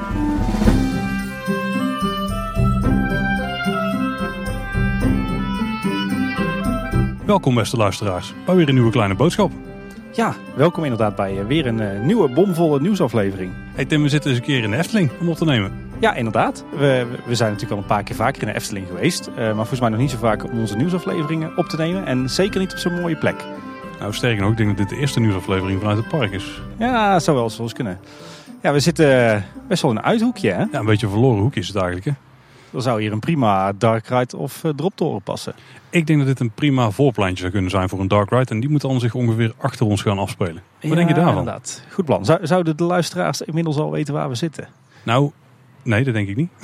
Welkom beste luisteraars, bij weer een nieuwe kleine boodschap. Ja, welkom inderdaad bij weer een nieuwe bomvolle nieuwsaflevering. Hey Tim, we zitten eens een keer in de Efteling om op te nemen. Ja, inderdaad. We zijn natuurlijk al een paar keer vaker in de Efteling geweest. Maar volgens mij nog niet zo vaak om onze nieuwsafleveringen op te nemen. En zeker niet op zo'n mooie plek. Nou, sterker nog, ik denk dat dit de eerste nieuwsaflevering vanuit het park is. Ja, zou wel eens kunnen. Ja, we zitten best wel in een uithoekje, hè? Ja, een beetje een verloren hoekje is het eigenlijk, hè? Dan zou hier een prima dark ride of droptoren passen. Ik denk dat dit een prima voorpleintje zou kunnen zijn voor een dark ride. En die moet dan zich ongeveer achter ons gaan afspelen. Wat denk je daarvan? Inderdaad. Goed plan. Zouden de luisteraars inmiddels al weten waar we zitten? Nou, nee, dat denk ik niet.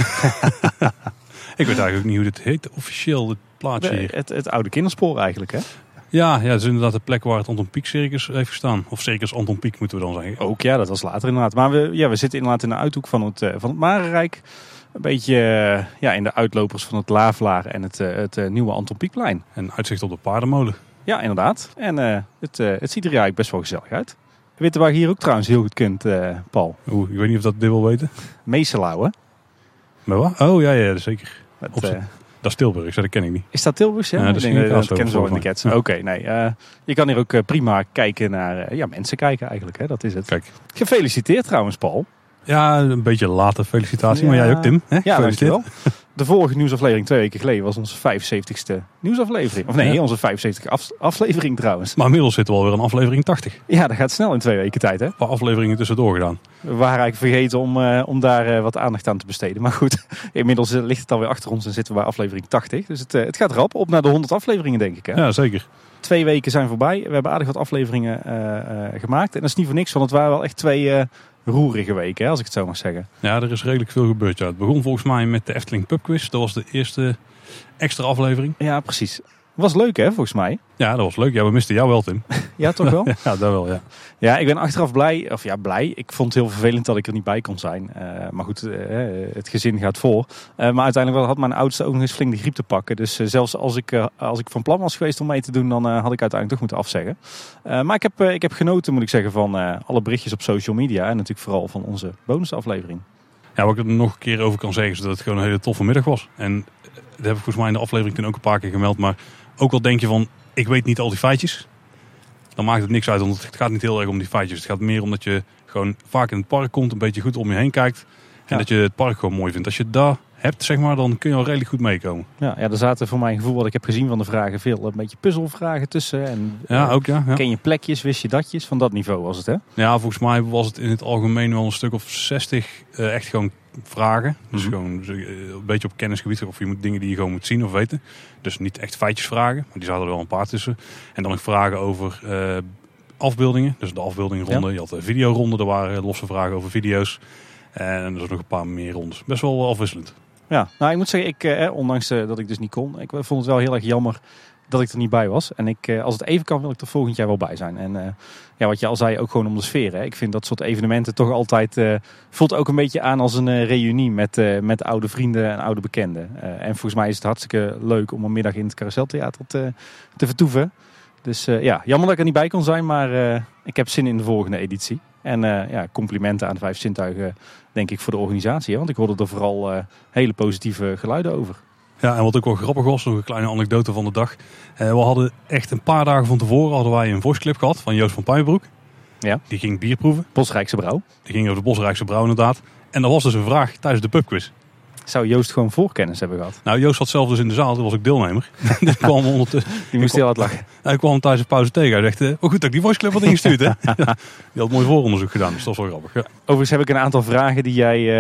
Ik weet eigenlijk ook niet hoe dit heet officieel, dit plaatsje hier. Het oude kinderspoor eigenlijk, hè? Ja, dat is inderdaad de plek waar het Anton Pieck Circus heeft gestaan. Of Circus Anton Pieck moeten we dan zeggen. Ook ja, dat was later inderdaad. Maar we zitten inderdaad in de uithoek van het Marenrijk. Een beetje in de uitlopers van het Lavelaar en het nieuwe Anton Pieckplein. En uitzicht op de paardenmolen. Ja, inderdaad. En het ziet er eigenlijk best wel gezellig uit. Weet je waar je hier ook trouwens heel goed kunt, Paul? Oeh, ik weet niet of dat dit wil weten. Meeselauw, hè? Maar wat? Oh ja, zeker. Dat is Tilburg, dat ken ik niet. Is dat Tilburg? Ja, dat kennen ze wel in de cats. Oké, nee. Je kan hier ook prima kijken naar mensen kijken eigenlijk, hè? Dat is het. Kijk. Gefeliciteerd trouwens, Paul. Ja, een beetje late felicitatie, maar jij ook, Tim. Hè? Ja, dankjewel. De vorige nieuwsaflevering 2 weken geleden was onze 75ste nieuwsaflevering. Of nee, onze 75 aflevering trouwens. Maar inmiddels zitten we alweer aan aflevering 80. Ja, dat gaat snel in 2 weken tijd, hè? Een paar afleveringen tussendoor gedaan. We waren eigenlijk vergeten om daar wat aandacht aan te besteden. Maar goed, inmiddels ligt het alweer achter ons en zitten we bij aflevering 80. Dus het gaat rap op naar de 100 afleveringen, denk ik, hè? Ja, zeker. 2 weken zijn voorbij. We hebben aardig wat afleveringen gemaakt. En dat is niet voor niks, want het waren wel echt 2... roerige weken, hè, als ik het zo mag zeggen. Ja, er is redelijk veel gebeurd. Ja. Het begon volgens mij met de Efteling Pub Quiz. Dat was de eerste extra aflevering. Ja, precies. Was leuk, hè, volgens mij. Ja, dat was leuk. Ja, we misten jou wel, Tim. Ja, toch wel? Ja, dat wel, ja. Ja, ik ben achteraf blij. Of ja, blij. Ik vond het heel vervelend dat ik er niet bij kon zijn. Maar goed, het gezin gaat voor. Maar uiteindelijk had mijn oudste ook nog eens flink de griep te pakken. Dus zelfs als ik van plan was geweest om mee te doen, dan had ik uiteindelijk toch moeten afzeggen. Maar ik heb genoten, moet ik zeggen, van alle berichtjes op social media. En natuurlijk vooral van onze bonusaflevering. Ja, wat ik er nog een keer over kan zeggen, is dat het gewoon een hele toffe middag was. En dat heb ik volgens mij in de aflevering toen ook een paar keer gemeld. Maar ook al denk je van, ik weet niet al die feitjes. Dan maakt het niks uit, want het gaat niet heel erg om die feitjes. Het gaat meer om dat je gewoon vaak in het park komt, een beetje goed om je heen kijkt. En dat je het park gewoon mooi vindt. Als je dat hebt, zeg maar, dan kun je al redelijk goed meekomen. Ja, er zaten voor mijn gevoel, wat ik heb gezien van de vragen, veel een beetje puzzelvragen tussen. En, ook ja. Ken je plekjes, wist je datjes? Van dat niveau was het, hè? Ja, volgens mij was het in het algemeen wel een stuk of 60 echt gewoon vragen. Dus gewoon een beetje op kennisgebied. Of je moet dingen die je gewoon moet zien of weten. Dus niet echt feitjesvragen. Maar die zaten er wel een paar tussen. En dan nog vragen over afbeeldingen. Dus de afbeeldingronde. Ja. Je had de videoronde. Er waren losse vragen over video's. En er was nog een paar meer rondes. Best wel afwisselend. Ja, nou ik moet zeggen, ondanks dat ik dus niet kon. Ik vond het wel heel erg jammer dat ik er niet bij was. En als het even kan, wil ik er volgend jaar wel bij zijn. En wat je al zei, ook gewoon om de sfeer. Hè. Ik vind dat soort evenementen toch altijd... voelt ook een beetje aan als een reunie met oude vrienden en oude bekenden. En volgens mij is het hartstikke leuk om een middag in het Carouseltheater te vertoeven. Dus jammer dat ik er niet bij kon zijn, maar ik heb zin in de volgende editie. En complimenten aan de 5 zintuigen, denk ik, voor de organisatie. Hè? Want ik hoorde er vooral hele positieve geluiden over. Ja, en wat ook wel grappig was, nog een kleine anekdote van de dag. We hadden echt een paar dagen van tevoren hadden wij een voice clip gehad van Joost van Puijenbroek. Ja. Die ging bier proeven. Bosrijkse Brouw. Die ging over de Bosrijkse Brouw inderdaad. En er was dus een vraag tijdens de pubquiz. Zou Joost gewoon voorkennis hebben gehad? Nou, Joost zat zelf dus in de zaal, toen was ik deelnemer. Dus kwam ondertussen. Die moest heel hard lachen. Hij kwam tijdens de pauze tegen. Hij zegt, goed dat ik die voice clip had ingestuurd. Hè? Die had mooi vooronderzoek gedaan, dus dat was wel grappig. Ja. Overigens heb ik een aantal vragen die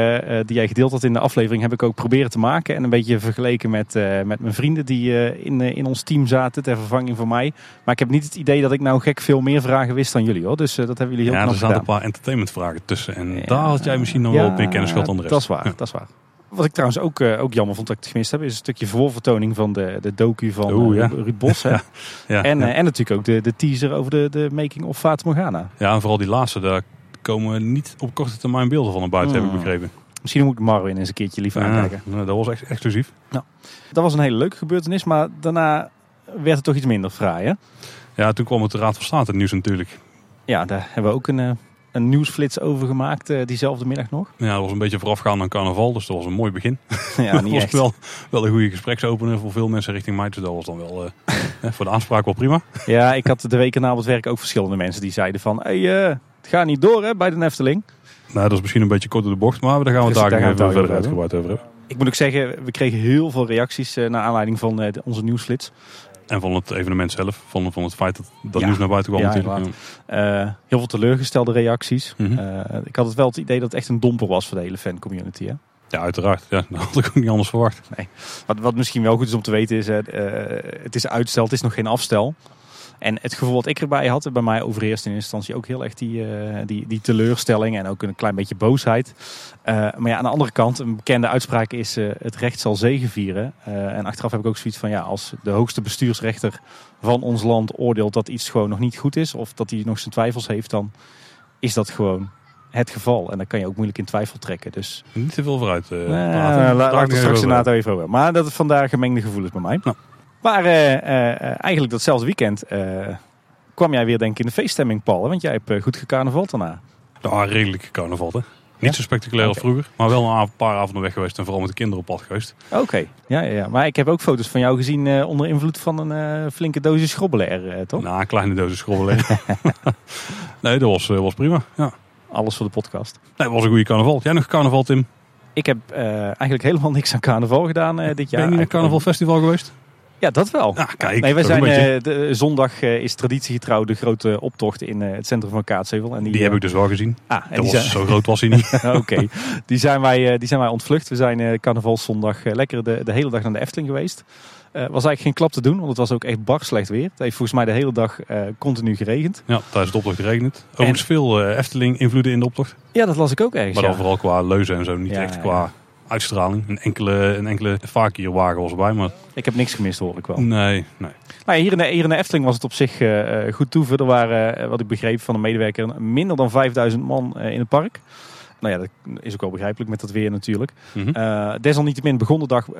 jij gedeeld had in de aflevering, heb ik ook proberen te maken. En een beetje vergeleken met mijn vrienden die in ons team zaten ter vervanging van mij. Maar ik heb niet het idee dat ik nou gek veel meer vragen wist dan jullie, hoor. Dus dat hebben jullie heel knap gedaan. Ja, er zaten een paar entertainmentvragen tussen. En daar had jij misschien nog wel meer kennis gehad dan de rest. Dat is waar, dat is waar. Wat ik trouwens ook jammer vond dat ik het gemist heb, is een stukje voorvertoning van de docu van Ruud Bos. Hè? En natuurlijk ook de teaser over de making of Fata Morgana. Ja, en vooral die laatste, daar komen niet op korte termijn beelden van naar buiten, heb ik begrepen. Misschien moet ik Marwin eens een keertje liever aankijken. Dat was echt exclusief. Nou, dat was een hele leuke gebeurtenis, maar daarna werd het toch iets minder fraai, hè? Ja, toen kwam het de Raad van State het nieuws natuurlijk. Ja, daar hebben we ook een een nieuwsflits over gemaakt diezelfde middag nog. Ja, dat was een beetje voorafgaand aan carnaval, dus dat was een mooi begin. Ja, Dat niet was echt. wel een goede gespreksopener voor veel mensen richting mij. Dus dat was dan wel voor de aanspraak wel prima. Ja, ik had de week erna op het werk ook verschillende mensen die zeiden van... het gaat niet door hè, bij de Efteling. Nou, dat is misschien een beetje kort door de bocht, maar daar gaan we het daar even verder uitgebreid over hebben. Ik moet ook zeggen, we kregen heel veel reacties naar aanleiding van onze nieuwsflits. En van het evenement zelf, van het feit dat nieuws naar buiten kwam natuurlijk. Heel veel teleurgestelde reacties. Mhm. Ik had wel het idee dat het echt een domper was voor de hele fancommunity. Hè? Ja, uiteraard. Ja, dat had ik ook niet anders verwacht. Nee. Wat misschien wel goed is om te weten is, het is uitstel, het is nog geen afstel. En het gevoel wat ik erbij had, bij mij overheerst in eerste instantie ook heel erg die teleurstelling en ook een klein beetje boosheid. Maar ja, aan de andere kant, een bekende uitspraak is het recht zal zegevieren. En achteraf heb ik ook zoiets van, ja, als de hoogste bestuursrechter van ons land oordeelt dat iets gewoon nog niet goed is, of dat hij nog zijn twijfels heeft, dan is dat gewoon het geval. En dan kan je ook moeilijk in twijfel trekken. Dus Niet te veel vooruit. laten we het straks de NATO even over. Maar dat is vandaag gemengde gevoelens bij mij. Nou. Maar eigenlijk datzelfde weekend kwam jij weer denk ik in de feeststemming, Paul. Want jij hebt goed gecarnavald daarna. Ja, redelijk carnaval, hè. Niet zo spectaculair als vroeger, maar wel een paar avonden weg geweest en vooral met de kinderen op pad geweest. Oké. Ja. Maar ik heb ook foto's van jou gezien onder invloed van een flinke dosis schrobbelair, toch? Nou, een kleine dosis schrobbelen. Nee, dat was prima. Ja. Alles voor de podcast. Nee, het was een goede carnaval. Jij nog carnaval, Tim? Ik heb eigenlijk helemaal niks aan carnaval gedaan dit jaar. Ben je niet naar het carnavalfestival geweest? Ja, dat wel. Ja, kijk. Nee, wij dat is een zijn beetje. Zondag is traditiegetrouw de grote optocht in het centrum van Kaatsheuvel. En Die heb ik dus wel gezien. Zo groot was hij niet. Oké. Die zijn wij ontvlucht. We zijn carnavalszondag lekker de hele dag naar de Efteling geweest. Was eigenlijk geen klap te doen, want het was ook echt bar slecht weer. Het heeft volgens mij de hele dag continu geregend. Ja, tijdens de optocht geregend. Overigens veel Efteling invloeden in de optocht. Ja, dat las ik ook ergens. Maar dan vooral qua leuzen en zo. Niet echt qua uitstraling. Een enkele vakierwagen was erbij, maar... Ik heb niks gemist, hoor ik wel. Nee. Nou, hier in de Efteling was het op zich goed toeven. Er waren, wat ik begreep van een medewerker, minder dan 5000 man in het park. Nou ja, dat is ook wel begrijpelijk met dat weer natuurlijk. Mm-hmm. Desalniettemin begon de dag,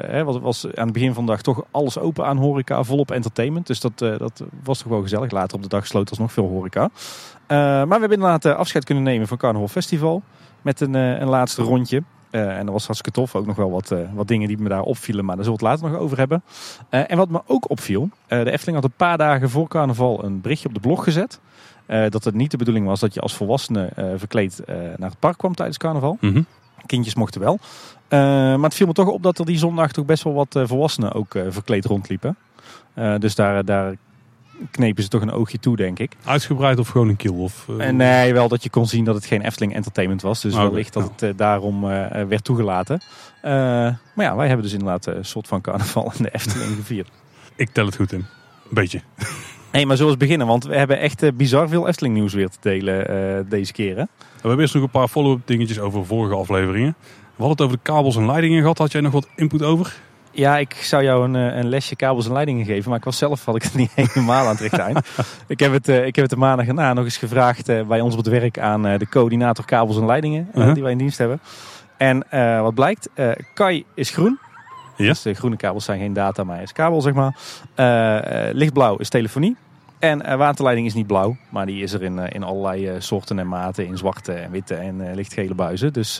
was aan het begin van de dag toch alles open aan horeca, volop entertainment. Dus dat was toch wel gezellig. Later op de dag sloot alsnog veel horeca. Maar we hebben inderdaad afscheid kunnen nemen van Carnaval Festival. Met een laatste rondje. En dat was hartstikke tof. Ook nog wel wat dingen die me daar opvielen. Maar daar zullen we het later nog over hebben. En wat me ook opviel. De Efteling had een paar dagen voor carnaval een berichtje op de blog gezet. Dat het niet de bedoeling was dat je als volwassene verkleed naar het park kwam tijdens carnaval. Mm-hmm. Kindjes mochten wel. Maar het viel me toch op dat er die zondag toch best wel wat volwassenen ook verkleed rondliepen. Dus daar knepen ze toch een oogje toe, denk ik. Uitgebreid of gewoon een kiel? Of, Nee, wel dat je kon zien dat het geen Efteling Entertainment was. Dus wellicht dat het daarom werd toegelaten. Maar ja, wij hebben dus inderdaad een soort van carnaval in de Efteling gevierd. Ik tel het goed in. Een beetje. Nee, maar zullen we eens beginnen. Want we hebben echt bizar veel Efteling nieuws weer te delen deze keer. Hè? We hebben eerst nog een paar follow-up dingetjes over vorige afleveringen. We hadden het over de kabels en leidingen gehad. Had jij nog wat input over? Ja, ik zou jou een lesje kabels en leidingen geven. Maar had ik het niet helemaal aan het rechte eind. Ik heb het de maandag erna nog eens gevraagd bij ons op het werk aan de coördinator kabels en leidingen. Die wij in dienst hebben. En wat blijkt, Kai is groen. Ja. Dus de groene kabels zijn geen data, maar is kabel, zeg maar. Lichtblauw is telefonie. En waterleiding is niet blauw, maar die is er in allerlei soorten en maten. In zwarte en witte en lichtgele buizen. Dus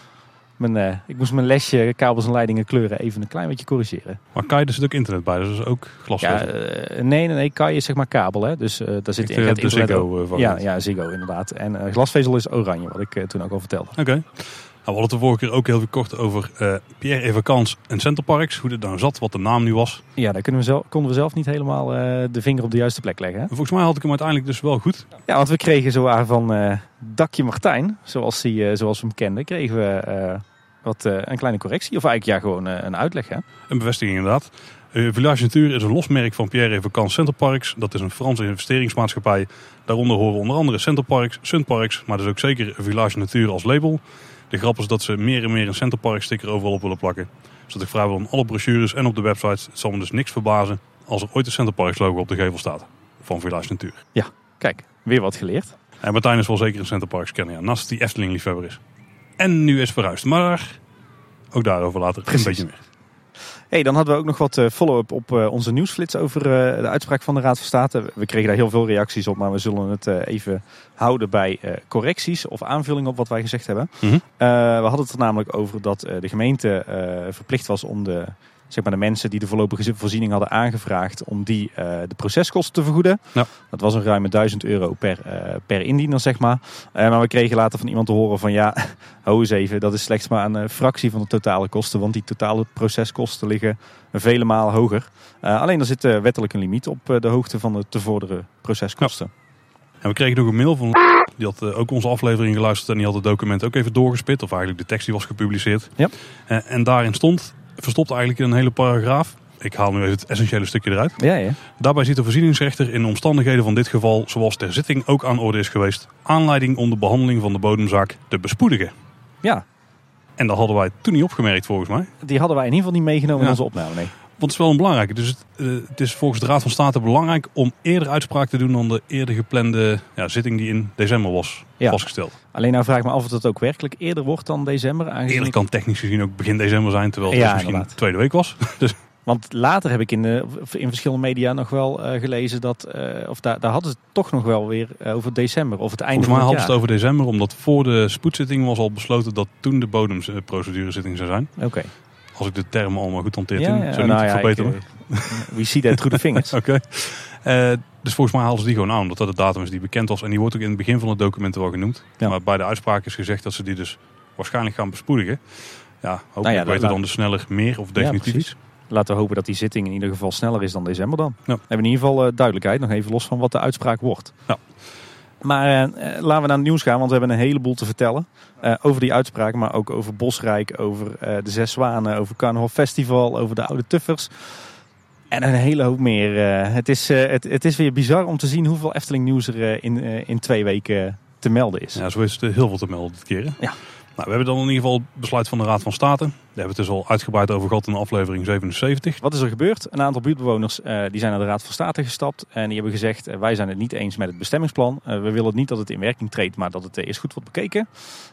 ik moest mijn lesje kabels en leidingen kleuren even een klein beetje corrigeren. Maar Kai, er zit ook internet bij, dus dat is ook glasvezel. Nee, Kai is zeg maar kabel. Hè? Dus daar zit de Ziggo variant. Ja, Ziggo inderdaad. En glasvezel is oranje, wat ik toen ook al vertelde. Oké. Nou, we hadden het de vorige keer ook heel veel kort over Pierre et Vacances en Centerparks. Hoe dit nou zat, wat de naam nu was. Ja, daar konden we zelf niet helemaal de vinger op de juiste plek leggen. Hè? Volgens mij had ik hem uiteindelijk dus wel goed. Ja, want we kregen zowaar van Dakje Martijn, zoals we hem kenden, kregen we een kleine correctie. Of eigenlijk gewoon een uitleg. Hè? Een bevestiging inderdaad. Village Natuur is een losmerk van Pierre et Vacances Centerparks. Dat is een Franse investeringsmaatschappij. Daaronder horen onder andere Centerparks, Sunparks, maar dus ook zeker Village Natuur als label. De grap is dat ze meer en meer een Centerpark sticker overal op willen plakken. Zodat ik vrijwel in alle brochures en op de websites, het zal me dus niks verbazen als er ooit een Centerparks logo op de gevel staat. Van Village Natuur. Ja, kijk, weer wat geleerd. En Martijn is wel zeker een Centerparks kenner, ja, naast die Efteling liefhebber is. En nu is verhuisd, maar ook daarover later een beetje meer. Hey, dan hadden we ook nog wat follow-up op onze nieuwsflits over de uitspraak van de Raad van State. We kregen daar heel veel reacties op, maar we zullen het even houden bij correcties of aanvullingen op wat wij gezegd hebben. Mm-hmm. We hadden het er namelijk over dat de gemeente verplicht was om de mensen die de voorlopige voorziening hadden aangevraagd, om die de proceskosten te vergoeden. Ja. Dat was een ruime €1000 per indiener, zeg maar. Maar we kregen later van iemand te horen van ja, hou eens even, dat is slechts maar een fractie van de totale kosten, want die totale proceskosten liggen vele malen hoger. Alleen er zit wettelijk een limiet op de hoogte van de te vorderen proceskosten. Ja. En we kregen nog een mail van die had ook onze aflevering geluisterd en die had het document ook even doorgespit, of eigenlijk de tekst die was gepubliceerd. Ja. En daarin stond, verstopt eigenlijk in een hele paragraaf. Ik haal nu even het essentiële stukje eruit. Ja. Daarbij ziet de voorzieningsrechter in omstandigheden van dit geval, zoals ter zitting ook aan orde is geweest, aanleiding om de behandeling van de bodemzaak te bespoedigen. Ja. En dat hadden wij toen niet opgemerkt volgens mij. Die hadden wij in ieder geval niet meegenomen in onze opname, nee. Want het is wel een belangrijke. Dus het is volgens de Raad van State belangrijk om eerder uitspraak te doen dan de eerder geplande zitting die in december was vastgesteld. Alleen nou vraag ik me af of het ook werkelijk eerder wordt dan december. Eerder kan technisch gezien ook begin december zijn, terwijl het misschien de tweede week was. Dus. Want later heb ik in verschillende media nog wel gelezen dat, daar hadden ze het toch nog wel weer over december of het einde van het jaar. Volgens mij hadden ze het over december, omdat voor de spoedzitting was al besloten dat toen de bodemprocedurezitting zou zijn. Oké. Als ik de termen allemaal goed hanteer, verbeteren. We see that through the fingers. Oké. Dus volgens mij haalden ze die gewoon aan, omdat dat de datum is die bekend was. En die wordt ook in het begin van het document wel genoemd. Ja. Maar bij de uitspraak is gezegd dat ze die dus waarschijnlijk gaan bespoedigen. Ja, hopelijk weten dan dus sneller meer of definitief iets. Laten we hopen dat die zitting in ieder geval sneller is dan december dan. Ja. We hebben in ieder geval duidelijkheid, nog even los van wat de uitspraak wordt. Ja. Maar laten we naar het nieuws gaan, want we hebben een heleboel te vertellen. Over die uitspraak, maar ook over Bosrijk, over de Zes Zwanen, over Carnaval Festival, over de Oude Tuffers. En een hele hoop meer. Het is weer bizar om te zien hoeveel Efteling nieuws er in 2 weken te melden is. Ja, zo is er heel veel te melden dit keer. Hè? Ja. Nou, we hebben dan in ieder geval het besluit van de Raad van State. Daar hebben we het dus al uitgebreid over gehad in aflevering 77. Wat is er gebeurd? Een aantal buurtbewoners die zijn naar de Raad van State gestapt. En die hebben gezegd, wij zijn het niet eens met het bestemmingsplan. We willen niet dat het in werking treedt, maar dat het eerst goed wordt bekeken.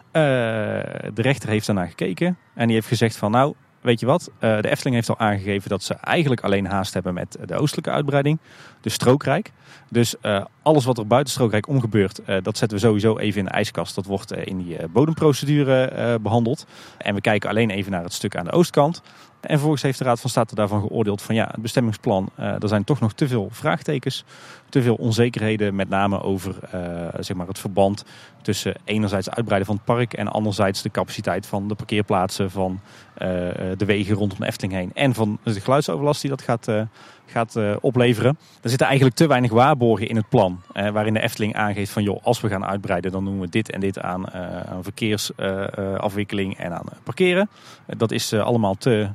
De rechter heeft daarnaar gekeken. En die heeft gezegd van nou, weet je wat? De Efteling heeft al aangegeven dat ze eigenlijk alleen haast hebben met de oostelijke uitbreiding. Dus Strookrijk. Dus alles wat er buiten Strookrijk om gebeurt, dat zetten we sowieso even in de ijskast. Dat wordt in die bodemprocedure behandeld. En we kijken alleen even naar het stuk aan de oostkant. En vervolgens heeft de Raad van State daarvan geoordeeld van ja, het bestemmingsplan, er zijn toch nog te veel vraagtekens. Te veel onzekerheden, met name over het verband tussen enerzijds uitbreiden van het park en anderzijds de capaciteit van de parkeerplaatsen, van de wegen rondom de Efteling heen en van de geluidsoverlast die dat gaat opleveren. Er zitten eigenlijk te weinig waarborgen in het plan, waarin de Efteling aangeeft van joh, als we gaan uitbreiden dan doen we dit en dit aan verkeersafwikkeling en aan parkeren. Dat is allemaal te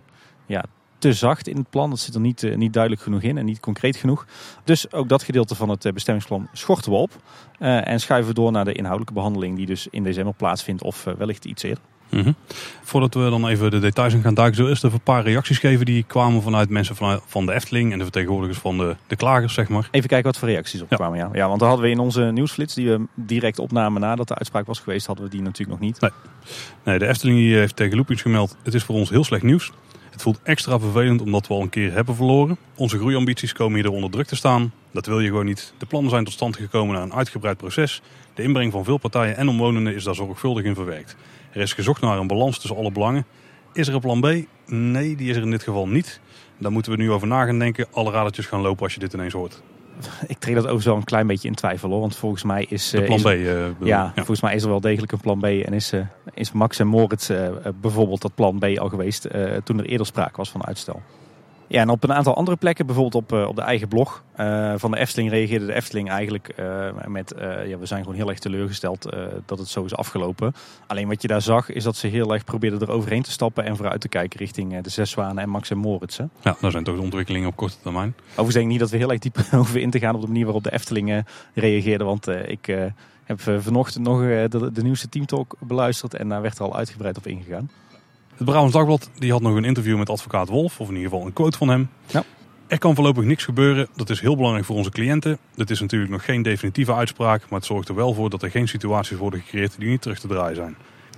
zacht in het plan. Dat zit er niet duidelijk genoeg in en niet concreet genoeg. Dus ook dat gedeelte van het bestemmingsplan schorten we op. En schuiven we door naar de inhoudelijke behandeling die dus in december plaatsvindt of wellicht iets eerder. Mm-hmm. Voordat we dan even de details in gaan duiken, zo eerst even een paar reacties geven die kwamen vanuit mensen van de Efteling en de vertegenwoordigers van de klagers, zeg maar. Even kijken wat voor reacties opkwamen. Ja, want dan hadden we in onze nieuwsflits, die we direct opnamen nadat de uitspraak was geweest, hadden we die natuurlijk nog niet. Nee, de Efteling heeft tegen Loopings gemeld, het is voor ons heel slecht nieuws. Het voelt extra vervelend omdat we al een keer hebben verloren. Onze groeiambities komen hierdoor onder druk te staan. Dat wil je gewoon niet. De plannen zijn tot stand gekomen na een uitgebreid proces. De inbreng van veel partijen en omwonenden is daar zorgvuldig in verwerkt. Er is gezocht naar een balans tussen alle belangen. Is er een plan B? Nee, die is er in dit geval niet. Daar moeten we nu over na gaan denken. Alle radertjes gaan lopen als je dit ineens hoort. Ik treed dat overigens wel een klein beetje in twijfel hoor. Want volgens mij is... De plan B. Volgens mij is er wel degelijk een plan B. En is Max en Moritz bijvoorbeeld dat plan B al geweest toen er eerder sprake was van uitstel. Ja, en op een aantal andere plekken, bijvoorbeeld op de eigen blog van de Efteling, reageerde de Efteling eigenlijk met... we zijn gewoon heel erg teleurgesteld dat het zo is afgelopen. Alleen wat je daar zag, is dat ze heel erg probeerden er overheen te stappen en vooruit te kijken richting de Zes Zwanen en Max en Moritz. Hè. Ja, dat zijn toch de ontwikkelingen op korte termijn. Overigens denk ik niet dat we heel erg diep over in te gaan op de manier waarop de Efteling reageerde. Want ik heb vanochtend nog de nieuwste Teamtalk beluisterd en daar werd er al uitgebreid op ingegaan. Het Brabants Dagblad die had nog een interview met advocaat Wolf, of in ieder geval een quote van hem. Ja. Er kan voorlopig niks gebeuren, dat is heel belangrijk voor onze cliënten. Dit is natuurlijk nog geen definitieve uitspraak, maar het zorgt er wel voor dat er geen situaties worden gecreëerd die niet terug te draaien zijn.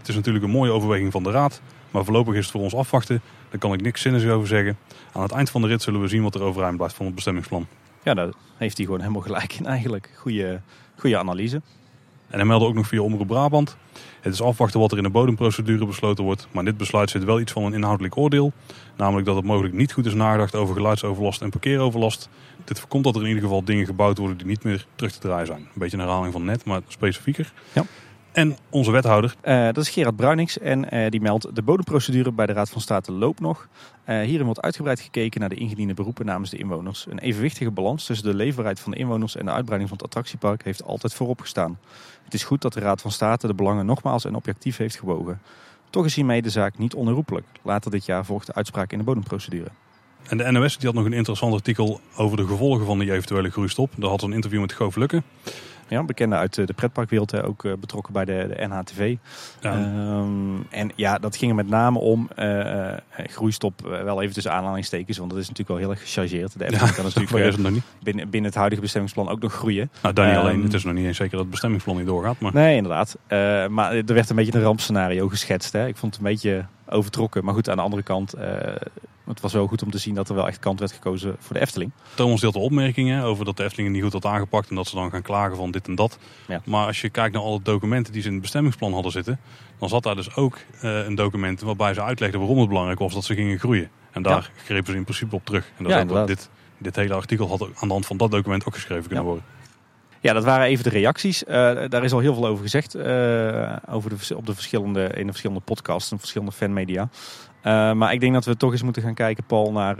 Het is natuurlijk een mooie overweging van de Raad. Maar voorlopig is het voor ons afwachten. Daar kan ik niks zinnigs over zeggen. Aan het eind van de rit zullen we zien wat er overeind blijft van het bestemmingsplan. Ja, daar heeft hij gewoon helemaal gelijk in eigenlijk. Goede analyse. En hij meldde ook nog via Omroep Brabant. Het is afwachten wat er in de bodemprocedure besloten wordt. Maar in dit besluit zit wel iets van een inhoudelijk oordeel. Namelijk dat het mogelijk niet goed is nagedacht over geluidsoverlast en parkeeroverlast. Dit voorkomt dat er in ieder geval dingen gebouwd worden die niet meer terug te draaien zijn. Een beetje een herhaling van net, maar specifieker. Ja. En onze wethouder. Dat is Gerard Bruinings en die meldt: de bodemprocedure bij de Raad van State loopt nog. Hierin wordt uitgebreid gekeken naar de ingediende beroepen namens de inwoners. Een evenwichtige balans tussen de leefbaarheid van de inwoners en de uitbreiding van het attractiepark heeft altijd voorop gestaan. Het is goed dat de Raad van State de belangen nogmaals en objectief heeft gewogen. Toch is hiermee de zaak niet onherroepelijk. Later dit jaar volgt de uitspraak in de bodemprocedure. En de NOS die had nog een interessant artikel over de gevolgen van die eventuele groeistop. Daar had ze een interview met Goof Lukke. Ja, bekende uit de pretparkwereld, ook betrokken bij de NHTV. Ja. En ja, dat ging er met name om groeistop, wel even tussen aanhalingstekens, want dat is natuurlijk wel heel erg gechargeerd. De Efteling kan natuurlijk binnen het huidige bestemmingsplan ook nog groeien. Nou, daar niet alleen. Het is nog niet eens zeker dat het bestemmingsplan niet doorgaat. Maar... Nee, inderdaad. Maar er werd een beetje een rampscenario geschetst. Hè. Ik vond het een beetje overtrokken. Maar goed, aan de andere kant, het was wel goed om te zien dat er wel echt kant werd gekozen voor de Efteling. Thomas deelt de opmerkingen over dat de Efteling het niet goed had aangepakt en dat ze dan gaan klagen van dit en dat. Ja. Maar als je kijkt naar alle documenten die ze in het bestemmingsplan hadden zitten, dan zat daar dus ook een document waarbij ze uitlegden waarom het belangrijk was dat ze gingen groeien. En daar grepen ze in principe op terug. En dat is ook dit hele artikel had aan de hand van dat document ook geschreven kunnen worden. Ja, dat waren even de reacties. Daar is al heel veel over gezegd. In de verschillende podcasts en verschillende fanmedia. Maar ik denk dat we toch eens moeten gaan kijken, Paul, naar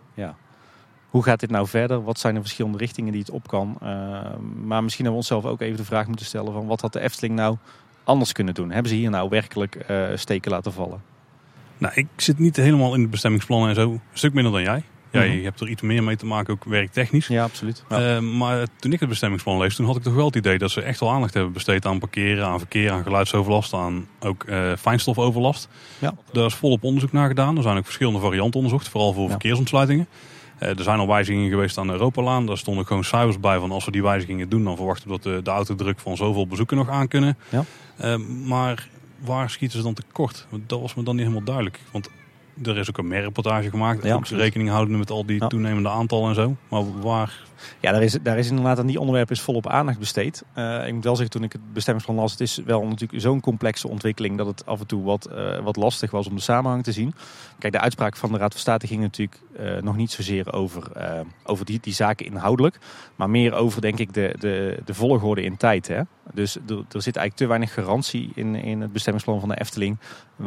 hoe gaat dit nou verder? Wat zijn de verschillende richtingen die het op kan? Maar misschien hebben we onszelf ook even de vraag moeten stellen van wat had de Efteling nou anders kunnen doen? Hebben ze hier nou werkelijk steken laten vallen? Nou, ik zit niet helemaal in de bestemmingsplannen en zo. Een stuk minder dan jij. Ja, je hebt er iets meer mee te maken, ook werktechnisch. Ja, absoluut. Ja. Maar toen ik het bestemmingsplan lees, toen had ik toch wel het idee dat ze echt wel aandacht hebben besteed aan parkeren, aan verkeer, aan geluidsoverlast, aan ook fijnstofoverlast. Ja. Daar is volop onderzoek naar gedaan. Er zijn ook verschillende varianten onderzocht, vooral voor verkeersontsluitingen. Er zijn al wijzigingen geweest aan de Europalaan. Daar stonden gewoon cijfers bij van als we die wijzigingen doen, dan verwachten we dat de autodruk van zoveel bezoeken nog aan kunnen. Ja. Maar waar schieten ze dan tekort? Dat was me dan niet helemaal duidelijk. Want er is ook een meerreportage gemaakt. Ja, ook rekening houden met al die toenemende aantallen en zo. Maar waar... Ja, daar is inderdaad aan die onderwerpen is volop aandacht besteed. Ik moet wel zeggen, toen ik het bestemmingsplan las, het is wel natuurlijk zo'n complexe ontwikkeling dat het af en toe wat lastig was om de samenhang te zien. Kijk, de uitspraak van de Raad van State ging natuurlijk nog niet zozeer over die zaken inhoudelijk. Maar meer over, denk ik, de volgorde in tijd. Hè? Dus er zit eigenlijk te weinig garantie in het bestemmingsplan van de Efteling.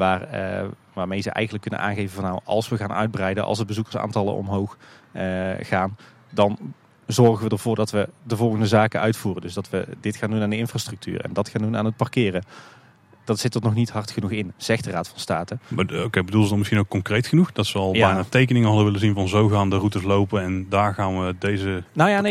Waarmee ze eigenlijk kunnen aangeven van nou, als we gaan uitbreiden, als de bezoekersaantallen omhoog gaan, dan zorgen we ervoor dat we de volgende zaken uitvoeren. Dus dat we dit gaan doen aan de infrastructuur en dat gaan doen aan het parkeren. Dat zit er nog niet hard genoeg in, zegt de Raad van State. Bedoelen ze dan misschien ook concreet genoeg? Dat ze al bijna tekeningen hadden willen zien van zo gaan de routes lopen en daar gaan we deze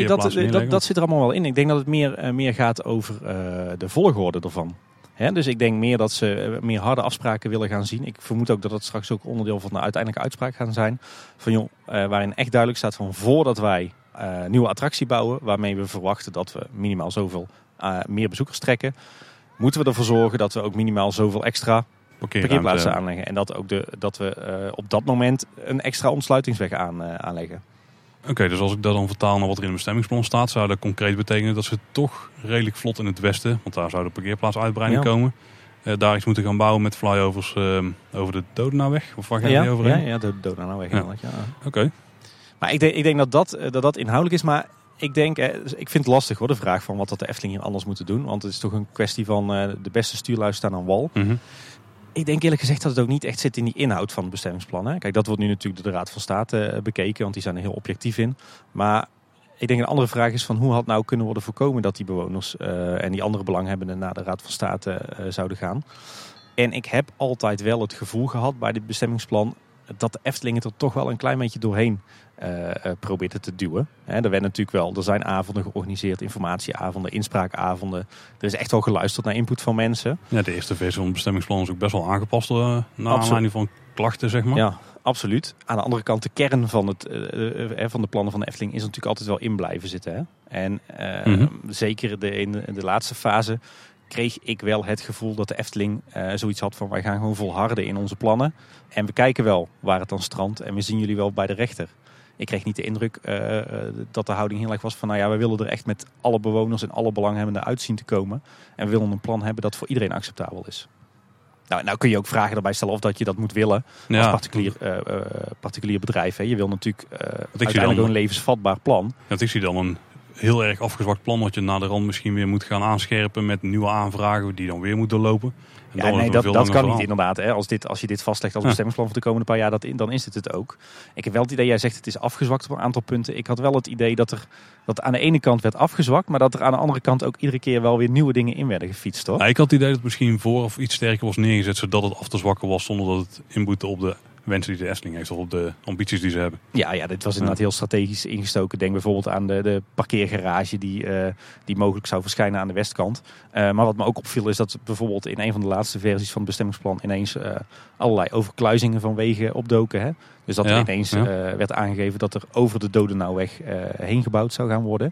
dat zit er allemaal wel in. Ik denk dat het meer gaat over de volgorde ervan. Dus ik denk meer dat ze meer harde afspraken willen gaan zien. Ik vermoed ook dat het straks ook onderdeel van de uiteindelijke uitspraak gaan zijn. Van waarin echt duidelijk staat van voordat wij nieuwe attractie bouwen, waarmee we verwachten dat we minimaal zoveel meer bezoekers trekken, moeten we ervoor zorgen dat we ook minimaal zoveel extra parkeerplaatsen aanleggen. En dat we op dat moment een extra ontsluitingsweg aanleggen. Oké, dus als ik dat dan vertaal naar wat er in het bestemmingsplan staat, zou dat concreet betekenen dat ze toch redelijk vlot in het westen, want daar zou de parkeerplaatsuitbreiding komen, daar iets moeten gaan bouwen met flyovers over de Dodenauweg? Of waar ga je overheen? Ja, de Dodenauweg inderdaad. Ja. Oké. Maar ik denk dat inhoudelijk is, maar ik vind het lastig hoor, de vraag van wat dat de Efteling hier anders moeten doen. Want het is toch een kwestie van de beste stuurlui staan aan wal. Mm-hmm. Ik denk eerlijk gezegd dat het ook niet echt zit in die inhoud van het bestemmingsplan. Hè. Kijk, dat wordt nu natuurlijk door de Raad van State bekeken, want die zijn er heel objectief in. Maar ik denk een andere vraag is van hoe had nou kunnen worden voorkomen dat die bewoners en die andere belanghebbenden naar de Raad van State zouden gaan. En ik heb altijd wel het gevoel gehad bij dit bestemmingsplan dat de Efteling het er toch wel een klein beetje doorheen probeerde te duwen. Er zijn avonden georganiseerd, informatieavonden, inspraakavonden. Er is echt wel geluisterd naar input van mensen. Ja, de eerste versie van het bestemmingsplan is ook best wel aangepast naar aanleiding van klachten, zeg maar. Ja, absoluut. Aan de andere kant, de kern van van de plannen van de Efteling is natuurlijk altijd wel in blijven zitten. Hè? En zeker in de laatste fase kreeg ik wel het gevoel dat de Efteling zoiets had van wij gaan gewoon volharden in onze plannen. En we kijken wel waar het dan strandt en we zien jullie wel bij de rechter. Ik kreeg niet de indruk dat de houding heel erg was van we willen er echt met alle bewoners en alle belanghebbenden uit zien te komen. En we willen een plan hebben dat voor iedereen acceptabel is. Nou kun je ook vragen erbij stellen of dat je dat moet willen als particulier bedrijf. Hè. Je wil natuurlijk uiteindelijk een levensvatbaar plan. Want ik zie dan een heel erg afgezwakt plan wat je na de rand misschien weer moet gaan aanscherpen met nieuwe aanvragen die dan weer moet doorlopen. Dat kan niet inderdaad. Hè. Als je dit vastlegt als bestemmingsplan voor de komende paar jaar, dan is het ook. Ik heb wel het idee, jij zegt het is afgezwakt op een aantal punten. Ik had wel het idee dat aan de ene kant werd afgezwakt, maar dat er aan de andere kant ook iedere keer wel weer nieuwe dingen in werden gefietst, toch? Nou, ik had het idee dat het misschien voor of iets sterker was neergezet, zodat het af te zwakken was zonder dat het inboette op de wensen die de Efteling heeft of op de ambities die ze hebben. Ja, dit was inderdaad heel strategisch ingestoken. Denk bijvoorbeeld aan de parkeergarage die mogelijk zou verschijnen aan de westkant. Maar wat me ook opviel is dat bijvoorbeeld in een van de laatste versies van het bestemmingsplan ineens allerlei overkruisingen van wegen opdoken. Hè? Dus dat er ineens werd aangegeven dat er over de Dodenauweg heen gebouwd zou gaan worden.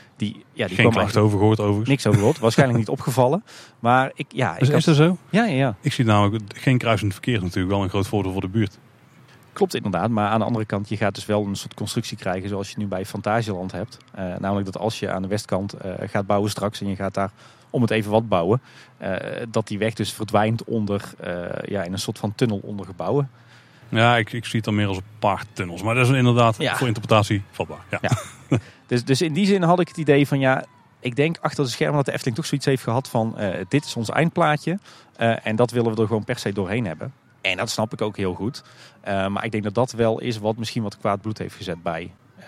Geen klacht over gehoord overigens. Niks over gehoord. Waarschijnlijk niet opgevallen. Maar is dat zo? Ja. Ik zie namelijk geen kruisend verkeer natuurlijk wel een groot voordeel voor de buurt. Klopt inderdaad, maar aan de andere kant, je gaat dus wel een soort constructie krijgen zoals je nu bij Fantasieland hebt. Namelijk dat als je aan de westkant gaat bouwen straks en je gaat daar om het even wat bouwen, dat die weg dus verdwijnt onder in een soort van tunnel onder gebouwen. Ja, ik zie het dan meer als een paar tunnels. Maar dat is inderdaad voor interpretatie vatbaar. Ja. Dus in die zin had ik het idee van ik denk achter de schermen dat de Efteling toch zoiets heeft gehad van dit is ons eindplaatje. En dat willen we er gewoon per se doorheen hebben. En dat snap ik ook heel goed. Maar ik denk dat dat wel is wat misschien wat kwaad bloed heeft gezet bij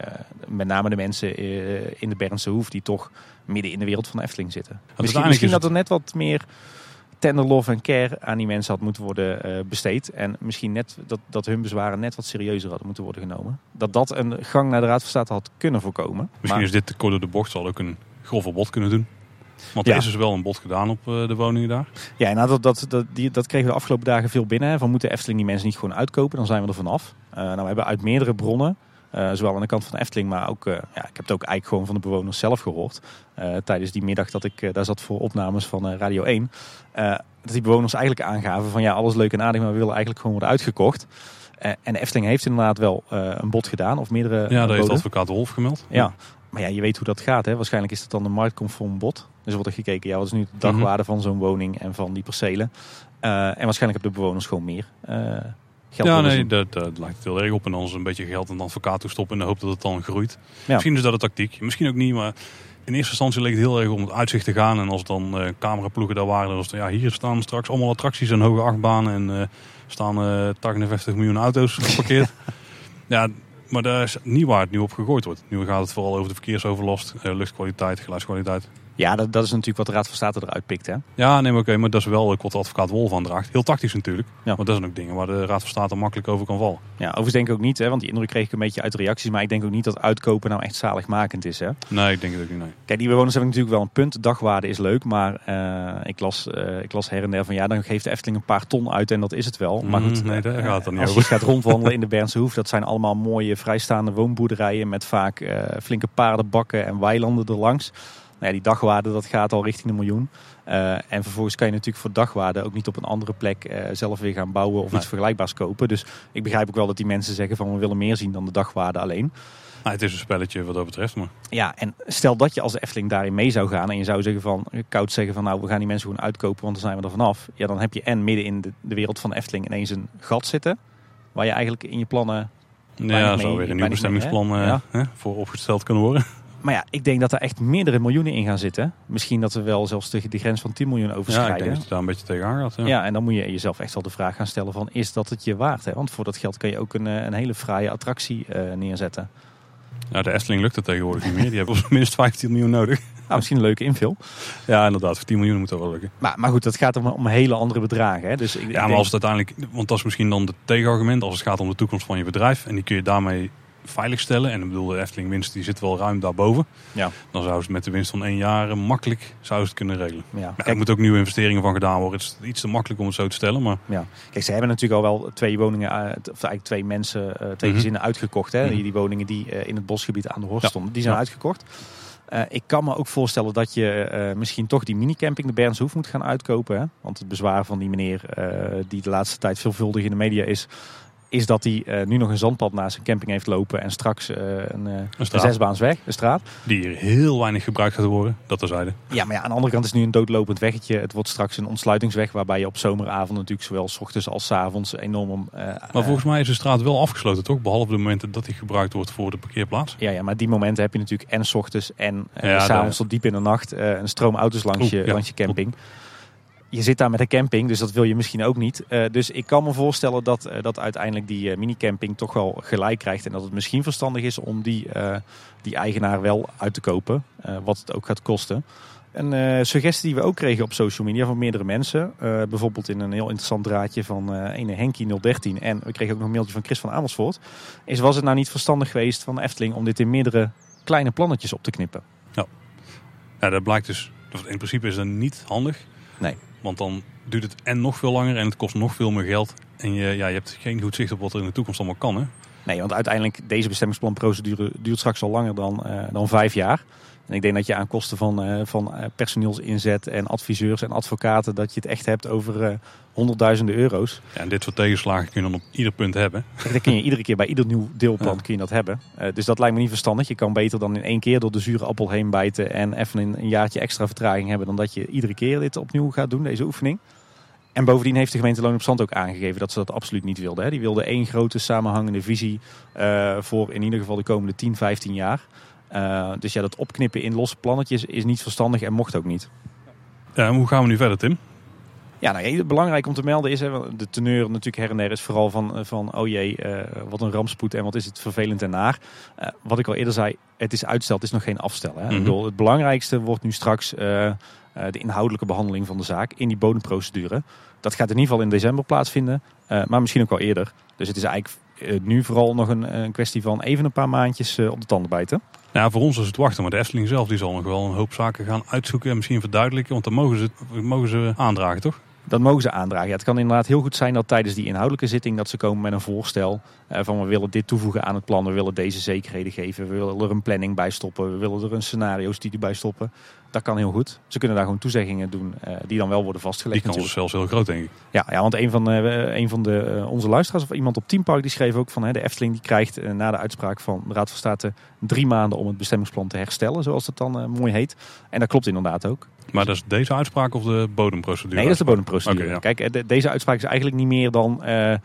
met name de mensen in de Bernse Hoef die toch midden in de wereld van de Efteling zitten. Misschien dat er net wat meer tender love en care aan die mensen had moeten worden besteed. En misschien net dat hun bezwaren net wat serieuzer hadden moeten worden genomen. Dat een gang naar de Raad van State had kunnen voorkomen. Misschien is dit te kort door de bocht, zal ook een grove bod kunnen doen. Want er is dus wel een bod gedaan op de woningen daar. Ja, nou dat kregen we de afgelopen dagen veel binnen. Hè, van moeten Efteling die mensen niet gewoon uitkopen, dan zijn we er vanaf. We hebben uit meerdere bronnen, zowel aan de kant van de Efteling, maar ook, ik heb het ook eigenlijk gewoon van de bewoners zelf gehoord. Tijdens die middag dat ik daar zat voor opnames van Radio 1. Dat die bewoners eigenlijk aangaven van alles leuk en aardig, maar we willen eigenlijk gewoon worden uitgekocht. En de Efteling heeft inderdaad wel een bod gedaan of meerdere Ja, dat heeft advocaat Wolf gemeld. Ja. Maar je weet hoe dat gaat. Hè? Waarschijnlijk is dat dan een marktconform bod. Dus wordt er gekeken, wat is nu de dagwaarde van zo'n woning en van die percelen. En waarschijnlijk hebben de bewoners gewoon meer geld. Ja, nee, dat lijkt het heel erg op. En dan is een beetje geld aan de advocaat toestoppen in de hoop dat het dan groeit. Ja. Misschien is dat een tactiek. Misschien ook niet, maar in eerste instantie leek het heel erg om het uitzicht te gaan. En als dan cameraploegen daar waren, dan was het, hier staan straks allemaal attracties en hoge achtbanen. En staan 58 miljoen auto's geparkeerd. Ja, maar dat is niet waar het nu op gegooid wordt. Nu gaat het vooral over de verkeersoverlast, luchtkwaliteit, geluidskwaliteit. Ja, dat is natuurlijk wat de Raad van State eruit pikt, hè? Ja, nee, oké, maar dat is wel wat de advocaat Wolf aan draagt. Heel tactisch natuurlijk, maar dat zijn ook dingen waar de Raad van State makkelijk over kan vallen. Ja, overigens denk ik ook niet, hè, want die indruk kreeg ik een beetje uit reacties, maar ik denk ook niet dat uitkopen nou echt zaligmakend is, hè? Nee, ik denk het ook niet, nee. Kijk, die bewoners hebben natuurlijk wel een punt. Dagwaarde is leuk, maar ik las her en der van dan geeft de Efteling een paar ton uit en dat is het wel. Maar goed, nee, daar gaat het dan niet als over. je gaat rondwandelen in de Bernse Hoef, dat zijn allemaal mooie vrijstaande woonboerderijen met vaak flinke paardenbakken en weilanden erlangs. Nou ja, die dagwaarde dat gaat al richting de miljoen. En vervolgens kan je natuurlijk voor dagwaarde ook niet op een andere plek zelf weer gaan bouwen of iets vergelijkbaars kopen. Dus ik begrijp ook wel dat die mensen zeggen van we willen meer zien dan de dagwaarde alleen. Nou, het is een spelletje wat dat betreft. Maar. Ja, en stel dat je als de Efteling daarin mee zou gaan en je zou koud zeggen van nou we gaan die mensen gewoon uitkopen want dan zijn we er vanaf. Ja, dan heb je midden in de wereld van de Efteling ineens een gat zitten waar je eigenlijk in je plannen... Ja, zou weer een nieuw bestemmingsplan voor opgesteld kunnen worden. Maar ja, ik denk dat er echt meerdere miljoenen in gaan zitten. Misschien dat we wel zelfs de grens van 10 miljoen overschrijden. Ja, ik denk dat je daar een beetje tegenaan gaat. Ja, en dan moet je jezelf echt wel de vraag gaan stellen van is dat het je waard? Hè? Want voor dat geld kan je ook een hele fraaie attractie neerzetten. Ja, de Efteling lukt het tegenwoordig niet meer. Die hebben minstens 15 miljoen nodig. Nou, misschien een leuke invul. Ja, inderdaad. Voor 10 miljoen moet dat wel lukken. Maar goed, dat gaat om hele andere bedragen. Hè? Dus maar als het uiteindelijk... Want dat is misschien dan het tegenargument. Als het gaat om de toekomst van je bedrijf. En die kun je daarmee veiligstellen. En ik bedoel, de Efteling winst die zit wel ruim daarboven. Ja. Dan zou ze met de winst van 1 jaar makkelijk het kunnen regelen. Ja. Er moeten ook nieuwe investeringen van gedaan worden. Het is iets te makkelijk om het zo te stellen. Maar... Ja. Kijk, ze hebben natuurlijk al wel 2 woningen, of eigenlijk 2 mensen, 2 gezinnen uitgekocht. Hè? Die woningen die in het bosgebied aan de Horst stonden, die zijn uitgekocht. Ik kan me ook voorstellen dat je misschien toch die minicamping de Bernshoef moet gaan uitkopen. Hè? Want het bezwaar van die meneer die de laatste tijd veelvuldig in de media is dat hij nu nog een zandpad naast zijn camping heeft lopen en straks een 6-baansweg, een straat. Die hier heel weinig gebruikt gaat worden, dat terzijde. Ja, maar aan de andere kant is het nu een doodlopend weggetje. Het wordt straks een ontsluitingsweg waarbij je op zomeravond natuurlijk zowel 's ochtends als 's avonds enorm... Maar volgens mij is de straat wel afgesloten, toch? Behalve de momenten dat die gebruikt wordt voor de parkeerplaats. Ja, maar die momenten heb je natuurlijk en 's ochtends en 's avonds tot diep in de nacht een stroom auto's langs je camping. Je zit daar met een camping, dus dat wil je misschien ook niet. Dus ik kan me voorstellen dat uiteindelijk die minicamping toch wel gelijk krijgt. En dat het misschien verstandig is om die eigenaar wel uit te kopen. Wat het ook gaat kosten. Een suggestie die we ook kregen op social media van meerdere mensen. Bijvoorbeeld in een heel interessant draadje van ene Henkie013. En we kregen ook nog een mailtje van Chris van Amersfoort. Was het nou niet verstandig geweest van de Efteling om dit in meerdere kleine plannetjes op te knippen? Ja, dat blijkt dus. In principe is dat niet handig. Nee. Want dan duurt het en nog veel langer en het kost nog veel meer geld. En je hebt geen goed zicht op wat er in de toekomst allemaal kan. Hè? Nee, want uiteindelijk deze bestemmingsplanprocedure duurt straks al langer dan 5 jaar. En ik denk dat je aan kosten van personeelsinzet en adviseurs en advocaten, dat je het echt hebt over honderdduizenden euro's. Ja, en dit soort tegenslagen kun je dan op ieder punt hebben. Dat kun je iedere keer bij ieder nieuw deelplan kun je dat hebben. Dus dat lijkt me niet verstandig. Je kan beter dan in 1 keer door de zure appel heen bijten en even een jaartje extra vertraging hebben dan dat je iedere keer dit opnieuw gaat doen, deze oefening. En bovendien heeft de gemeente Loon op Zand ook aangegeven dat ze dat absoluut niet wilden. Hè. Die wilden 1 grote samenhangende visie voor in ieder geval de komende 10, 15 jaar. Dus ja, dat opknippen in losse plannetjes is niet verstandig en mocht ook niet. Ja, en hoe gaan we nu verder, Tim? Ja, belangrijk om te melden is, de teneur natuurlijk her en der is vooral van oh jee, wat een rampspoed en wat is het vervelend en naar. Wat ik al eerder zei, het is uitstel, het is nog geen afstel. Hè. Ik bedoel, het belangrijkste wordt nu straks de inhoudelijke behandeling van de zaak in die bodemprocedure. Dat gaat in ieder geval in december plaatsvinden, maar misschien ook wel eerder. Dus het is eigenlijk nu vooral nog een kwestie van even een paar maandjes op de tanden bijten. Ja, voor ons is het wachten, maar de Efteling zelf die zal nog wel een hoop zaken gaan uitzoeken en misschien verduidelijken. Want dan mogen ze aandragen, toch? Dat mogen ze aandragen. Ja, het kan inderdaad heel goed zijn dat tijdens die inhoudelijke zitting dat ze komen met een voorstel van we willen dit toevoegen aan het plan, we willen deze zekerheden geven, we willen er een planning bij stoppen, we willen er een scenario-studie bij stoppen. Dat kan heel goed. Ze kunnen daar gewoon toezeggingen doen die dan wel worden vastgelegd. Die kans is zelfs heel groot, denk ik. Ja, want een van onze luisteraars of iemand op Teampark die schreef ook van de Efteling die krijgt na de uitspraak van de Raad van State 3 maanden om het bestemmingsplan te herstellen, zoals dat dan mooi heet. En dat klopt inderdaad ook. Maar dat is deze uitspraak of de bodemprocedure? Nee, dat is de bodemprocedure. Okay, ja. Kijk, deze uitspraak is eigenlijk niet meer dan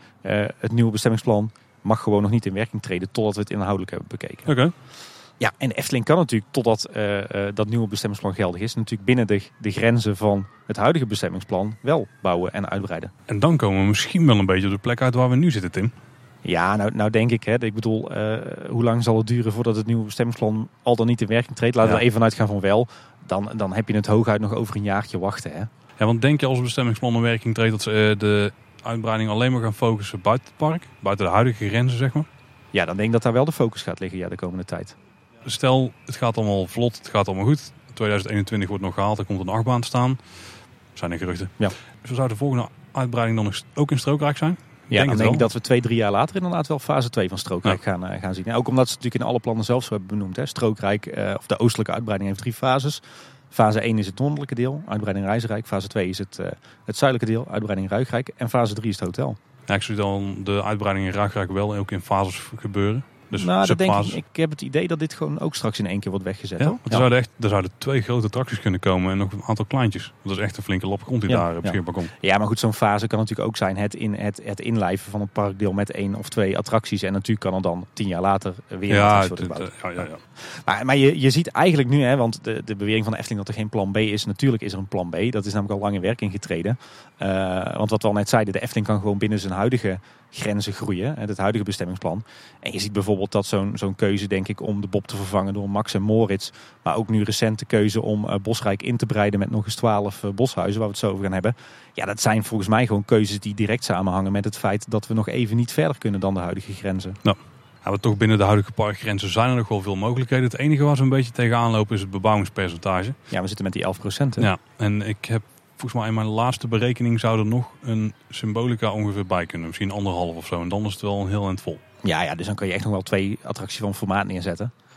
het nieuwe bestemmingsplan mag gewoon nog niet in werking treden totdat we het inhoudelijk hebben bekeken. Oké. Ja, en de Efteling kan natuurlijk, totdat dat nieuwe bestemmingsplan geldig is, natuurlijk binnen de grenzen van het huidige bestemmingsplan wel bouwen en uitbreiden. En dan komen we misschien wel een beetje op de plek uit waar we nu zitten, Tim. Ja, nou denk ik. Ik bedoel, hoe lang zal het duren voordat het nieuwe bestemmingsplan al dan niet in werking treedt? Laten we er even vanuit gaan van wel. Dan heb je het hooguit nog over een jaartje wachten. Hè? Ja, want denk je als het bestemmingsplan in werking treedt dat ze de uitbreiding alleen maar gaan focussen buiten het park? Buiten de huidige grenzen, zeg maar? Ja, dan denk ik dat daar wel de focus gaat liggen de komende tijd. Stel, het gaat allemaal vlot, het gaat allemaal goed. 2021 wordt nog gehaald, er komt een achtbaan te staan. Zijn er geruchten. Ja. Dus zou de volgende uitbreiding dan ook in Strookrijk zijn? Ja, dan denk ik dat we 2-3 jaar later inderdaad wel fase 2 van Strookrijk gaan zien. En ook omdat ze het natuurlijk in alle plannen zelf zo hebben benoemd. Hè. Strookrijk, of de oostelijke uitbreiding, heeft 3 fases. Fase 1 is het noordelijke deel, uitbreiding Reizenrijk. Fase 2 is het zuidelijke deel, uitbreiding Ruigrijk. En fase 3 is het hotel. Ja, ik zie dan de uitbreiding in Ruigrijk wel ook in fases gebeuren. Dus dat denk ik heb het idee dat dit gewoon ook straks in 1 keer wordt weggezet. Ja? Er zouden 2 grote attracties kunnen komen en nog een aantal kleintjes. Dat is echt een flinke lap grond die daar beschikbaar komt. Ja, maar goed, zo'n fase kan natuurlijk ook zijn het inlijven van een parkdeel met 1 of 2 attracties. En natuurlijk kan er dan 10 jaar later weer een attractie worden gebouwd. Ja. Maar je ziet eigenlijk nu, hè, want de bewering van de Efteling dat er geen plan B is. Natuurlijk is er een plan B. Dat is namelijk al lang in werking getreden. Want wat we al net zeiden, de Efteling kan gewoon binnen zijn huidige grenzen groeien. Het huidige bestemmingsplan. En je ziet bijvoorbeeld dat zo'n keuze, denk ik, om de Bob te vervangen door Max en Moritz. Maar ook nu recente keuze om Bosrijk in te breiden met nog eens 12 boshuizen, waar we het zo over gaan hebben. Ja, dat zijn volgens mij gewoon keuzes die direct samenhangen met het feit dat we nog even niet verder kunnen dan de huidige grenzen. Nou. Ja, toch binnen de huidige parkgrenzen zijn er nog wel veel mogelijkheden. Het enige waar ze een beetje tegenaan lopen is het bebouwingspercentage. Ja, we zitten met die 11%. Hè? Ja, en ik heb volgens mij in mijn laatste berekening zou er nog een symbolica ongeveer bij kunnen. Misschien 1,5 of zo. En dan is het wel een heel eind vol. Ja, dus dan kan je echt nog wel 2 attracties van formaat neerzetten.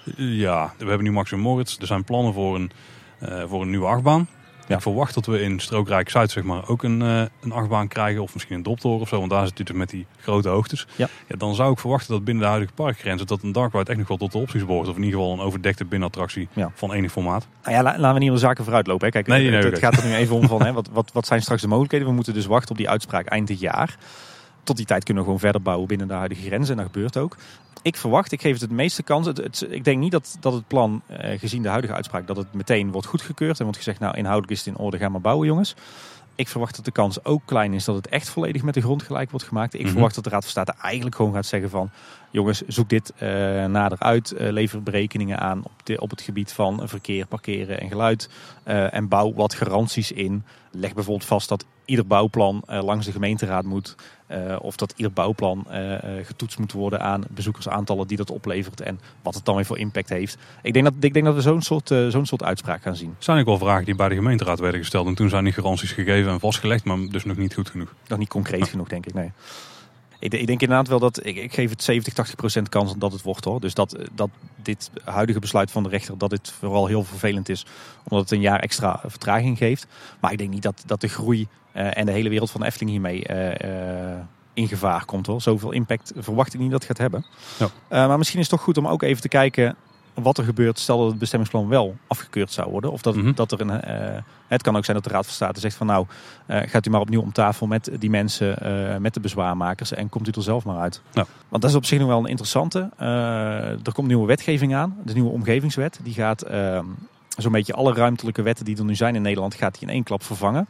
Ja, we hebben nu Max en Moritz. Er zijn plannen voor een nieuwe achtbaan. Ja. Ik verwacht dat we in Strookrijk Zuid zeg maar, ook een achtbaan krijgen. Of misschien een droptoren of zo. Want daar zit het met die grote hoogtes. Ja. Ja, dan zou ik verwachten dat binnen de huidige parkgrenzen... dat een dark ride echt nog wel tot de opties behoort. Of in ieder geval een overdekte binnenattractie van enig formaat. Nou ja, laten we niet op de zaken vooruit lopen. Hè. Kijk, het gaat er nu even om van hè, wat zijn straks de mogelijkheden. We moeten dus wachten op die uitspraak eind dit jaar. Tot die tijd kunnen we gewoon verder bouwen binnen de huidige grenzen. En dat gebeurt ook. Ik geef het meeste kans. Ik denk niet dat het plan, gezien de huidige uitspraak, dat het meteen wordt goedgekeurd. En wordt gezegd, nou inhoudelijk is het in orde, ga maar bouwen jongens. Ik verwacht dat de kans ook klein is dat het echt volledig met de grond gelijk wordt gemaakt. Ik verwacht dat de Raad van State eigenlijk gewoon gaat zeggen van... jongens, zoek dit nader uit. Lever berekeningen aan op het gebied van verkeer, parkeren en geluid. En bouw wat garanties in. Leg bijvoorbeeld vast dat ieder bouwplan langs de gemeenteraad moet. Of dat ieder bouwplan getoetst moet worden aan bezoekersaantallen die dat oplevert. En wat het dan weer voor impact heeft. Ik denk dat we zo'n soort uitspraak gaan zien. Er zijn ook wel vragen die bij de gemeenteraad werden gesteld. En toen zijn die garanties gegeven en vastgelegd. Maar dus nog niet goed genoeg. Nog niet concreet genoeg, denk ik. Nee. Ik denk inderdaad wel dat, ik geef het 70-80% kans dat het wordt hoor. Dus dat dit huidige besluit van de rechter, dat dit vooral heel vervelend is. Omdat het een jaar extra vertraging geeft. Maar ik denk niet dat de groei en de hele wereld van de Efteling hiermee in gevaar komt hoor. Zoveel impact verwacht ik niet dat het gaat hebben. Ja. Maar misschien is het toch goed om ook even te kijken wat er gebeurt. Stel dat het bestemmingsplan wel afgekeurd zou worden. Of dat er het kan ook zijn dat de Raad van State zegt van nou, gaat u maar opnieuw om tafel met die mensen, met de bezwaarmakers en komt u er zelf maar uit. Ja. Want dat is op zich nog wel een interessante. Er komt nieuwe wetgeving aan, de nieuwe omgevingswet. Die gaat zo'n beetje alle ruimtelijke wetten die er nu zijn in Nederland, gaat die in één klap vervangen.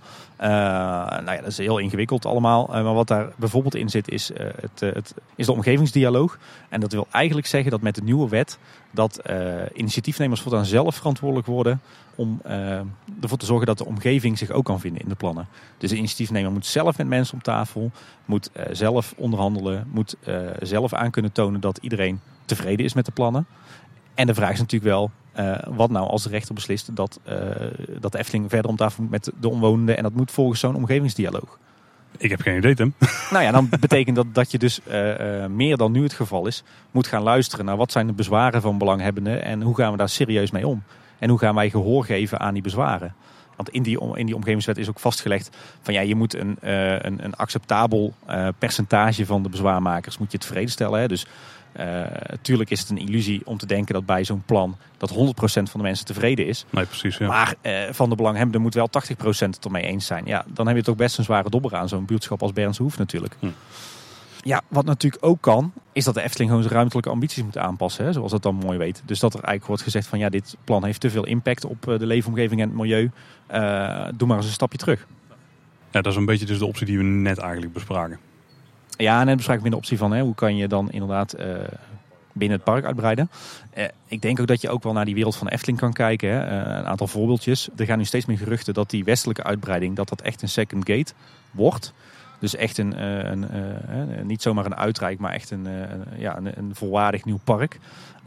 Nou ja, dat is heel ingewikkeld allemaal. Maar wat daar bijvoorbeeld in zit is de omgevingsdialoog. En dat wil eigenlijk zeggen dat met de nieuwe wet dat initiatiefnemers voortaan zelf verantwoordelijk worden om ervoor te zorgen dat de omgeving zich ook kan vinden in de plannen. Dus de initiatiefnemer moet zelf met mensen om tafel, moet zelf onderhandelen, moet zelf aan kunnen tonen dat iedereen tevreden is met de plannen. En de vraag is natuurlijk wel, wat nou als de rechter beslist dat de Efteling verder om tafel moet met de omwonenden en dat moet volgens zo'n omgevingsdialoog. Ik heb geen idee, Tim. Nou ja, dan betekent dat je dus meer dan nu het geval is, moet gaan luisteren naar wat zijn de bezwaren van belanghebbenden en hoe gaan we daar serieus mee om. En hoe gaan wij gehoor geven aan die bezwaren. Want in die omgevingswet is ook vastgelegd van ja, je moet een acceptabel percentage van de bezwaarmakers moet je tevreden stellen. Hè? Dus tuurlijk is het een illusie om te denken dat bij zo'n plan dat 100% van de mensen tevreden is. Nee, precies. Ja. Maar van de belanghebbenden moet wel 80% het ermee eens zijn. Ja, dan heb je toch best een zware dobber aan zo'n buurtschap als Bernshoef natuurlijk. Ja, wat natuurlijk ook kan, is dat de Efteling gewoon zijn ruimtelijke ambities moet aanpassen. Hè, zoals dat dan mooi weet. Dus dat er eigenlijk wordt gezegd van ja, dit plan heeft te veel impact op de leefomgeving en het milieu. Doe maar eens een stapje terug. Ja, dat is een beetje dus de optie die we net eigenlijk bespraken. Ja, en net bespraken we de optie van hoe kan je dan inderdaad binnen het park uitbreiden. Ik denk ook dat je ook wel naar die wereld van Efteling kan kijken. Hè. Een aantal voorbeeldjes. Er gaan nu steeds meer geruchten dat die westelijke uitbreiding, dat echt een second gate wordt. Dus echt niet zomaar een uitreik, maar echt een volwaardig nieuw park.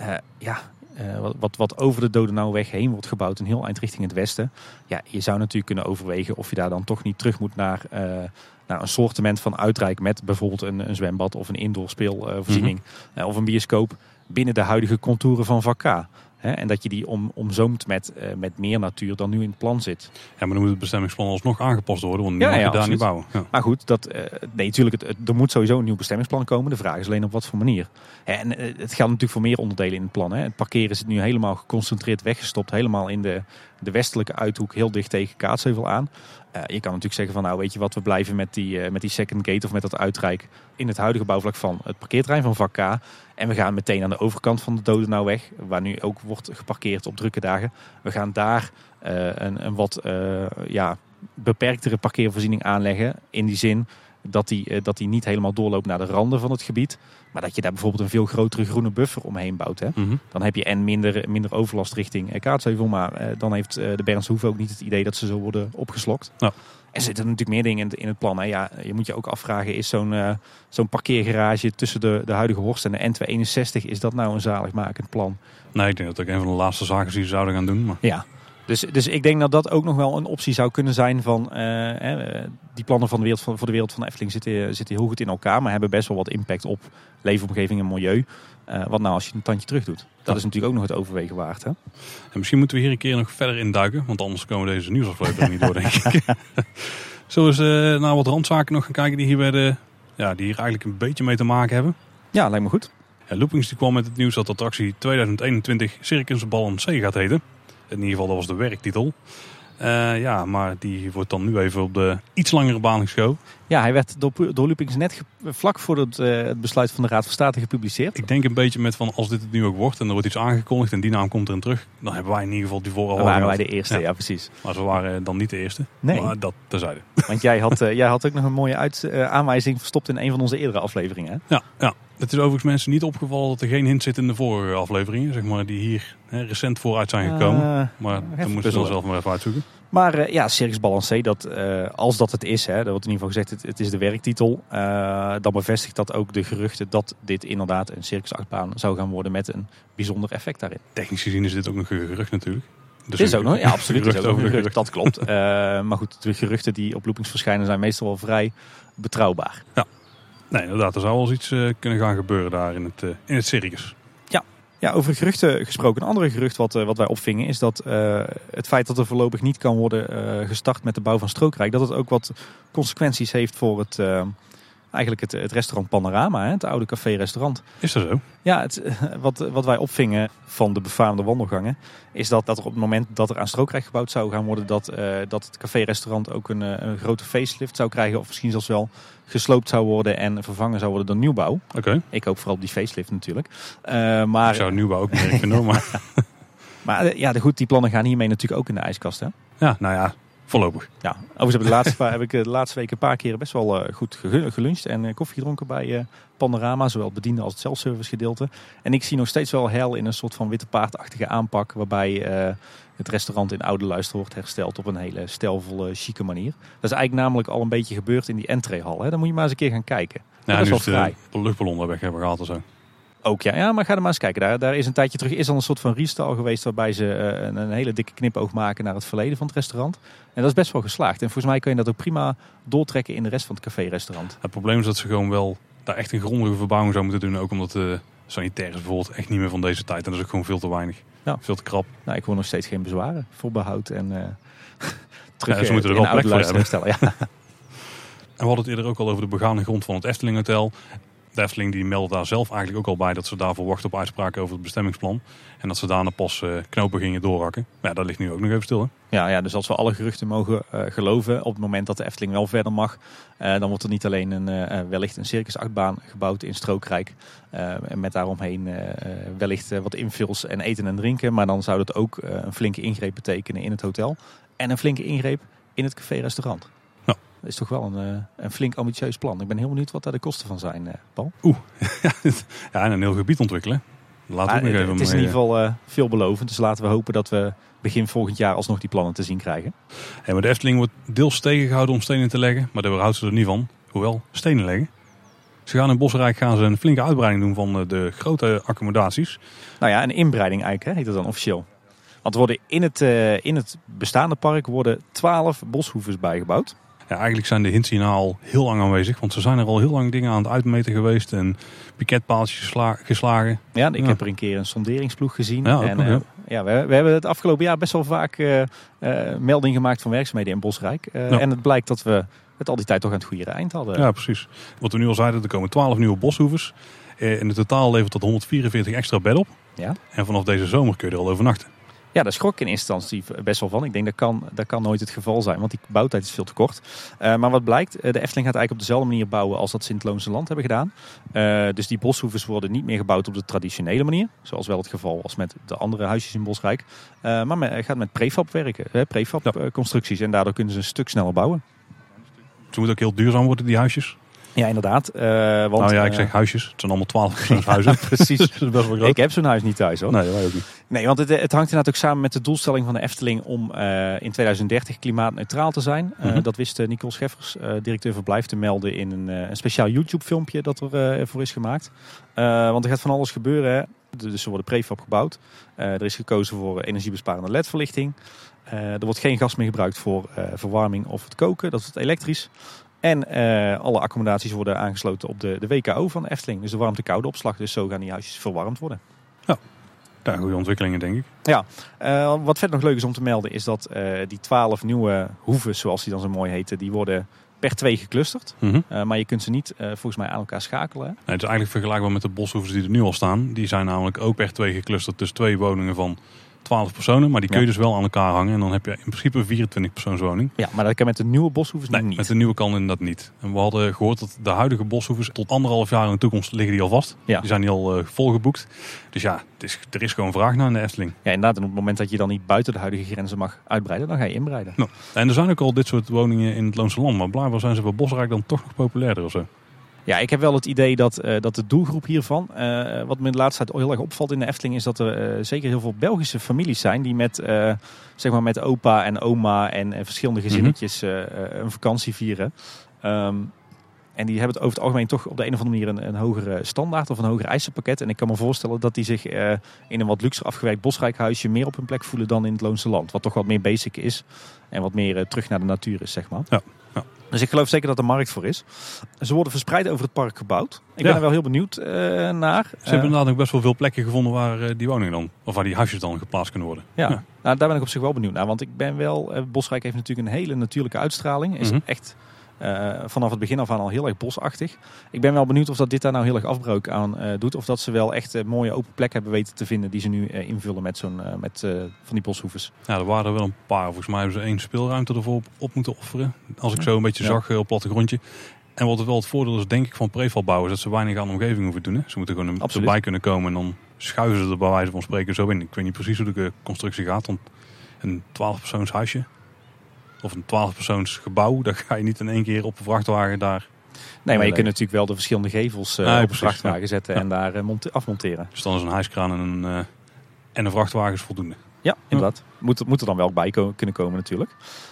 Wat over de Dodenauweg heen wordt gebouwd, een heel eind richting het westen. Ja, je zou natuurlijk kunnen overwegen of je daar dan toch niet terug moet naar een soortement van uitreik met bijvoorbeeld een zwembad of een indoor speelvoorziening of een bioscoop binnen de huidige contouren van vak K. En dat je die omzoomt met meer natuur dan nu in het plan zit. Ja, maar dan moet het bestemmingsplan alsnog aangepast worden, want nu mag je daar niet bouwen. Ja. Maar goed, natuurlijk, er moet sowieso een nieuw bestemmingsplan komen. De vraag is alleen op wat voor manier. En het geldt natuurlijk voor meer onderdelen in het plan. Het parkeren zit nu helemaal geconcentreerd weggestopt. Helemaal in de westelijke uithoek, heel dicht tegen Kaatsheuvel aan. Je kan natuurlijk zeggen van nou weet je wat, we blijven met die second gate of met dat uitreik in het huidige bouwvlak van het parkeerterrein van vak K. En we gaan meteen aan de overkant van de Dodenauweg, waar nu ook wordt geparkeerd op drukke dagen. We gaan daar een wat beperktere parkeervoorziening aanleggen. In die zin dat die niet helemaal doorloopt naar de randen van het gebied. Maar dat je daar bijvoorbeeld een veel grotere groene buffer omheen bouwt. Hè? Dan heb je en minder overlast richting Kaatsheuvel. Maar dan heeft de Bernshoef ook niet het idee dat ze zo worden opgeslokt. Ja. Er zitten natuurlijk meer dingen in het plan. Hè? Ja, je moet je ook afvragen, is zo'n parkeergarage tussen de huidige Horst en de N261, is dat nou een zaligmakend plan? Nee, ik denk dat ook een van de laatste zaken die ze zouden gaan doen. Maar... Ja. Dus ik denk dat dat ook nog wel een optie zou kunnen zijn van die plannen van voor de wereld van de Efteling zitten heel goed in elkaar, maar hebben best wel wat impact op leefomgeving en milieu. Wat nou als je een tandje terug doet? Dat is natuurlijk ook nog het overwegen waard. Hè? En misschien moeten we hier een keer nog verder induiken, want anders komen we deze nieuwsaflevering niet door, denk ik. Zullen we eens naar wat randzaken nog gaan kijken die hier eigenlijk een beetje mee te maken hebben? Ja, lijkt me goed. Loopings die kwam met het nieuws dat de attractie 2021 Circus Balancé gaat heten. In ieder geval, dat was de werktitel. Maar die wordt dan nu even op de iets langere baan geschoven. Ja, hij werd door Loopings net vlak voor het besluit van de Raad van State gepubliceerd. Ik denk een beetje met van als dit het nu ook wordt en er wordt iets aangekondigd en die naam komt erin terug, dan hebben wij in ieder geval die voor al. Dan waren wij de eerste, ja precies. Maar ze waren dan niet de eerste. Nee. Maar dat terzijde. Want jij had ook nog een mooie aanwijzing verstopt in een van onze eerdere afleveringen. Hè? Ja. Het is overigens mensen niet opgevallen dat er geen hint zit in de vorige afleveringen, zeg maar, die hier recent vooruit zijn gekomen. Maar dan moeten we dan zelf maar even uitzoeken. Maar Circus Balancé, als dat het is, hè, dat wordt in ieder geval gezegd, het is de werktitel. Dan bevestigt dat ook de geruchten dat dit inderdaad een circusachtbaan zou gaan worden met een bijzonder effect daarin. Technisch gezien is dit ook nog een gerucht natuurlijk. Dus is ook nog, ja absoluut, gerucht is ook nog een gerucht. dat klopt. Maar goed, de geruchten die op Loopings verschijnen zijn meestal wel vrij betrouwbaar. Ja, nee, inderdaad, er zou wel eens iets kunnen gaan gebeuren daar in het circus. Ja, over geruchten gesproken. Een andere gerucht wat wij opvingen is dat het feit dat er voorlopig niet kan worden gestart met de bouw van Strookrijk, dat het ook wat consequenties heeft voor het restaurant Panorama, hè, het oude café-restaurant. Is dat zo? Ja, wat wij opvingen van de befaamde wandelgangen is dat er op het moment dat er aan Strookrijk gebouwd zou gaan worden, dat het café-restaurant ook een grote facelift zou krijgen of misschien zelfs wel gesloopt zou worden en vervangen zou worden door nieuwbouw. Oké. Ik hoop vooral op die facelift natuurlijk. Ik zou nieuwbouw ook niet erg vinden, maar... Maar goed, die plannen gaan hiermee natuurlijk ook in de ijskast, hè? Ja, nou ja, voorlopig. Ja, overigens heb ik de laatste weken een paar keren best wel goed geluncht en koffie gedronken bij Panorama, zowel het bediende als het self-service gedeelte. En ik zie nog steeds wel heil in een soort van witte paardachtige aanpak, waarbij het restaurant in oude luister wordt hersteld op een hele stijlvolle, chique manier. Dat is eigenlijk namelijk al een beetje gebeurd in die entreehal. Hè? Dan moet je maar eens een keer gaan kijken. Ja, dat is wel nu vrij. de luchtballon weg hebben gehaald of zo. Ook ja, maar ga er maar eens kijken. Daar is een tijdje terug is al een soort van restyle geweest waarbij ze een hele dikke knipoog maken naar het verleden van het restaurant. En dat is best wel geslaagd. En volgens mij kun je dat ook prima doortrekken in de rest van het café-restaurant. Het probleem is dat ze gewoon wel daar echt een grondige verbouwing zou moeten doen. Ook omdat de sanitair is bijvoorbeeld echt niet meer van deze tijd. En dat is ook gewoon veel te weinig. Ja. Veel te krap. Nou, ik hoor nog steeds geen bezwaren voor behoud en terug ze moeten er wel plek voor hebben. Herstellen, ja. En we hadden het eerder ook al over de begane grond van het Efteling Hotel. De Efteling die meldt daar zelf eigenlijk ook al bij dat ze daarvoor wachten op uitspraken over het bestemmingsplan. En dat ze daarna pas knopen gingen doorhakken. Maar ja, dat ligt nu ook nog even stil. Hè? Ja, dus als we alle geruchten mogen geloven, op het moment dat de Efteling wel verder mag, dan wordt er niet alleen wellicht een circusachtbaan gebouwd in Strookrijk. En met daaromheen wellicht wat invuls en eten en drinken. Maar dan zou dat ook een flinke ingreep betekenen in het hotel. En een flinke ingreep in het café-restaurant. Dat is toch wel een flink ambitieus plan. Ik ben heel benieuwd wat daar de kosten van zijn, Paul. Ja, en een heel gebied ontwikkelen. Laten we het is in ieder geval veelbelovend. Dus laten we hopen dat we begin volgend jaar alsnog die plannen te zien krijgen. Hey, maar de Efteling wordt deels tegengehouden om stenen te leggen. Maar daar weerhoudt ze er niet van. Hoewel, stenen leggen. Ze gaan in Bosrijk een flinke uitbreiding doen van de grote accommodaties. Nou ja, een inbreiding eigenlijk, heet dat dan officieel. Want er worden in het bestaande park 12 boshoeves bijgebouwd. Ja, eigenlijk zijn de hints hierna al heel lang aanwezig. Want ze zijn er al heel lang dingen aan het uitmeten geweest. En piketpaaltjes geslagen. Ja, ik heb er een keer een sonderingsploeg gezien. Ja, we hebben het afgelopen jaar best wel vaak melding gemaakt van werkzaamheden in Bosrijk. En het blijkt dat we het al die tijd toch aan het goede eind hadden. Ja, precies. Wat we nu al zeiden, er komen 12 nieuwe boshoeves. In het totaal levert dat 144 extra bedden op. Ja. En vanaf deze zomer kun je er al overnachten. Ja, daar schrok ik in eerste instantie best wel van. Ik denk dat kan nooit het geval zijn, want die bouwtijd is veel te kort. Maar wat blijkt, de Efteling gaat eigenlijk op dezelfde manier bouwen als dat ze in het Loonse Land hebben gedaan. Dus die boshoeves worden niet meer gebouwd op de traditionele manier. Zoals wel het geval was met de andere huisjes in Bosrijk. Maar men gaat met prefab werken, prefab constructies. En daardoor kunnen ze een stuk sneller bouwen. Ze moeten ook heel duurzaam worden, die huisjes. Ja, inderdaad. Want, ik zeg huisjes. Het zijn allemaal 12 huizen. Precies. Dat is best wel groot. Ik heb zo'n huis niet thuis, hoor. Nee, wij ook niet. Nee, want het hangt inderdaad ook samen met de doelstelling van de Efteling om in 2030 klimaatneutraal te zijn. Dat wist Nicole Scheffers, directeur verblijf, te melden in een speciaal YouTube-filmpje dat er voor is gemaakt. Want er gaat van alles gebeuren. Dus ze worden prefab gebouwd. Er is gekozen voor energiebesparende LED-verlichting. Er wordt geen gas meer gebruikt voor verwarming of het koken. Dat is het elektrisch. En alle accommodaties worden aangesloten op de WKO van de Efteling. Dus de warmte-koude opslag. Dus zo gaan die huisjes verwarmd worden. Ja, daar goede ontwikkelingen denk ik. Ja, wat verder nog leuk is om te melden is dat die 12 nieuwe hoeven, zoals die dan zo mooi heten, die worden per 2 geclusterd. Maar je kunt ze niet volgens mij aan elkaar schakelen. Hè? Nee, het is eigenlijk vergelijkbaar met de boshoeven die er nu al staan. Die zijn namelijk ook per 2 geclusterd. Dus 2 woningen van 12 personen. Maar die kun je dus wel aan elkaar hangen. En dan heb je in principe een 24 persoonswoning. Ja, maar dat kan met de nieuwe boshoeven niet. Met de nieuwe kan inderdaad niet. En we hadden gehoord dat de huidige boshoeven tot 1,5 jaar in de toekomst liggen die al vast. Ja. Die zijn die al volgeboekt. Dus ja, er is gewoon vraag naar in de Efteling. Ja, inderdaad. En op het moment dat je dan niet buiten de huidige grenzen mag uitbreiden, dan ga je inbreiden. Nou, en er zijn ook al dit soort woningen in het Loonse Land. Maar blijkbaar zijn ze bij Bosrijk dan toch nog populairder of zo. Ja, ik heb wel het idee dat de doelgroep hiervan, wat me in de laatste tijd heel erg opvalt in de Efteling, is dat er zeker heel veel Belgische families zijn die met opa en oma en verschillende gezinnetjes een vakantie vieren. En die hebben het over het algemeen toch op de een of andere manier een hogere standaard of een hoger eisenpakket. En ik kan me voorstellen dat die zich in een wat luxer afgewerkt Bosrijkhuisje meer op hun plek voelen dan in het Loonse Land. Wat toch wat meer basic is en wat meer terug naar de natuur is, zeg maar. Ja. Dus ik geloof zeker dat er markt voor is. Ze worden verspreid over het park gebouwd. Ik ben er wel heel benieuwd naar. Ze hebben inderdaad ook best wel veel plekken gevonden waar die woningen dan, of waar die huisjes dan geplaatst kunnen worden. Ja. Nou, daar ben ik op zich wel benieuwd naar. Want ik ben wel, Bosrijk heeft natuurlijk een hele natuurlijke uitstraling. Is echt vanaf het begin af aan al heel erg bosachtig. Ik ben wel benieuwd of dat dit daar nou heel erg afbreuk aan doet. Of dat ze wel echt mooie open plekken hebben weten te vinden die ze nu invullen met van die boshoeves. Ja, er waren er wel een paar. Volgens mij hebben ze 1 speelruimte ervoor op moeten offeren. Als ik zo een beetje zag op het plattegrondje. En wat wel het voordeel is denk ik van prefab bouwen is dat ze weinig aan de omgeving hoeven te doen. Hè. Ze moeten gewoon erbij kunnen komen en dan schuiven ze er bij wijze van spreken zo in. Ik weet niet precies hoe de constructie gaat. Want een 12-persoons huisje of een 12-persoons gebouw, daar ga je niet in één keer op een vrachtwagen daar. Nee, maar je kunt natuurlijk wel de verschillende gevels op een vrachtwagen zetten en daar afmonteren. Dus dan is een hijskraan en een vrachtwagen is voldoende. Ja, inderdaad. Moet er dan wel bij kunnen komen natuurlijk.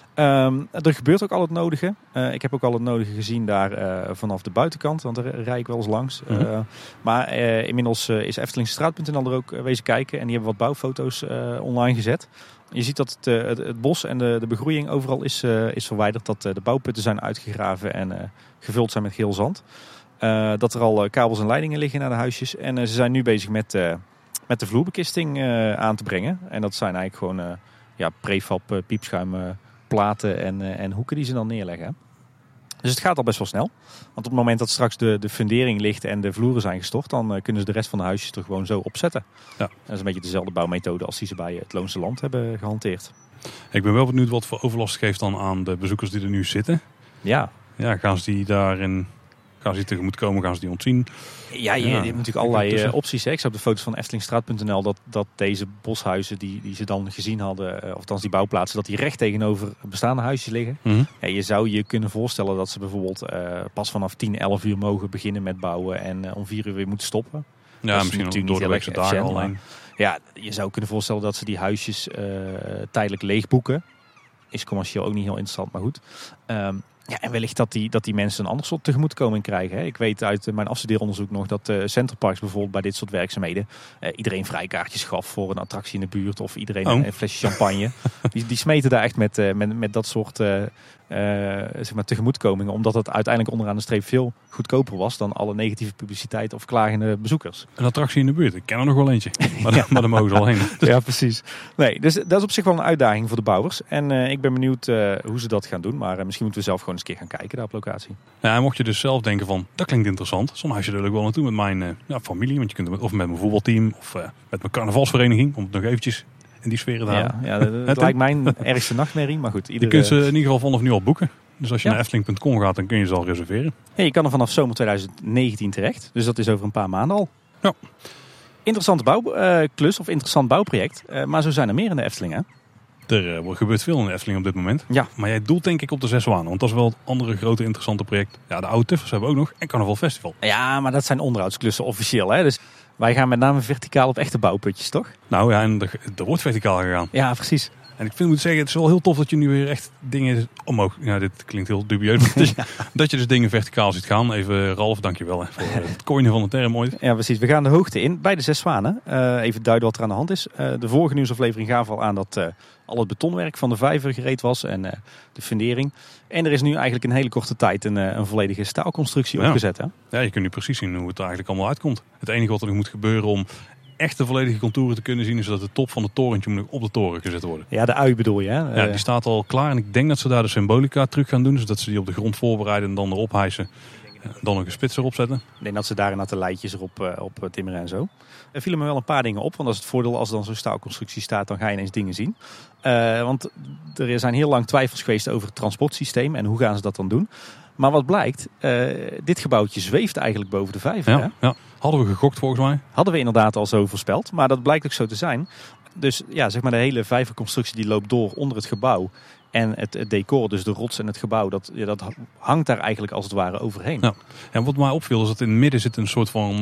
Er gebeurt ook al het nodige. Ik heb ook al het nodige gezien daar vanaf de buitenkant, want daar rijd ik wel eens langs. Maar inmiddels is Eftelingstraat.nl er ook wezen kijken en die hebben wat bouwfoto's online gezet. Je ziet dat het bos en de begroeiing overal is verwijderd. Dat de bouwputten zijn uitgegraven en gevuld zijn met geel zand. Dat er al kabels en leidingen liggen naar de huisjes. En ze zijn nu bezig met de vloerbekisting aan te brengen. En dat zijn eigenlijk gewoon prefab, piepschuim, platen en hoeken die ze dan neerleggen. Dus het gaat al best wel snel. Want op het moment dat straks de fundering ligt en de vloeren zijn gestort, dan kunnen ze de rest van de huisjes er gewoon zo opzetten. Ja. Dat is een beetje dezelfde bouwmethode als die ze bij het Loonse Land hebben gehanteerd. Ik ben wel benieuwd wat voor overlast geeft dan aan de bezoekers die er nu zitten. Ja, gaan ze die daarin... Gaan ze die tegemoet komen, gaan ze die ontzien? Ja, je hebt natuurlijk allerlei opties. Hè. Ik zag op de foto's van Eftelingstraat.nl dat deze boshuizen die ze dan gezien hadden, of althans die bouwplaatsen, dat die recht tegenover bestaande huisjes liggen. Ja, je zou je kunnen voorstellen dat ze bijvoorbeeld pas vanaf 10, 11 uur mogen beginnen met bouwen en om 4 uur weer moeten stoppen. Ja, misschien door de weekse dagen alleen. Ja, je zou kunnen voorstellen dat ze die huisjes tijdelijk leegboeken. Is commercieel ook niet heel interessant, maar goed. Ja, en wellicht dat die mensen een ander soort tegemoetkoming krijgen. Hè. Ik weet uit mijn afstudeeronderzoek nog dat Centerparks bijvoorbeeld bij dit soort werkzaamheden iedereen vrijkaartjes gaf voor een attractie in de buurt of iedereen een flesje champagne. die smeten daar echt met dat soort tegemoetkomingen, omdat het uiteindelijk onderaan de streep veel goedkoper was dan alle negatieve publiciteit of klagende bezoekers. Een attractie in de buurt, ik ken er nog wel eentje, maar daar mogen ze al heen. Ja, precies. Nee, dus dat is op zich wel een uitdaging voor de bouwers. En ik ben benieuwd hoe ze dat gaan doen, maar misschien moeten we zelf gewoon eens een keer gaan kijken daar op locatie. Ja, en mocht je dus zelf denken van, dat klinkt interessant, zo'n huisje wil ik wel naartoe met mijn familie, want je kunt of met mijn voetbalteam of met mijn carnavalsvereniging, om het nog eventjes in die sfeer te halen. Ja, dat lijkt mijn ergste nachtmerrie, maar goed. Je kunt ze in ieder geval vanaf nu al boeken. Dus als je naar Efteling.com gaat, dan kun je ze al reserveren. Ja, je kan er vanaf zomer 2019 terecht. Dus dat is over een paar maanden al. Ja. Interessante bouwklus of interessant bouwproject. Maar zo zijn er meer in de Efteling, hè? Er gebeurt veel in de Efteling op dit moment. Ja. Maar jij doelt denk ik op de 6 Zwanen. Want dat is wel het andere grote interessante project. Ja, de Oude Tuffers hebben we ook nog. En Carnaval Festival. Ja, maar dat zijn onderhoudsklussen officieel, hè? Dus wij gaan met name verticaal op echte bouwputjes, toch? Nou ja, en er wordt verticaal gegaan. Ja, precies. En ik moet zeggen, het is wel heel tof dat je nu weer echt dingen omhoog... Ja, dit klinkt heel dubieus. Dat je dus dingen verticaal ziet gaan. Even Ralf, dankjewel voor het coinen van de term ooit. Ja, precies. We gaan de hoogte in bij de 6 Zwanen. Even duiden wat er aan de hand is. De vorige nieuwsaflevering gaf al aan dat al het betonwerk van de vijver gereed was en de fundering. En er is nu eigenlijk in hele korte tijd een volledige staalconstructie opgezet. Hè? Ja, je kunt nu precies zien hoe het er eigenlijk allemaal uitkomt. Het enige wat er nog moet gebeuren om echt de volledige contouren te kunnen zien, is dat de top van het torentje moet op de toren gezet worden. Ja, de ui bedoel je, hè? Ja, die staat al klaar en ik denk dat ze daar de symbolica terug gaan doen. Dus dat ze die op de grond voorbereiden en dan erop hijsen. Dan een spits erop zetten. Ik denk dat ze daar inderdaad de leidjes erop timmeren en zo. Er vielen me wel een paar dingen op. Want dat is het voordeel als er dan zo'n staalconstructie staat. Dan ga je ineens dingen zien. Want er zijn heel lang twijfels geweest over het transportsysteem. En hoe gaan ze dat dan doen. Maar wat blijkt. Dit gebouwtje zweeft eigenlijk boven de vijver. Ja, hè? ja. Hadden we gegokt volgens mij. Hadden we inderdaad al zo voorspeld. Maar dat blijkt ook zo te zijn. Dus ja, zeg maar de hele vijverconstructie die loopt door onder het gebouw. En het decor, dus de rots en het gebouw, dat hangt daar eigenlijk als het ware overheen. Ja. En wat mij opviel is dat in het midden zit een soort van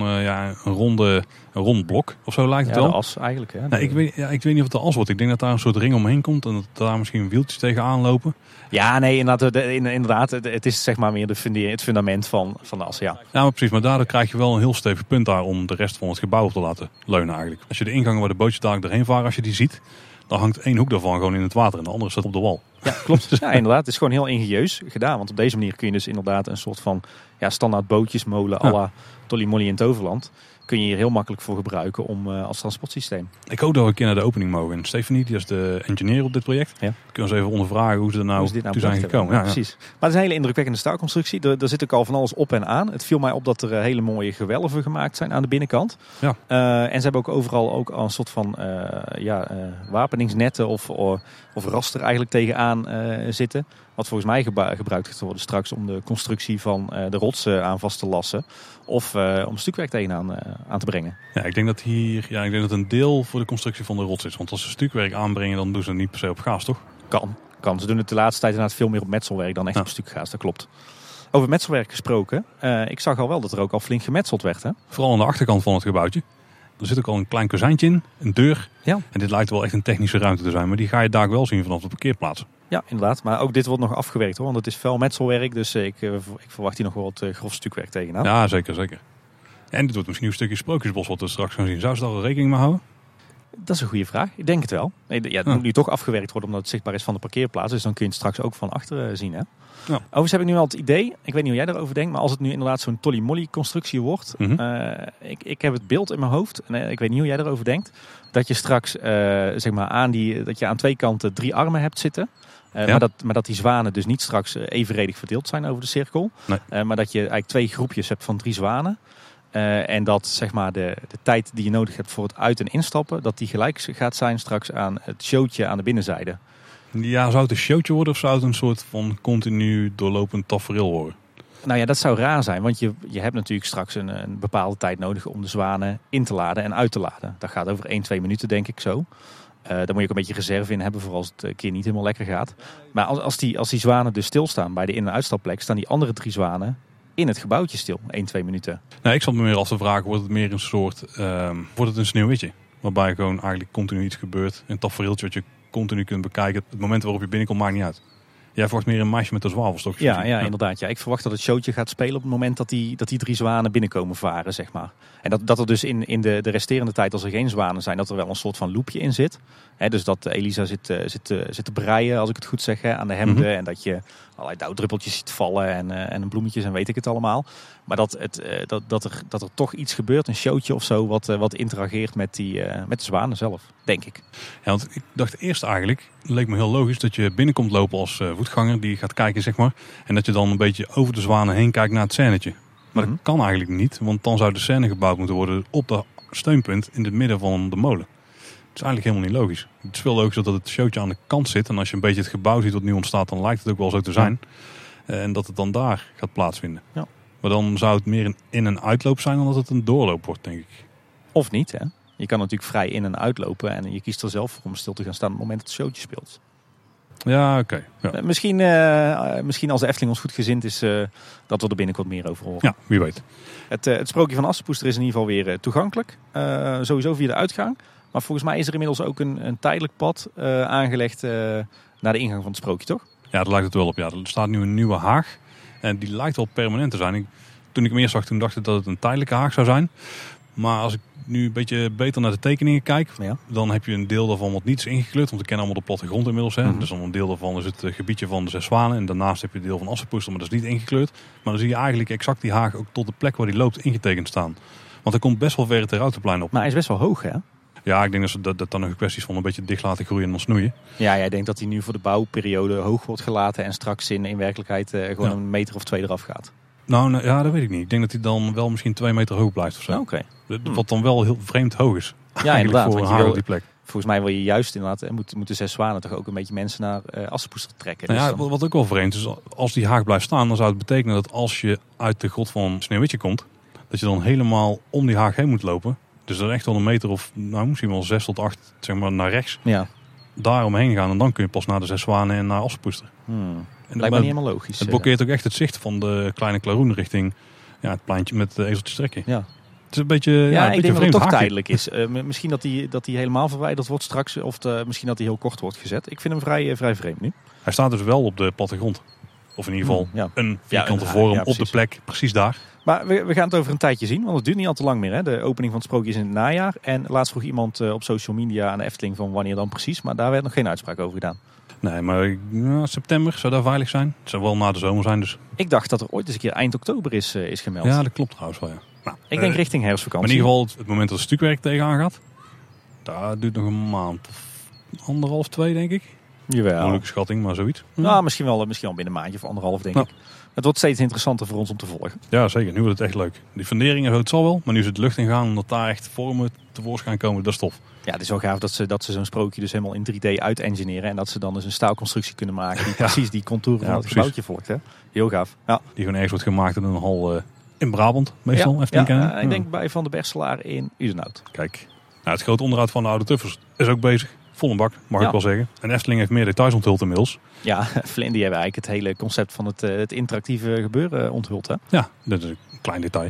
een rond blok. Of zo lijkt het wel. De as eigenlijk. Hè? Nou, ik weet niet of het de as wordt. Ik denk dat daar een soort ring omheen komt. En dat daar misschien wieltjes tegenaan lopen. Ja, nee, inderdaad. Het is zeg maar meer het fundament van de as, ja. Ja, maar precies. Maar daardoor krijg je wel een heel stevig punt daar om de rest van het gebouw op te laten leunen eigenlijk. Als je de ingangen waar de bootjes daar doorheen varen, als je die ziet, dan hangt één hoek daarvan gewoon in het water en de andere staat op de wal. Ja, klopt. Ja, inderdaad. Het is gewoon heel ingenieus gedaan. Want op deze manier kun je dus inderdaad een soort van standaard bootjesmolen à la Tolly Molly in Toverland. Kun je hier heel makkelijk voor gebruiken als transportsysteem. Ik hoop dat we een keer naar de opening mogen. En Stephanie, die is de engineer op dit project. Ja. Kunnen we eens even ondervragen hoe ze er nou toe zijn gekomen. Ja, precies. Maar het is een hele indrukwekkende staalconstructie. Er zit ook al van alles op en aan. Het viel mij op dat er hele mooie gewelven gemaakt zijn aan de binnenkant. Ja. En ze hebben ook overal ook al een soort van wapeningsnetten of raster eigenlijk tegenaan zitten. Wat volgens mij gebruikt gaat worden straks om de constructie van de rotsen aan vast te lassen. Of om stukwerk tegenaan aan te brengen. Ja, ik denk dat een deel voor de constructie van de rots is. Want als ze stukwerk aanbrengen, dan doen ze het niet per se op gaas, toch? Kan. Ze doen het de laatste tijd inderdaad veel meer op metselwerk dan echt op stukgaas. Dat klopt. Over metselwerk gesproken. Ik zag al wel dat er ook al flink gemetseld werd. Hè? Vooral aan de achterkant van het gebouwtje. Er zit ook al een klein kozijntje in, een deur. Ja. En dit lijkt wel echt een technische ruimte te zijn. Maar die ga je daar wel zien vanaf de parkeerplaats. Ja, inderdaad. Maar ook dit wordt nog afgewerkt hoor. Want het is fel metselwerk. Dus ik verwacht hier nog wel wat grof stukwerk tegenaan. Ja, zeker. En dit wordt misschien een stukje Sprookjesbos wat we straks gaan zien. Zou ze daar al rekening mee houden? Dat is een goede vraag. Ik denk het wel. Het moet nu toch afgewerkt worden omdat het zichtbaar is van de parkeerplaats. Dus dan kun je het straks ook van achteren zien. Hè? Ja. Overigens heb ik nu al het idee, ik weet niet hoe jij daarover denkt, maar als het nu inderdaad zo'n Tolly Molly constructie wordt. Ik heb het beeld in mijn hoofd, en ik weet niet hoe jij daarover denkt, dat je straks zeg maar dat je aan twee kanten 3 armen hebt zitten. Maar dat die zwanen dus niet straks evenredig verdeeld zijn over de cirkel. Nee. Maar dat je eigenlijk 2 groepjes hebt van 3 zwanen. En dat zeg maar de tijd die je nodig hebt voor het uit- en instappen, dat die gelijk gaat zijn straks aan het showtje aan de binnenzijde. Ja, zou het een showtje worden of zou het een soort van continu doorlopend tafereel worden? Nou ja, dat zou raar zijn, want je hebt natuurlijk straks een bepaalde tijd nodig om de zwanen in te laden en uit te laden. Dat gaat over 1-2 minuten denk ik zo. Daar moet je ook een beetje reserve in hebben voor als het een keer niet helemaal lekker gaat. Maar als die zwanen dus stilstaan bij de in- en uitstapplek, staan die andere 3 zwanen in het gebouwtje stil, 1-2 minuten. Nou, ik zat me meer af te vragen, wordt het meer een soort, wordt het een sneeuwwitje? Waarbij gewoon eigenlijk continu iets gebeurt. Een tafereeltje wat je continu kunt bekijken. Het moment waarop je binnenkomt maakt niet uit. Jij verwacht meer een meisje met een zwavelstok. Ja, inderdaad. Ja. Ik verwacht dat het showtje gaat spelen op het moment dat die 3 zwanen binnenkomen varen, zeg maar. En dat er dus in de resterende tijd, als er geen zwanen zijn, dat er wel een soort van loopje in zit. Dus dat Elisa zit te breien, als ik het goed zeg, aan de hemden. Mm-hmm. En dat je allerlei dauwdruppeltjes ziet vallen en bloemetjes en weet ik het allemaal. Maar dat er toch iets gebeurt, een showtje of zo, wat interageert met de zwanen zelf, denk ik. Ja, want ik dacht eerst eigenlijk, het leek me heel logisch dat je binnenkomt lopen als voetganger die gaat kijken, zeg maar. En dat je dan een beetje over de zwanen heen kijkt naar het scènetje. Maar dat kan eigenlijk niet, want dan zou de scène gebouwd moeten worden op dat steunpunt in het midden van de molen. Dat is eigenlijk helemaal niet logisch. Het is veel logischer dat het showtje aan de kant zit. En als je een beetje het gebouw ziet wat nu ontstaat, dan lijkt het ook wel zo te zijn. Ja. En dat het dan daar gaat plaatsvinden. Ja. Maar dan zou het meer een in- en uitloop zijn dan dat het een doorloop wordt, denk ik. Of niet, hè? Je kan natuurlijk vrij in- en uitlopen. En je kiest er zelf voor om stil te gaan staan op het moment dat het showtje speelt. Ja, oké. Ja. Misschien als de Efteling ons goed gezind is, dat we er binnenkort meer over horen. Ja, wie weet. Het sprookje van Assepoester is in ieder geval weer toegankelijk. Sowieso via de uitgang. Maar volgens mij is er inmiddels ook een tijdelijk pad aangelegd naar de ingang van het sprookje, toch? Ja, daar lijkt het wel op. Ja. Er staat nu een nieuwe haag. En die lijkt wel permanent te zijn. Toen ik hem eerst zag, toen dacht ik dat het een tijdelijke haag zou zijn. Maar als ik nu een beetje beter naar de tekeningen kijk, dan heb je een deel daarvan wat niet is ingekleurd. Want we kennen allemaal de plattegrond inmiddels. Hè. Mm-hmm. Dus dan een deel daarvan is het gebiedje van de 6 zwanen. En daarnaast heb je het deel van Assepoester, maar dat is niet ingekleurd. Maar dan zie je eigenlijk exact die haag ook tot de plek waar die loopt ingetekend staan. Want er komt best wel ver het Herautenplein op. Maar hij is best wel hoog, hè? Ja, ik denk dat dan nog een kwestie is van een beetje dicht laten groeien en dan snoeien. Ja, jij denkt dat hij nu voor de bouwperiode hoog wordt gelaten en straks in werkelijkheid gewoon een meter of 2 eraf gaat. Nou, ja, dat weet ik niet. Ik denk dat hij dan wel misschien 2 meter hoog blijft of zo. Oké. Wat dan wel heel vreemd hoog is. Ja, inderdaad. Voor een haag op die plek. Volgens mij wil je juist inderdaad, moeten 6 zwanen toch ook een beetje mensen naar Assepoester trekken. Nou ja, Dus dan... wat ook wel vreemd is, als die haag blijft staan, dan zou het betekenen dat als je uit de grot van Sneeuwwitje komt, dat je dan helemaal om die haag heen moet lopen. Dus dan echt wel een meter of misschien wel 6 tot 8 zeg maar, naar rechts. Ja. Daar omheen gaan en dan kun je pas naar de 6 zwanen en naar Assepoester. En lijkt me niet helemaal logisch. Het blokkeert ook echt het zicht van de kleine klaroen richting het pleintje met de ezeltjes trekken. Ja. Het is een beetje ik denk dat het toch haakje. Tijdelijk is. Misschien dat hij helemaal verwijderd wordt straks. Of misschien dat hij heel kort wordt gezet. Ik vind hem vrij vreemd nu. Hij staat dus wel op de plattegrond. Of in ieder geval een vierkante vorm op de plek. Precies daar. Maar we gaan het over een tijdje zien. Want het duurt niet al te lang meer. Hè? De opening van het sprookje is in het najaar. En laatst vroeg iemand op social media aan de Efteling van wanneer dan precies. Maar daar werd nog geen uitspraak over gedaan. Nee, maar september zou daar veilig zijn. Het zou wel na de zomer zijn dus. Ik dacht dat er ooit eens een keer eind oktober is gemeld. Ja, dat klopt trouwens wel, ja. Nou, ik denk richting herfstvakantie. Maar in ieder geval het moment dat het stukwerk tegenaan gaat. Daar duurt nog een maand of 1,5, 2 denk ik. Jawel. Moeilijke schatting, maar zoiets. Nou, misschien wel binnen een maandje of 1,5 denk ik. Het wordt steeds interessanter voor ons om te volgen. Ja, zeker. Nu wordt het echt leuk. Die funderingen, het zal wel. Maar nu is het lucht ingaan, omdat daar echt vormen tevoorschijn komen. Dat is tof. Ja, het is wel gaaf dat ze zo'n sprookje dus helemaal in 3D uit-engineeren. En dat ze dan dus een staalconstructie kunnen maken die precies die contouren van het gebouwtje volgt. Hè? Heel gaaf. Ja. Die gewoon ergens wordt gemaakt in een hal in Brabant, meestal. Ik denk bij Van de Berstelaar in Uzenhout. Kijk, het grote onderhoud van de oude tuffers is ook bezig. Vol een bak, mag ik wel zeggen. En Efteling heeft meer details onthuld inmiddels. Ja, Vlindy hebben eigenlijk het hele concept van het interactieve gebeuren onthuld. Hè? Ja, dat is een klein detail.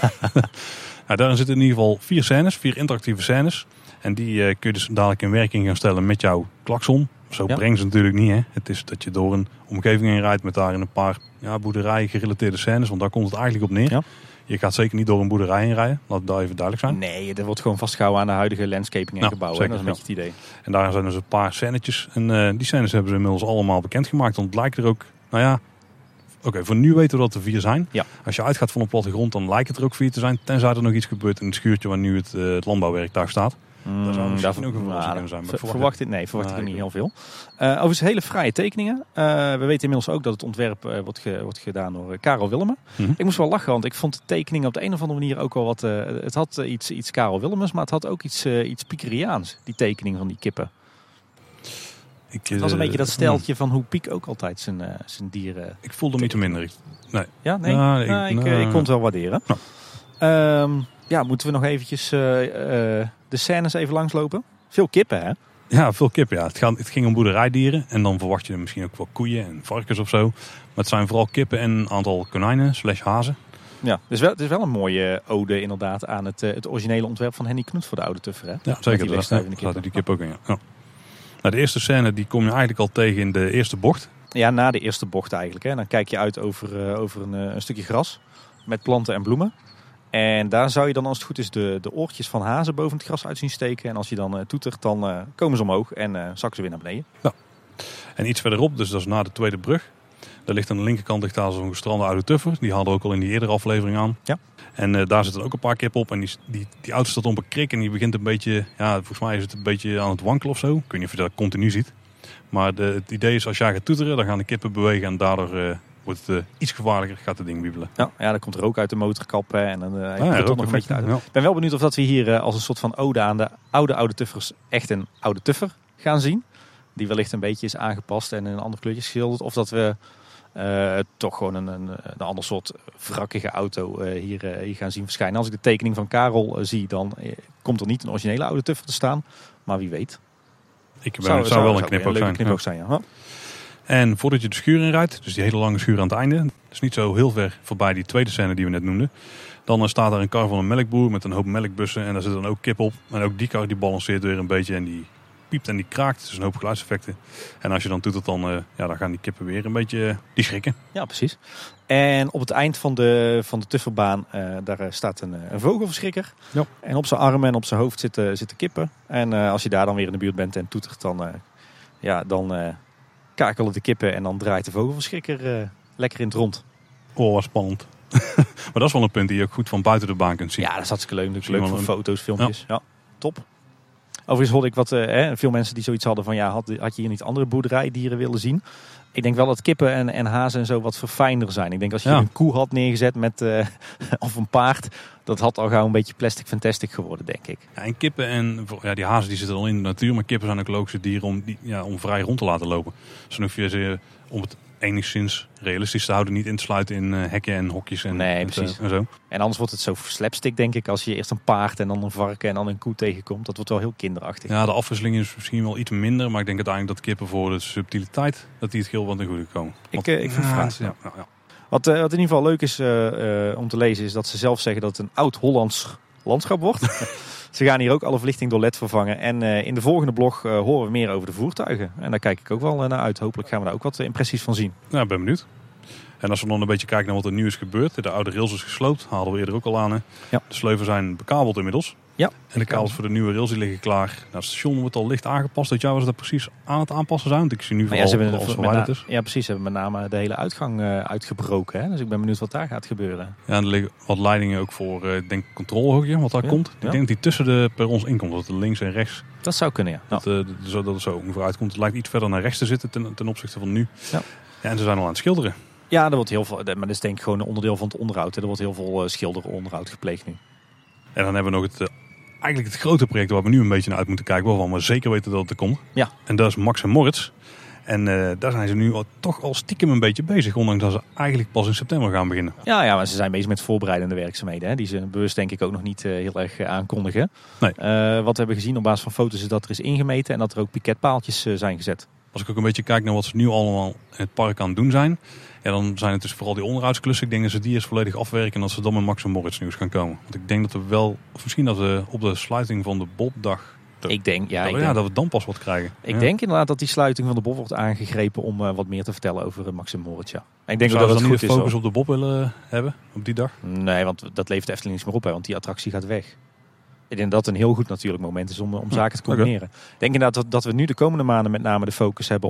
Daarin zitten in ieder geval 4 interactieve scènes. En die kun je dus dadelijk in werking gaan stellen met jouw klakson. Zo brengen ze natuurlijk niet. Hè. Het is dat je door een omgeving heen rijdt met daarin een paar boerderij gerelateerde scènes. Want daar komt het eigenlijk op neer. Ja. Je gaat zeker niet door een boerderij heen rijden. Laat het daar even duidelijk zijn. Nee, er wordt gewoon vastgehouden aan de huidige landscaping en gebouwen. Zeker, dat is een beetje het idee. En daar zijn dus een paar scènetjes. En die scènes hebben ze inmiddels allemaal bekendgemaakt. Want het lijkt er ook, voor nu weten we dat er 4 zijn. Ja. Als je uitgaat van een plattegrond, dan lijkt het er ook 4 te zijn. Tenzij er nog iets gebeurt in het schuurtje waar nu het landbouwwerktuig staat. Daar zou misschien ook een verrassing kunnen zijn. Verwacht ik niet heel veel. Overigens hele fraaie tekeningen. We weten inmiddels ook dat het ontwerp wordt gedaan door Karel Willemen. Mm-hmm. Ik moest wel lachen, want ik vond de tekening op de een of andere manier ook wel wat... het had iets Karel Willemens, maar het had ook iets Piekeriaans, die tekening van die kippen. Het was een beetje dat steltje van hoe Piek ook altijd zijn dieren... Ik voelde hem iets minder. Nee. Ja, nee? Ik kon het wel waarderen. Moeten we nog eventjes de scènes even langslopen? Veel kippen, hè? Ja, veel kippen. Ja. Het ging om boerderijdieren. En dan verwacht je misschien ook wel koeien en varkens of zo. Maar het zijn vooral kippen en een aantal konijnen / hazen. Ja, het is wel een mooie ode inderdaad aan het originele ontwerp van Henny Knoet voor de oude tuffer. Hè? Ja, zeker. Daar zaten die kip ook in. Ja. Nou, de eerste scène die kom je eigenlijk al tegen in de eerste bocht. Ja, na de eerste bocht eigenlijk. Hè. Dan kijk je uit over een stukje gras met planten en bloemen. En daar zou je dan, als het goed is, de oortjes van hazen boven het gras uit zien steken. En als je dan toetert, dan komen ze omhoog en zakken ze weer naar beneden. Ja. En iets verderop, dus dat is na de tweede brug. Daar ligt aan de linkerkant zo'n gestrande oude tuffer. Die hadden we ook al in die eerdere aflevering aan. Ja. En daar zitten ook een paar kippen op. En die auto staat op een krik en die begint een beetje... Ja, volgens mij is het een beetje aan het wankelen of zo. Ik weet niet of je dat continu ziet. Maar het idee is, als jij gaat toeteren, dan gaan de kippen bewegen. En daardoor wordt het iets gevaarlijker, gaat het ding wiebelen. Ja, dan komt rook uit de motorkap. En dan het toch nog een beetje uit. Ja. Ik ben wel benieuwd of dat we hier als een soort van ode aan de oude tuffers echt een oude tuffer gaan zien. Die wellicht een beetje is aangepast en in een ander kleurtje geschilderd. Of dat we toch gewoon een ander soort wrakkige auto hier gaan zien verschijnen. Als ik de tekening van Karel zie, dan komt er niet een originele oude tuffer te staan. Maar wie weet. Zou wel een knipoog zijn. Knipoog zijn, ja. En voordat je de schuur inrijdt, dus die hele lange schuur aan het einde, dus niet zo heel ver voorbij die tweede scène die we net noemden, dan staat er een kar van een melkboer met een hoop melkbussen en daar zit dan ook kip op. En ook die kar die balanceert weer een beetje en die piept en die kraakt. Dus een hoop geluidseffecten. En als je dan toetert, dan gaan die kippen weer een beetje die schrikken. Ja, precies. En op het eind van de tufferbaan, daar staat een vogelverschrikker. Ja. En op zijn armen en op zijn hoofd zitten kippen. En als je daar dan weer in de buurt bent en toetert, dan kakelen de kippen en dan draait de vogelverschrikker lekker in het rond. Oh, wat spannend. Maar dat is wel een punt die je ook goed van buiten de baan kunt zien. Ja, dat is hartstikke leuk. Zie je Leuk wel voor foto's, filmpjes. Ja, top. Overigens hoorde ik veel mensen die zoiets hadden van had je hier niet andere boerderijdieren willen zien. Ik denk wel dat kippen en hazen en zo wat verfijnder zijn. Ik denk als je een koe had neergezet met of een paard, dat had al gauw een beetje plastic fantastic geworden, denk ik. Ja, en kippen en die hazen die zitten al in de natuur, maar kippen zijn ook logische dieren om vrij rond te laten lopen. Dus dan hoef je ze om het enigszins realistisch te houden, niet in te sluiten in hekken en hokjes en zo. En anders wordt het zo slapstick, denk ik, als je eerst een paard en dan een varken en dan een koe tegenkomt. Dat wordt wel heel kinderachtig. Ja, de afwisseling is misschien wel iets minder, maar ik denk uiteindelijk dat kippen voor de subtiliteit, dat die het geheel wat ten goede komen. Ik vind het fraai. Ja. Wat in ieder geval leuk is om te lezen, is dat ze zelf zeggen dat het een oud-Hollands landschap wordt. Ze gaan hier ook alle verlichting door LED vervangen. En in de volgende blog horen we meer over de voertuigen. En daar kijk ik ook wel naar uit. Hopelijk gaan we daar ook wat impressies van zien. Ja, ben benieuwd. En als we dan een beetje kijken naar wat er nu is gebeurd. De oude rails is gesloopt, haalden we eerder ook al aan. Hè. Ja. De sleuven zijn bekabeld inmiddels. Ja. En de kabels voor de nieuwe rails die liggen klaar. Nou, het station wordt al licht aangepast. Dat jaar was dat precies aan het aanpassen zijn. Want ik zie nu vooral dat alles verwijderd is. Ja, precies. Ze hebben met name de hele uitgang uitgebroken. Hè? Dus ik ben benieuwd wat daar gaat gebeuren. Ja, en er liggen wat leidingen ook voor, denk controlehokje, wat daar komt. Ik denk dat die tussen de perrons inkomt. Dat er links en rechts. Dat zou kunnen, ja. Dat het zo ongeveer uitkomt. Het lijkt iets verder naar rechts te zitten ten opzichte van nu. Ja. Ja, en ze zijn al aan het schilderen. Ja, er wordt heel veel. Maar dat is denk ik gewoon een onderdeel van het onderhoud. Hè. Er wordt heel veel schilderonderhoud gepleegd nu. En dan hebben we nog eigenlijk het grote project waar we nu een beetje naar uit moeten kijken. Waarvan we zeker weten dat het er komt. Ja. En dat is Max en Moritz. En daar zijn ze nu toch al stiekem een beetje bezig. Ondanks dat ze eigenlijk pas in september gaan beginnen. Ja, maar ze zijn bezig met voorbereidende werkzaamheden. Hè, die ze bewust denk ik ook nog niet heel erg aankondigen. Nee. Wat we hebben gezien op basis van foto's is dat er is ingemeten. En dat er ook piketpaaltjes zijn gezet. Als ik ook een beetje kijk naar wat ze nu allemaal in het park aan het doen zijn. Ja, dan zijn het dus vooral die onderhoudsklussen. Ik denk dat ze die eens volledig afwerken. En dat ze dan met Max en Moritz nieuws gaan komen. Want ik denk dat we wel, of misschien dat we op de sluiting van de Bobdag. Ik denk dat we dan pas wat krijgen. Ik denk inderdaad dat die sluiting van de Bob wordt aangegrepen om wat meer te vertellen over Max en Moritz. Ja. Ik denk dat het niet goed de focus op de Bob willen hebben op die dag? Nee, want dat levert de Efteling niks meer op. Hè, want die attractie gaat weg. Ik denk dat het een heel goed natuurlijk moment is om zaken te combineren. Okay. Ik denk inderdaad dat we nu de komende maanden met name de focus hebben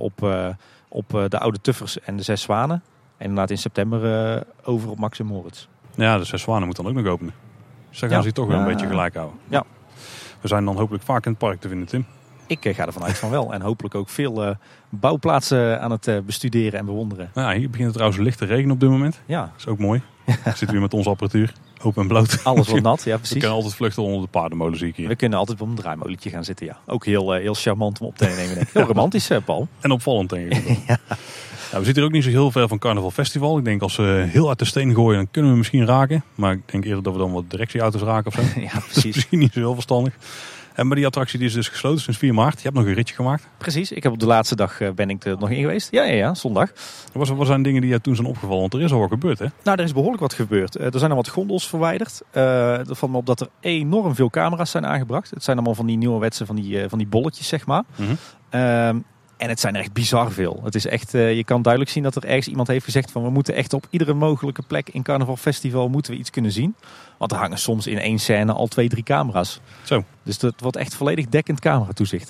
op de oude Tuffers en de 6 Zwanen. En inderdaad in september over op Max en Moritz. Ja, de 6 Zwanen moet dan ook nog openen. Dus dan gaan ze toch weer een beetje gelijk houden. Ja. We zijn dan hopelijk vaak in het park te vinden, Tim. Ik ga ervan uit van wel. En hopelijk ook veel bouwplaatsen aan het bestuderen en bewonderen. Nou, hier begint het trouwens licht te regenen op dit moment. Ja. Dat is ook mooi. We zitten weer met onze apparatuur. Open en bloot. Alles wordt nat, ja precies. We kunnen altijd vluchten onder de paardenmolen, zie ik hier. We kunnen altijd op een draaimolentje gaan zitten, ja. Ook heel charmant om op te nemen. Heel romantisch, Paul. En opvallend, denk ik. Ja. Nou, we zitten hier ook niet zo heel ver van Carnaval Festival. Ik denk als we heel uit de steen gooien, dan kunnen we misschien raken. Maar ik denk eerder dat we dan wat directieauto's raken of zo. Ja, precies. Misschien niet zo heel verstandig. En maar die attractie die is dus gesloten sinds 4 maart. Je hebt nog een ritje gemaakt. Precies. Ik heb op de laatste dag ben ik er nog in geweest. Ja, zondag. Wat zijn dingen die toen zijn opgevallen? Want er is al wat gebeurd, hè? Nou, er is behoorlijk wat gebeurd. Er zijn al wat gondels verwijderd. Er valt me op dat er enorm veel camera's zijn aangebracht. Het zijn allemaal van die nieuwerwetse van die bolletjes, zeg maar. Mm-hmm. En het zijn er echt bizar veel. Het is echt, je kan duidelijk zien dat er ergens iemand heeft gezegd van we moeten echt op iedere mogelijke plek in Carnaval Festival moeten we iets kunnen zien. Want er hangen soms in één scène al 2-3 camera's. Zo. Dus het wordt echt volledig dekkend cameratoezicht.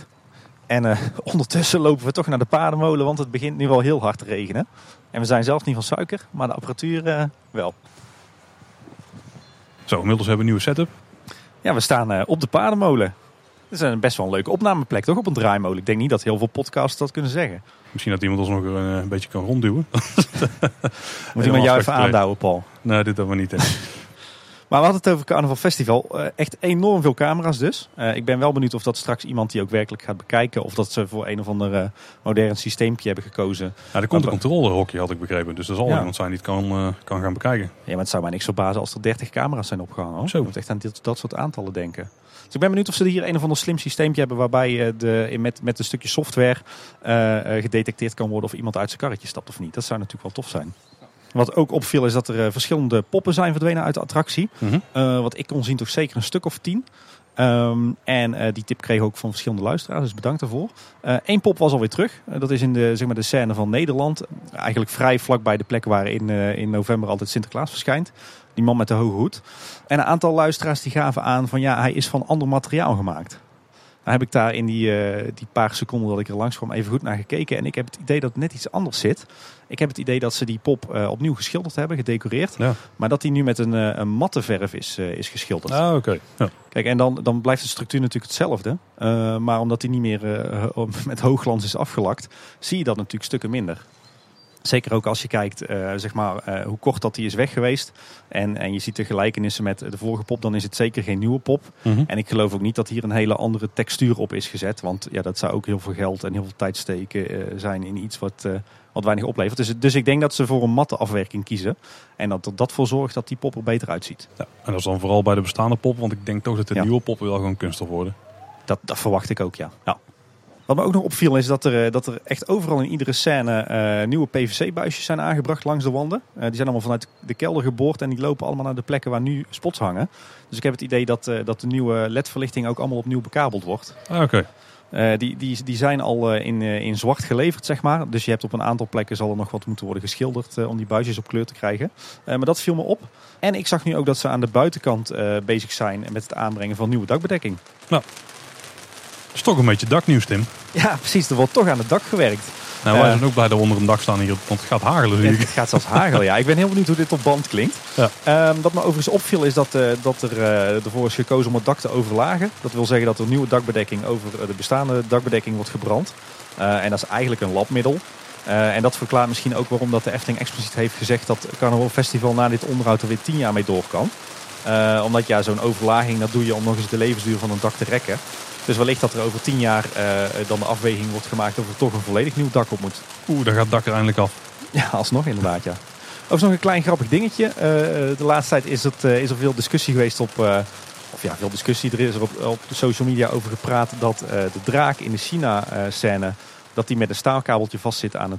En ondertussen lopen we toch naar de paardenmolen, want het begint nu wel heel hard te regenen. En we zijn zelf niet van suiker, maar de apparatuur wel. Zo, inmiddels hebben we een nieuwe setup. Ja, we staan op de paardenmolen. Dat is best wel een leuke opnameplek, toch? Op een draaimolen. Ik denk niet dat heel veel podcasts dat kunnen zeggen. Misschien dat iemand ons nog een beetje kan rondduwen. Moet iemand jou even aanduwen, Paul? Nee, dit doen we niet. Maar we hadden het over Carnaval Festival. Echt enorm veel camera's dus. Ik ben wel benieuwd of dat straks iemand die ook werkelijk gaat bekijken. Of dat ze voor een of ander modern systeempje hebben gekozen. Ja, er komt een controlehokje, had ik begrepen. Dus er zal iemand zijn die het kan gaan bekijken. Ja, maar het zou mij niks verbazen als er 30 camera's zijn opgehangen. Hoor. Zo. Je moet echt aan dat soort aantallen denken. Dus ik ben benieuwd of ze hier een of ander slim systeempje hebben waarbij met een stukje software gedetecteerd kan worden of iemand uit zijn karretje stapt of niet. Dat zou natuurlijk wel tof zijn. Wat ook opviel is dat er verschillende poppen zijn verdwenen uit de attractie. Mm-hmm. Wat ik kon zien toch zeker een stuk of 10. Die tip kreeg ik ook van verschillende luisteraars, dus bedankt daarvoor. Eén pop was alweer terug. Dat is in de scène van Nederland. Eigenlijk vrij vlakbij de plek waar in november altijd Sinterklaas verschijnt. Die man met de hoge hoed. En een aantal luisteraars die gaven aan van hij is van ander materiaal gemaakt. Nou heb ik daar in die paar seconden dat ik er langs kwam even goed naar gekeken. En ik heb het idee dat het net iets anders zit. Ik heb het idee dat ze die pop opnieuw geschilderd hebben, gedecoreerd. Ja. Maar dat die nu met een matte verf is geschilderd. Ah, oké. Ja. Kijk, en dan blijft de structuur natuurlijk hetzelfde. Maar omdat die niet meer met hoogglans is afgelakt, zie je dat natuurlijk stukken minder. Zeker ook als je kijkt hoe kort dat die is weg geweest. En je ziet de gelijkenissen met de vorige pop. Dan is het zeker geen nieuwe pop. Mm-hmm. En ik geloof ook niet dat hier een hele andere textuur op is gezet. Want dat zou ook heel veel geld en heel veel tijd steken zijn in iets wat weinig oplevert. Dus ik denk dat ze voor een matte afwerking kiezen. En dat er dat voor zorgt dat die pop er beter uitziet. Ja, en dat is dan vooral bij de bestaande pop. Want ik denk toch dat de nieuwe poppen wel gewoon kunstig worden. Dat verwacht ik ook, ja. Wat me ook nog opviel is dat er echt overal in iedere scène nieuwe PVC-buisjes zijn aangebracht langs de wanden. Die zijn allemaal vanuit de kelder geboord en die lopen allemaal naar de plekken waar nu spots hangen. Dus ik heb het idee dat de nieuwe LED-verlichting ook allemaal opnieuw bekabeld wordt. Ah, oké. Die zijn al in zwart geleverd, zeg maar. Dus je hebt op een aantal plekken zal er nog wat moeten worden geschilderd om die buisjes op kleur te krijgen. Maar dat viel me op. En ik zag nu ook dat ze aan de buitenkant bezig zijn met het aanbrengen van nieuwe dakbedekking. Nou. Dat is toch een beetje daknieuws, Tim. Ja, precies. Er wordt toch aan het dak gewerkt. Nou, wij zijn ook blij dat we onder een dak staan hier, want het gaat hagelen. Het gaat zelfs hagelen, ja. Ik ben heel benieuwd hoe dit op band klinkt. Ja. Wat me overigens opviel is dat er ervoor is gekozen om het dak te overlagen. Dat wil zeggen dat er nieuwe dakbedekking over de bestaande dakbedekking wordt gebrand. En dat is eigenlijk een labmiddel. En dat verklaart misschien ook waarom dat de Efteling expliciet heeft gezegd dat het Carnaval Festival na dit onderhoud er weer 10 jaar mee door kan. Omdat zo'n overlaging, dat doe je om nog eens de levensduur van een dak te rekken. Dus wellicht dat er over 10 jaar dan de afweging wordt gemaakt of er toch een volledig nieuw dak op moet. Daar gaat het dak er eindelijk af. Ja, alsnog inderdaad, ja. Overigens nog een klein grappig dingetje. De laatste tijd is er veel discussie geweest veel discussie. Er is er op de social media over gepraat dat de draak in de China-scène dat die met een staalkabeltje vastzit aan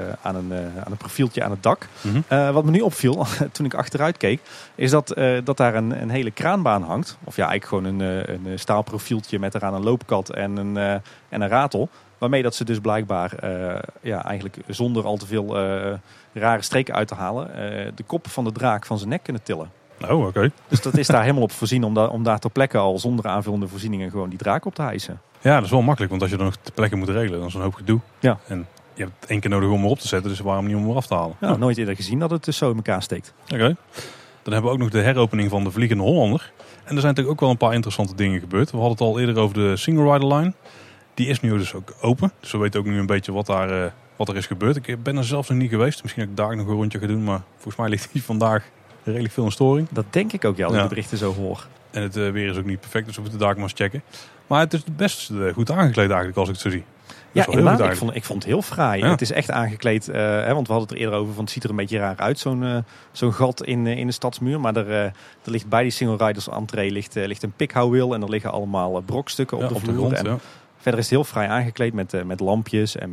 een profieltje aan het dak. Mm-hmm. Wat me nu opviel, toen ik achteruit keek, is dat daar een hele kraanbaan hangt. Of eigenlijk gewoon een staalprofieltje met eraan een loopkat en een ratel. Waarmee dat ze dus blijkbaar eigenlijk zonder al te veel rare streken uit te halen de kop van de draak van zijn nek kunnen tillen. Oh, oké. Dus dat is daar helemaal op voorzien om daar ter plekke al zonder aanvullende voorzieningen gewoon die draak op te hijsen. Ja, dat is wel makkelijk, want als je dan nog ter plekke moet regelen, dan is een hoop gedoe. Ja. En je hebt het 1 keer nodig om erop te zetten, dus waarom niet om eraf te halen? Ja, nooit eerder gezien dat het dus zo in elkaar steekt. Oké. Dan hebben we ook nog de heropening van de Vliegende Hollander. En er zijn natuurlijk ook wel een paar interessante dingen gebeurd. We hadden het al eerder over de Single Rider Line. Die is nu dus ook open. Dus we weten ook nu een beetje wat er is gebeurd. Ik ben er zelfs nog niet geweest. Misschien dat ik daar nog een rondje ga doen. Maar volgens mij ligt die vandaag redelijk veel in storing. Dat denk ik ook, als ik de berichten zo hoor. En het weer is ook niet perfect, dus we moeten daar maar eens checken. Maar het is best goed aangekleed eigenlijk, als ik het zo zie. Ja, inderdaad. Ik vond het heel fraai. Ja. Het is echt aangekleed, want we hadden het er eerder over, van het ziet er een beetje raar uit, zo'n gat in de stadsmuur. Maar er ligt bij die Single Riders entree ligt een pikhouwwiel en er liggen allemaal brokstukken op de vloer. Grond, en verder is het heel fraai aangekleed met lampjes en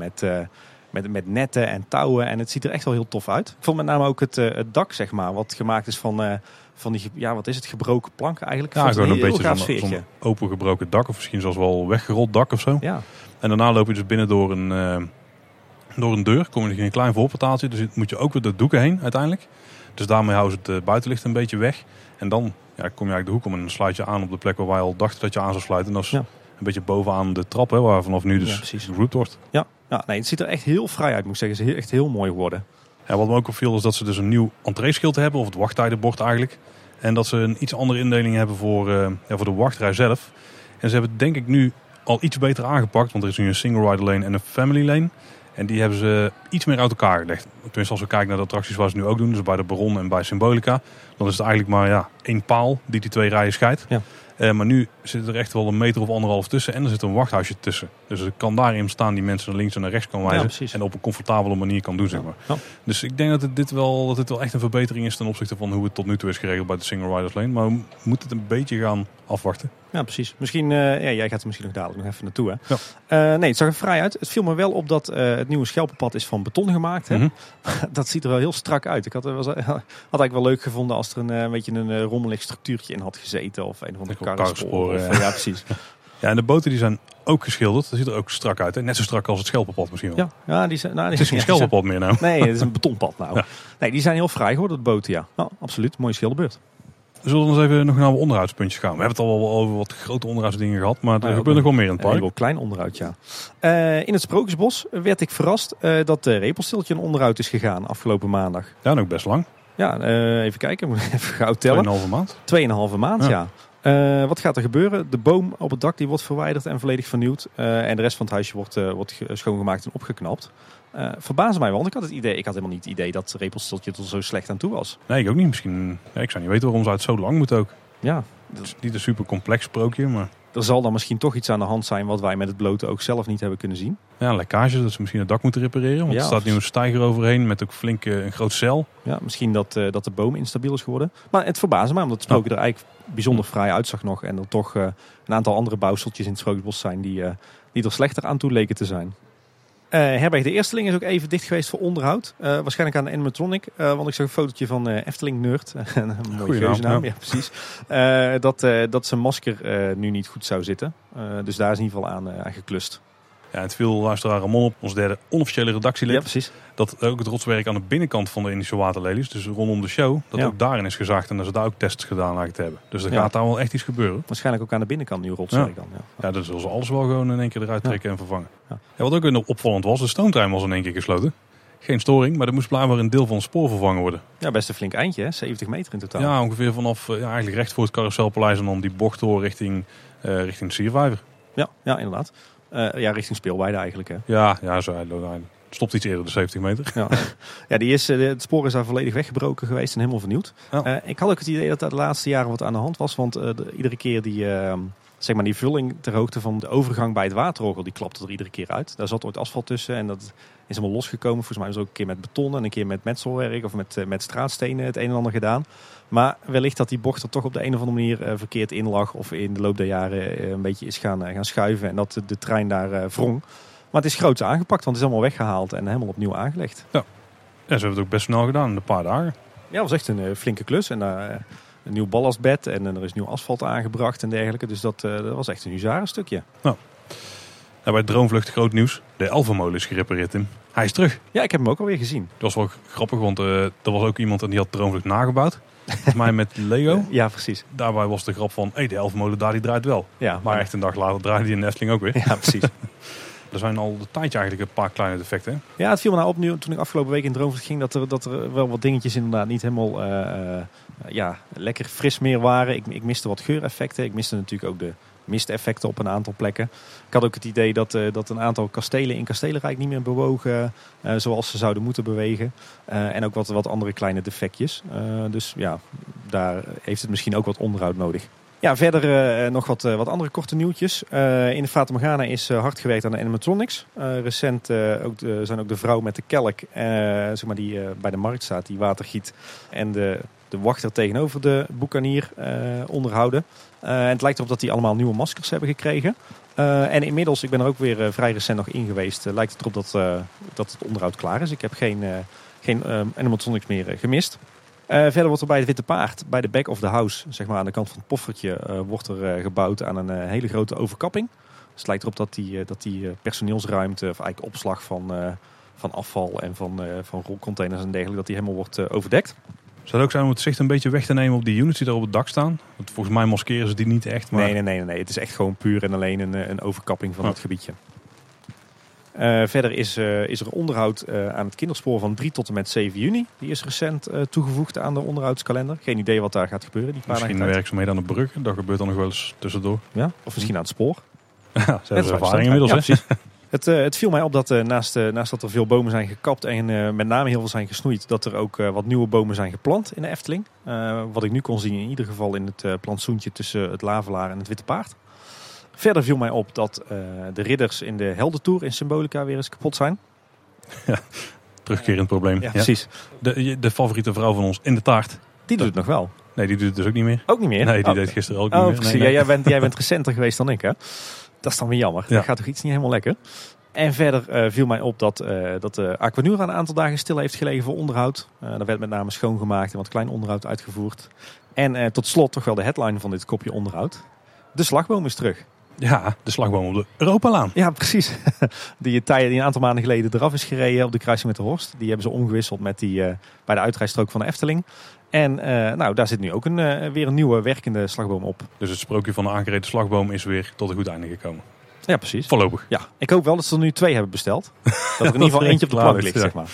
met netten en touwen. En het ziet er echt wel heel tof uit. Ik vond met name ook het dak, zeg maar, wat gemaakt is van die, wat is het, gebroken planken eigenlijk. Ja, gewoon een beetje zo'n open gebroken dak of misschien zelfs wel weggerold dak of zo. Ja. En daarna loop je dus binnen door een deur. Kom je in een klein voorportaaltje. Dus moet je ook weer de doeken heen uiteindelijk. Dus daarmee houden ze het buitenlicht een beetje weg. En dan kom je eigenlijk de hoek om en dan sluit je aan op de plek waar wij al dachten dat je aan zou sluiten. En dat is een beetje bovenaan de trap, waar vanaf nu dus geroute wordt. Ja, het ziet er echt heel fraai uit, moet ik zeggen. Het is echt heel mooi geworden. Ja, wat me ook opviel is dat ze dus een nieuw entreeschild hebben, of het wachttijdenbord eigenlijk. En dat ze een iets andere indeling hebben voor de wachtrij zelf. En ze hebben het denk ik nu al iets beter aangepakt, want er is nu een single rider lane en een family lane. En die hebben ze iets meer uit elkaar gelegd. Tenminste, als we kijken naar de attracties waar ze nu ook doen. Dus bij de Baron en bij Symbolica. Dan is het eigenlijk maar één paal die 2 rijen scheidt. Ja. Maar nu zit er echt wel 1 meter of 1,5 tussen. En er zit een wachthuisje tussen. Dus er kan daarin staan die mensen naar links en naar rechts kan wijzen. En op een comfortabele manier kan doen, zeg maar. Ja. Dus ik denk dat dit wel echt een verbetering is ten opzichte van hoe het tot nu toe is geregeld bij de Single Riders Lane. Maar we moeten het een beetje gaan afwachten. Ja, precies. Misschien, jij gaat er misschien nog dadelijk nog even naartoe. Hè? Ja. Nee, het zag er vrij uit. Het viel me wel op dat het nieuwe Schelpenpad is van beton gemaakt. Hè? Dat ziet er wel heel strak uit. Ik had eigenlijk wel leuk gevonden als er een beetje een rommelig structuurtje in had gezeten. Of een van de karrensporen. Ja, precies. Ja, en de boten die zijn ook geschilderd. Dat ziet er ook strak uit. Hè? Net zo strak als het Schelpenpad misschien wel. Ja, die zijn, het is geen Schelpenpad meer nou. Nee, het is een betonpad nou. Ja. Nee, die zijn heel fraai geworden, de boten, ja. Nou, absoluut. Mooie schilderbeurt. We zullen eens even nog naar de onderhoudspuntjes gaan. We hebben het al wel over wat grote onderhoudsdingen gehad. Maar er gebeurt nog wel meer in het park. Een heel klein onderhoud, ja. In het Sprookjesbos werd ik verrast dat de Repelstiltje een onderhoud is gegaan afgelopen maandag. Ja, en ook best lang. Ja, even kijken. Moet even gauw tellen. 2,5 maand. 2,5 maand, ja. Wat gaat er gebeuren? De boom op het dak die wordt verwijderd en volledig vernieuwd. En de rest van het huisje wordt schoongemaakt en opgeknapt. Verbaasde mij, want ik had helemaal niet het idee dat het Repelstiltje er zo slecht aan toe was. Nee, ik ook niet. Misschien, ik zou niet weten waarom ze het zo lang moet ook. Ja. Het is niet een super complex sprookje, maar... Er zal dan misschien toch iets aan de hand zijn wat wij met het blote oog zelf niet hebben kunnen zien. Ja, lekkages, dat ze misschien het dak moeten repareren. Want er staat nu een steiger overheen met ook flink een groot cel. Ja, misschien dat de boom instabiel is geworden. Maar het verbaasde mij, omdat het sprookje er eigenlijk bijzonder fraai uitzag nog. En er toch een aantal andere bouwseltjes in het Sprookjesbos zijn die er slechter aan toe leken te zijn. Herberg de Eersteling is ook even dicht geweest voor onderhoud. Waarschijnlijk aan de animatronic. Want ik zag een fotootje van Efteling Nerd. Een mooie geuzennaam, ja precies. Dat zijn masker nu niet goed zou zitten. Dus daar is in ieder geval aan geklust. Ja, het viel luisteraar Ramon op, ons derde onofficiële redactielid. Ja, precies. Dat ook het rotswerk aan de binnenkant van de Indische waterlelies, dus rondom de show, dat ook daarin is gezaagd en dat ze daar ook tests gedaan lijken te hebben. Dus er gaat daar wel echt iets gebeuren. Waarschijnlijk ook aan de binnenkant nieuw rotswerk dan. Ja, dat zullen ze alles wel gewoon in één keer eruit trekken en vervangen. Ja, wat ook opvallend was, de stoomtrein was in één keer gesloten. Geen storing, maar er moest blijkbaar een deel van het spoor vervangen worden. Ja, best een flink eindje, hè? 70 meter in totaal. Ja, ongeveer vanaf eigenlijk recht voor het Carouselpaleis en dan die bocht door richting de Siervijver. Ja, inderdaad. Richting Speelweide eigenlijk, hè? Ja, zo. Het stopt iets eerder, de 70 meter. Ja, het spoor is daar volledig weggebroken geweest en helemaal vernieuwd. Ja. Ik had ook het idee dat daar de laatste jaren wat aan de hand was. Want iedere keer die vulling ter hoogte van de overgang bij het waterorgel, die klapte er iedere keer uit. Daar zat ooit asfalt tussen en dat is helemaal losgekomen. Volgens mij was het ook een keer met beton en een keer met metselwerk of met straatstenen het een en ander gedaan. Maar wellicht dat die bocht er toch op de een of andere manier verkeerd in lag of in de loop der jaren een beetje is gaan schuiven en dat de trein daar wrong. Maar het is groots aangepakt, want het is allemaal weggehaald en helemaal opnieuw aangelegd. Ja, ze hebben het ook best snel gedaan, in een paar dagen. Ja, het was echt een flinke klus. En een nieuw ballastbed en er is nieuw asfalt aangebracht en dergelijke. Dus dat was echt een huzarenstukje. Nou, bij Droomvlucht groot nieuws. De Elfenmolen is gerepareerd, Tim. Hij is terug. Ja, ik heb hem ook alweer gezien. Dat was wel grappig, want er was ook iemand en die had Droomvlucht nagebouwd. Volgens mij met Lego. Ja, precies. Daarbij was de grap van, de Elfenmolen daar, die draait wel. Ja, maar echt een dag later draaide die in de Efteling ook weer. Ja, precies. Er zijn al een tijdje eigenlijk een paar kleine defecten. Hè? Ja, het viel me nou op nu toen ik afgelopen week in Droomvlucht ging dat er wel wat dingetjes inderdaad niet helemaal lekker fris meer waren. Ik miste wat geureffecten. Ik miste natuurlijk ook de misteffecten op een aantal plekken. Ik had ook het idee dat een aantal kastelen in Kastelenrijk niet meer bewogen zoals ze zouden moeten bewegen. En ook wat andere kleine defectjes. Dus ja, daar heeft het misschien ook wat onderhoud nodig. Ja, verder nog wat andere korte nieuwtjes. In de Fata Morgana is hard gewerkt aan de animatronics. Recent zijn ook de vrouw met de kelk, die bij de markt staat, die water giet. En de wachter tegenover de boekanier onderhouden. En het lijkt erop dat die allemaal nieuwe maskers hebben gekregen. En inmiddels, ik ben er ook weer vrij recent nog in geweest, lijkt het erop dat het onderhoud klaar is. Ik heb geen animatronics meer gemist. Verder wordt er bij het Witte Paard, bij de back of the house, zeg maar aan de kant van het poffertje, wordt er gebouwd aan een hele grote overkapping. Dus het lijkt erop dat die personeelsruimte, of eigenlijk opslag van afval en van rolcontainers en dergelijke, dat die helemaal wordt overdekt. Zou het ook zijn om het zicht een beetje weg te nemen op die units die daar op het dak staan? Want volgens mij maskeren ze die niet echt. Maar... Nee. Het is echt gewoon puur en alleen een overkapping van het gebiedje. Verder is er onderhoud aan het kinderspoor van 3 tot en met 7 juni. Die is recent toegevoegd aan de onderhoudskalender. Geen idee wat daar gaat gebeuren. Misschien werkzaamheden aan de brug. Dat gebeurt dan nog wel eens tussendoor. Ja? Of misschien aan het spoor. Ja, ze hebben ervaring inmiddels. Ja, precies. Het viel mij op dat naast dat er veel bomen zijn gekapt en met name heel veel zijn gesnoeid, dat er ook wat nieuwe bomen zijn geplant in de Efteling. Wat ik nu kon zien in ieder geval in het plantsoentje tussen het Lavelaar en het Witte Paard. Verder viel mij op dat de ridders in de Heldentour in Symbolica weer eens kapot zijn. Ja, terugkerend probleem. Ja, precies. De favoriete vrouw van ons in de taart. Die doet het nog wel. Nee, die doet het dus ook niet meer. Ook niet meer? Nee, die deed gisteren ook niet meer. Precies. Nee. Ja, jij bent recenter geweest dan ik, hè? Dat is dan weer jammer. Ja. Dat gaat toch iets niet helemaal lekker. En verder viel mij op dat de Aquanura een aantal dagen stil heeft gelegen voor onderhoud. Er werd met name schoongemaakt en wat klein onderhoud uitgevoerd. En tot slot toch wel de headline van dit kopje onderhoud. De slagboom is terug. Ja, de slagboom op de Europalaan. Ja, precies. Die een aantal maanden geleden eraf is gereden op de kruising met de Horst. Die hebben ze omgewisseld met die bij de uitrijstrook van de Efteling. En daar zit nu ook weer een nieuwe werkende slagboom op. Dus het sprookje van de aangereden slagboom is weer tot een goed einde gekomen. Ja, precies. Voorlopig. Ja, ik hoop wel dat ze er nu 2 hebben besteld. Dat er in ieder geval eentje op de plank ligt, ja. zeg maar.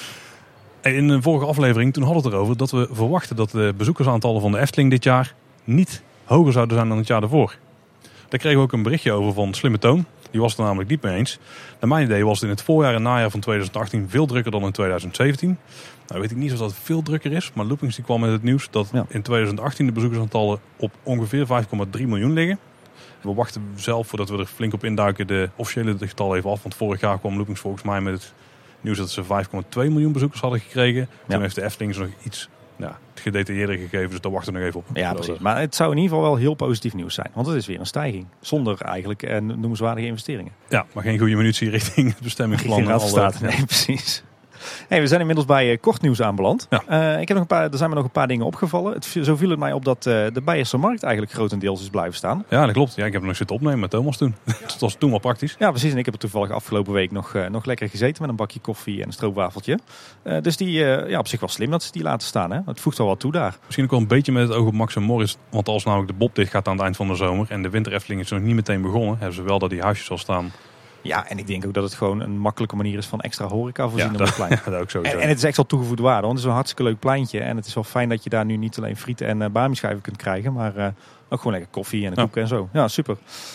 In de vorige aflevering toen hadden we het erover dat we verwachten dat de bezoekersaantallen van de Efteling dit jaar niet hoger zouden zijn dan het jaar daarvoor. Daar kregen we ook een berichtje over van Slimme Toon. Die was het er namelijk niet mee eens. Naar mijn idee was het in het voorjaar en najaar van 2018 veel drukker dan in 2017. Nou weet ik niet of dat veel drukker is. Maar Loopings die kwam met het nieuws dat in 2018 de bezoekersaantallen op ongeveer 5,3 miljoen liggen. We wachten zelf, voordat we er flink op induiken, de officiële getallen even af. Want vorig jaar kwam Loopings volgens mij met het nieuws dat ze 5,2 miljoen bezoekers hadden gekregen. Toen heeft de Efteling ze nog iets gedetailleerder gegeven. Dus daar wachten we nog even op. Ja, precies. Maar het zou in ieder geval wel heel positief nieuws zijn. Want het is weer een stijging. Zonder eigenlijk noemenswaardige investeringen. Ja, maar geen goede munitie richting het bestemmingsplan. Nee, precies. Hey, we zijn inmiddels bij kort nieuws aanbeland. Ja. Er zijn me nog een paar dingen opgevallen. Zo viel het mij op dat de Beierse markt eigenlijk grotendeels is blijven staan. Ja, dat klopt. Ja, ik heb nog zitten opnemen met Thomas toen. Dat was toen wel praktisch. Ja, precies. En ik heb er toevallig afgelopen week nog lekker gezeten met een bakje koffie en een stroopwafeltje. Dus die op zich wel slim dat ze die laten staan. Hè? Het voegt wel wat toe daar. Misschien ook wel een beetje met het oog op Max en Morris. Want als namelijk de bob dicht gaat aan het eind van de zomer en de winter Efteling is nog niet meteen begonnen, hebben ze wel dat die huisjes al staan. Ja, en ik denk ook dat het gewoon een makkelijke manier is van extra horeca voorzien op het plein. Ja, dat ook sowieso. En het is echt wel toegevoegde waarde, want het is een hartstikke leuk pleintje. En het is wel fijn dat je daar nu niet alleen frieten en bami-schijven kunt krijgen, maar ook gewoon lekker koffie en een koek en zo. Ja, super.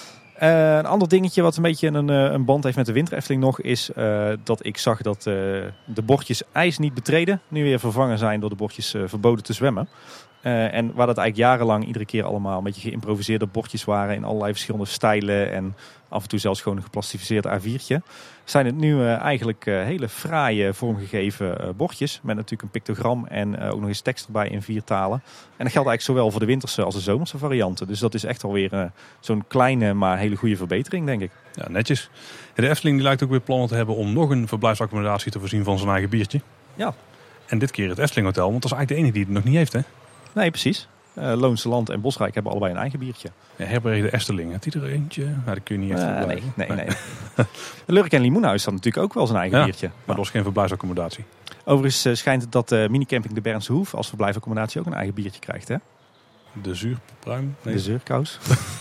Een ander dingetje wat een beetje een band heeft met de winter Efteling nog, is dat ik zag dat de bordjes ijs niet betreden nu weer vervangen zijn door de bordjes verboden te zwemmen. En waar dat eigenlijk jarenlang iedere keer allemaal een beetje geïmproviseerde bordjes waren in allerlei verschillende stijlen en af en toe zelfs gewoon een geplastificeerd A4'tje, zijn het nu eigenlijk hele fraaie vormgegeven bordjes met natuurlijk een pictogram en ook nog eens tekst erbij in 4 talen. En dat geldt eigenlijk zowel voor de winterse als de zomerse varianten. Dus dat is echt alweer zo'n kleine maar hele goede verbetering, denk ik. Ja, netjes. De Efteling die lijkt ook weer plannen te hebben om nog een verblijfsaccommodatie te voorzien van zijn eigen biertje. Ja. En dit keer het Efteling Hotel, want dat is eigenlijk de enige die het nog niet heeft, hè? Nee, precies. Loonse Land en Bosrijk hebben allebei een eigen biertje. Ja, Herberg de Efteling, heeft die er eentje? Nou, dat kun je niet echt verblijven. Nee. De Lurk en Limoenhuis had natuurlijk ook wel zijn eigen biertje. Maar dat was geen verblijfsaccommodatie. Overigens schijnt het dat minicamping de Bernse Hoef als verblijfaccommodatie ook een eigen biertje krijgt, hè? De zuurpruim? Nee. De zeurkous.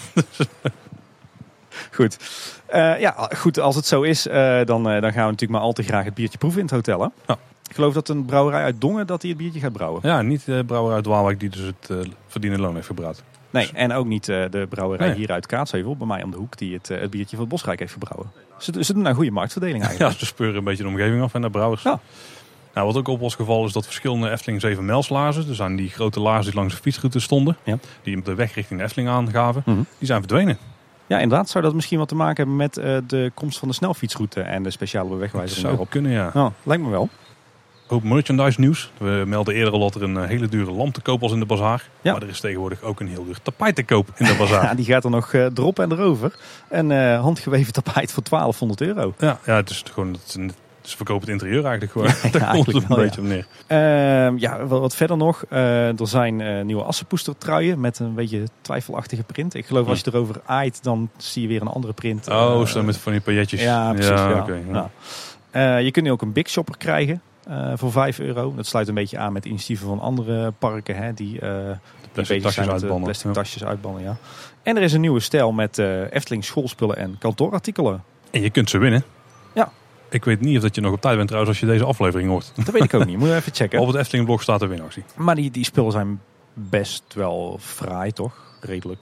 Goed. Goed, als het zo is, dan gaan we natuurlijk maar al te graag het biertje proeven in het hotel, hè? Ja. Ik geloof dat een brouwerij uit Dongen dat hij het biertje gaat brouwen. Ja, niet de brouwer uit Waalwijk die dus het verdiende loon heeft gebrouwen. Nee, en ook niet de brouwerij hier uit Kaatsheuvel, bij mij om de hoek, die het biertje van Bosrijk heeft gebrouwen. Ze doen een goede marktverdeling eigenlijk. Ja, ze speuren een beetje de omgeving af en de brouwers. Ja. Nou, wat ook op was gevallen is dat verschillende Efteling 7 mijlslaarzen, dus aan die grote laarzen die langs de fietsroute stonden, die op de weg richting de Efteling aangaven, die zijn verdwenen. Ja, inderdaad. Zou dat misschien wat te maken hebben met de komst van de snelfietsroute en de speciale wegwijzering erop? Zou kunnen, ja. Oh, lijkt me wel. Ook merchandise nieuws. We melden eerder al dat er een hele dure lamp te koop was in de bazaar. Ja. Maar er is tegenwoordig ook een heel duur tapijt te koop in de bazaar. Ja, die gaat er nog erop en erover. Een handgeweven tapijt voor €1200. Ja, het is gewoon... Ze verkopen het interieur eigenlijk gewoon. Daar komt het een beetje op neer. Wat verder nog. Er zijn nieuwe assenpoester-truien met een beetje twijfelachtige print. Ik geloof als je erover aait, dan zie je weer een andere print. Zo met van die pailletjes. Ja, precies. Ja. Okay, je kunt nu ook een Big Shopper krijgen voor €5. Dat sluit een beetje aan met initiatieven van andere parken. Hè, die plastic tasjes uitbannen. Plastic tasjes uitbannen, ja. En er is een nieuwe stijl met Efteling schoolspullen en kantoorartikelen. En je kunt ze winnen. Ja. Ik weet niet of dat je nog op tijd bent trouwens als je deze aflevering hoort. Dat weet ik ook niet. Moet je even checken. Op het Efteling blog staat de winactie. Maar die spullen zijn best wel fraai, toch? Redelijk.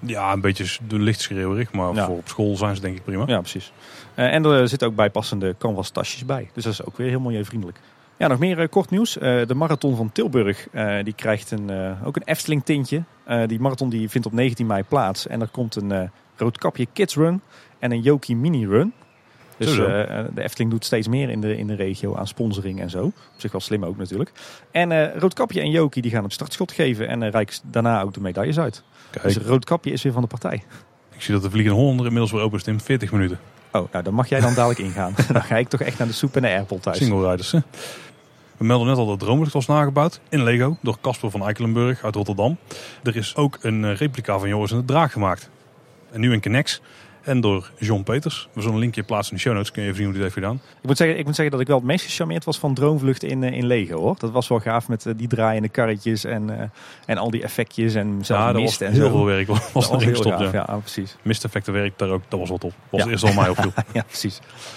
Ja, een beetje licht schreeuwerig, maar voor op school zijn ze denk ik prima. Ja, precies. En er zitten ook bijpassende canvas tasjes bij. Dus dat is ook weer heel milieuvriendelijk. Ja, nog meer kort nieuws. De marathon van Tilburg die krijgt ook een Efteling tintje. Die marathon die vindt op 19 mei plaats. En er komt een Roodkapje Kids Run en een Jokie Mini Run. Dus de Efteling doet steeds meer in de regio aan sponsoring en zo. Op zich wel slim ook natuurlijk. En Roodkapje en Jokie die gaan het startschot geven. En reiken daarna ook de medailles uit. Kijk. Dus Roodkapje is weer van de partij. Ik zie dat de Vliegende Hollander inmiddels weer open is in 40 minuten. Oh, nou dan mag jij dan dadelijk ingaan. Dan ga ik toch echt naar de soep en de airpol thuis. Single riders, hè? We melden net al dat Droomvlucht was nagebouwd in Lego door Casper van Eikelenburg uit Rotterdam. Er is ook een replica van Joris en de Draak gemaakt. En nu in Knex. En door John Peters. We zullen een linkje plaatsen in de show notes. Kun je even zien hoe hij het heeft gedaan. Ik moet zeggen dat ik wel het meest gecharmeerd was van Droomvlucht in Lego, hoor. Dat was wel gaaf met die draaiende karretjes en al die effectjes en zelfs mist en zo. Heel veel werk was erin gestopt. Ja, precies. Misteffecten werk daar ook. Dat was wel top. Was eerst al mij opviel. Ja, precies.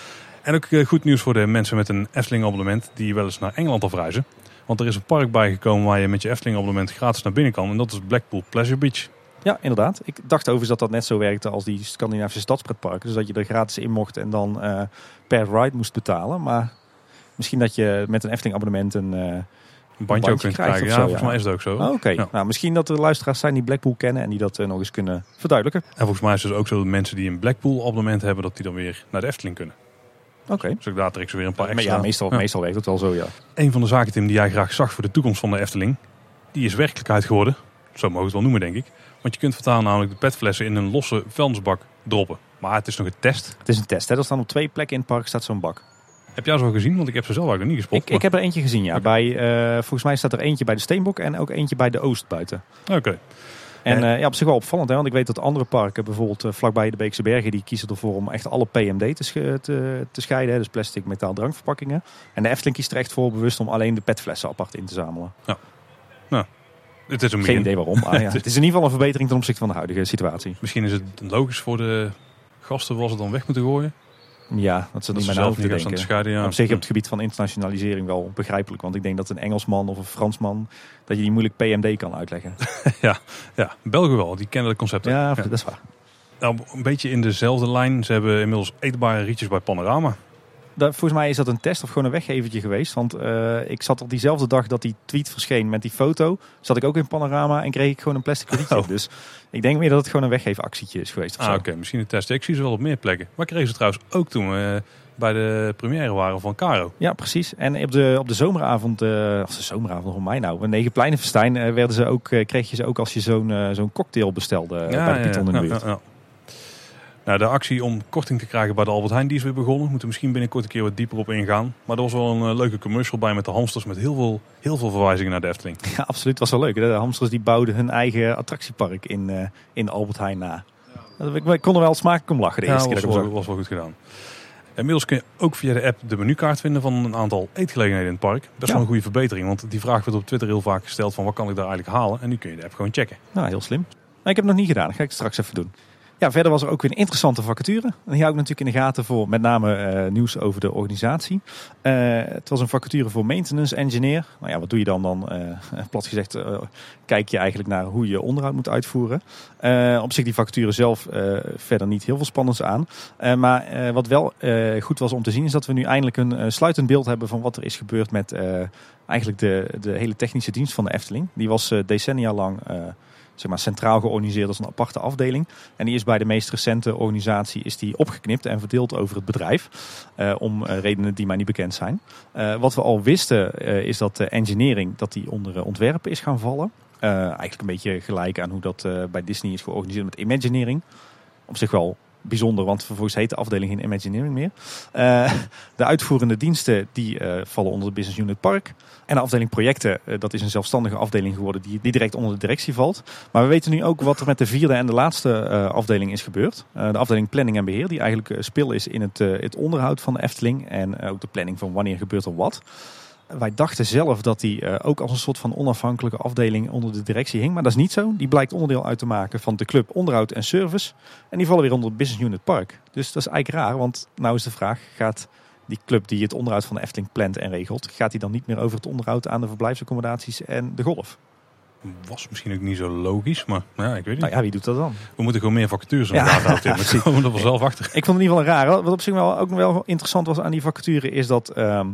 En ook goed nieuws voor de mensen met een Efteling abonnement die wel eens naar Engeland afreizen. Want er is een park bijgekomen waar je met je Efteling abonnement gratis naar binnen kan. En dat is Blackpool Pleasure Beach. Ja, inderdaad. Ik dacht overigens dat net zo werkte als die Scandinavische stadspretparken. Dus dat je er gratis in mocht en dan per ride moest betalen. Maar misschien dat je met een Efteling abonnement een bandje ook kunt krijgen. Ja, volgens mij is het ook zo. Oké. Ja. Nou, misschien dat er luisteraars zijn die Blackpool kennen en die dat nog eens kunnen verduidelijken. En volgens mij is het dus ook zo dat mensen die een Blackpool abonnement hebben, dat die dan weer naar de Efteling kunnen. Oké. Dus ook daar trek ze weer een paar extra. Ja, meestal werkt het wel zo, ja. Een van de zaken, Tim, die jij graag zag voor de toekomst van de Efteling, die is werkelijkheid geworden. Zo mogen we het wel noemen, denk ik. Want je kunt vertalen namelijk de petflessen in een losse vuilnisbak droppen. Maar het is nog een test. Het is een test, hè. Er staan op 2 plekken in het park staat zo'n bak. Heb jij zo gezien? Want ik heb ze zelf eigenlijk nog niet gespot. Ik heb er eentje gezien, ja. Okay. Volgens mij staat er eentje bij de Steenbok en ook eentje bij de Oost buiten. Oké. En op zich wel opvallend, hè, want ik weet dat andere parken, bijvoorbeeld vlakbij de Beekse Bergen, die kiezen ervoor om echt alle PMD te scheiden. Hè, dus plastic, metaal, drankverpakkingen. En de Efteling kiest er echt voor bewust om alleen de petflessen apart in te zamelen. Ja. Nou, het is geen idee waarom, maar ja, het is in ieder geval een verbetering ten opzichte van de huidige situatie. Misschien is het logisch voor de gasten was het dan weg moeten gooien. Ja, dat ze niet meer na hoeven te denken. Scheiden, ja. Op zich op het gebied van internationalisering wel begrijpelijk. Want ik denk dat een Engelsman of een Fransman, dat je die moeilijk PMD kan uitleggen. ja, Belgen wel. Die kennen het concept. Ja, dat is waar. Nou, een beetje in dezelfde lijn. Ze hebben inmiddels eetbare rietjes bij Panorama. Volgens mij is dat een test of gewoon een weggevertje geweest. Want ik zat op diezelfde dag dat die tweet verscheen met die foto, zat ik ook in Panorama en kreeg ik gewoon een plastic rietje. Oh. Dus ik denk meer dat het gewoon een weggeefactietje is geweest. Oké, misschien een test. Ik zie ze wel op meer plekken. Maar kregen ze trouwens ook toen bij de première waren van Caro. Ja, precies. En op de zomeravond, of de zomeravond van mij nou, bij Negenpleinenfestijn kreeg je ze ook als je zo'n cocktail bestelde bij de Python in de buurt. Ja. Nou, de actie om korting te krijgen bij de Albert Heijn die is weer begonnen. We moeten misschien binnenkort een keer wat dieper op ingaan. Maar er was wel een leuke commercial bij met de hamsters met heel veel verwijzingen naar de Efteling. Ja, absoluut. Het was wel leuk. De hamsters die bouwden hun eigen attractiepark in Albert Heijn na. Ik kon er wel smakelijk om lachen de eerste keer. Dat was wel goed gedaan. Inmiddels kun je ook via de app de menukaart vinden van een aantal eetgelegenheden in het park. Best wel een goede verbetering, want die vraag werd op Twitter heel vaak gesteld van wat kan ik daar eigenlijk halen. En nu kun je de app gewoon checken. Nou, heel slim. Maar ik heb het nog niet gedaan. Dat ga ik straks even doen. Ja, verder was er ook weer een interessante vacature. En die hou ik natuurlijk in de gaten voor met name nieuws over de organisatie. Het was een vacature voor maintenance engineer. Nou ja, wat doe je dan? Plat gezegd kijk je eigenlijk naar hoe je onderhoud moet uitvoeren. Op zich die vacature zelf verder niet heel veel spannends aan. Maar wat wel goed was om te zien is dat we nu eindelijk een sluitend beeld hebben van wat er is gebeurd met eigenlijk de hele technische dienst van de Efteling. Die was decennia lang centraal georganiseerd als een aparte afdeling. En die is bij de meest recente organisatie opgeknipt en verdeeld over het bedrijf. Om redenen die mij niet bekend zijn. Wat we al wisten is dat de engineering dat die onder ontwerpen is gaan vallen. Eigenlijk een beetje gelijk aan hoe dat bij Disney is georganiseerd met Imagineering. Op zich wel bijzonder, want vervolgens heet de afdeling geen Imagineering meer. De uitvoerende diensten die vallen onder de Business Unit Park. En de afdeling projecten, dat is een zelfstandige afdeling geworden die direct onder de directie valt. Maar we weten nu ook wat er met de vierde en de laatste afdeling is gebeurd. De afdeling planning en beheer, die eigenlijk spil is in het onderhoud van de Efteling. En ook de planning van wanneer gebeurt er wat. Wij dachten zelf dat die ook als een soort van onafhankelijke afdeling onder de directie hing. Maar dat is niet zo. Die blijkt onderdeel uit te maken van de club onderhoud en service. En die vallen weer onder het Business Unit Park. Dus dat is eigenlijk raar, want nou is de vraag, gaat die club die het onderhoud van de Efteling plant en regelt, gaat die dan niet meer over het onderhoud aan de verblijfsaccommodaties en de golf? was misschien ook niet zo logisch, maar ja, ik weet niet. Nou ja, wie doet dat dan? We moeten gewoon meer vacatures in de gaten houden. We komen er wel zelf achter. Ik vond het in ieder geval een raar. Wat op zich ook wel interessant was aan die vacature is dat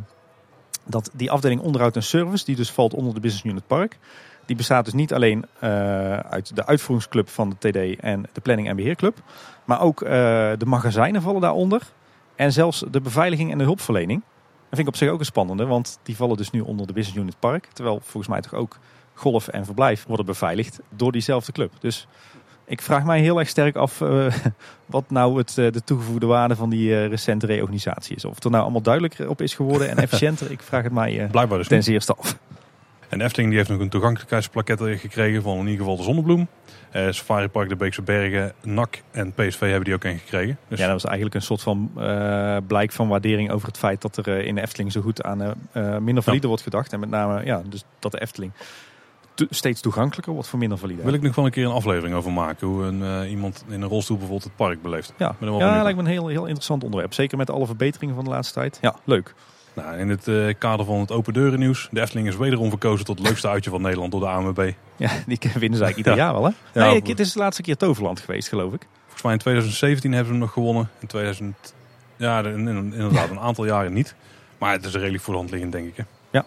die afdeling onderhoud en service, die dus valt onder de Business Unit Park, die bestaat dus niet alleen uit de uitvoeringsclub van de TD en de planning en beheerclub, maar ook de magazijnen vallen daaronder en zelfs de beveiliging en de hulpverlening. Dat vind ik op zich ook een spannende, want die vallen dus nu onder de Business Unit Park, terwijl volgens mij toch ook golf en verblijf worden beveiligd door diezelfde club. Dus ik vraag mij heel erg sterk af wat nou de toegevoegde waarde van die recente reorganisatie is. Of het er nou allemaal duidelijker op is geworden en efficiënter. Ik vraag het mij blijkbaar dus ten zeerste af. En de Efteling die heeft nog een toegankelijkheidsplakket gekregen van in ieder geval de Zonnebloem. Safari Park, de Beekse Bergen, NAC en PSV hebben die ook een gekregen. Dus ja, dat was eigenlijk een soort van blijk van waardering over het feit dat er in de Efteling zo goed aan minder valide wordt gedacht. En met name dus dat de Efteling steeds toegankelijker wordt voor minder valide. Wil ik nog wel een keer een aflevering over maken. Hoe iemand in een rolstoel bijvoorbeeld het park beleeft. Ja, lijkt me een heel interessant onderwerp. Zeker met alle verbeteringen van de laatste tijd. Ja, leuk. Nou, in het kader van het open deuren nieuws. De Efteling is wederom verkozen tot het leukste uitje van Nederland door de ANWB. Ja, die winnen ze eigenlijk ieder jaar wel, hè? Ja, nee, het is de laatste keer Toverland geweest, geloof ik. Volgens mij in 2017 hebben ze hem nog gewonnen. In 2000, ja, inderdaad een aantal jaren niet. Maar het is redelijk voor de hand liggend, denk ik. Hè? Ja.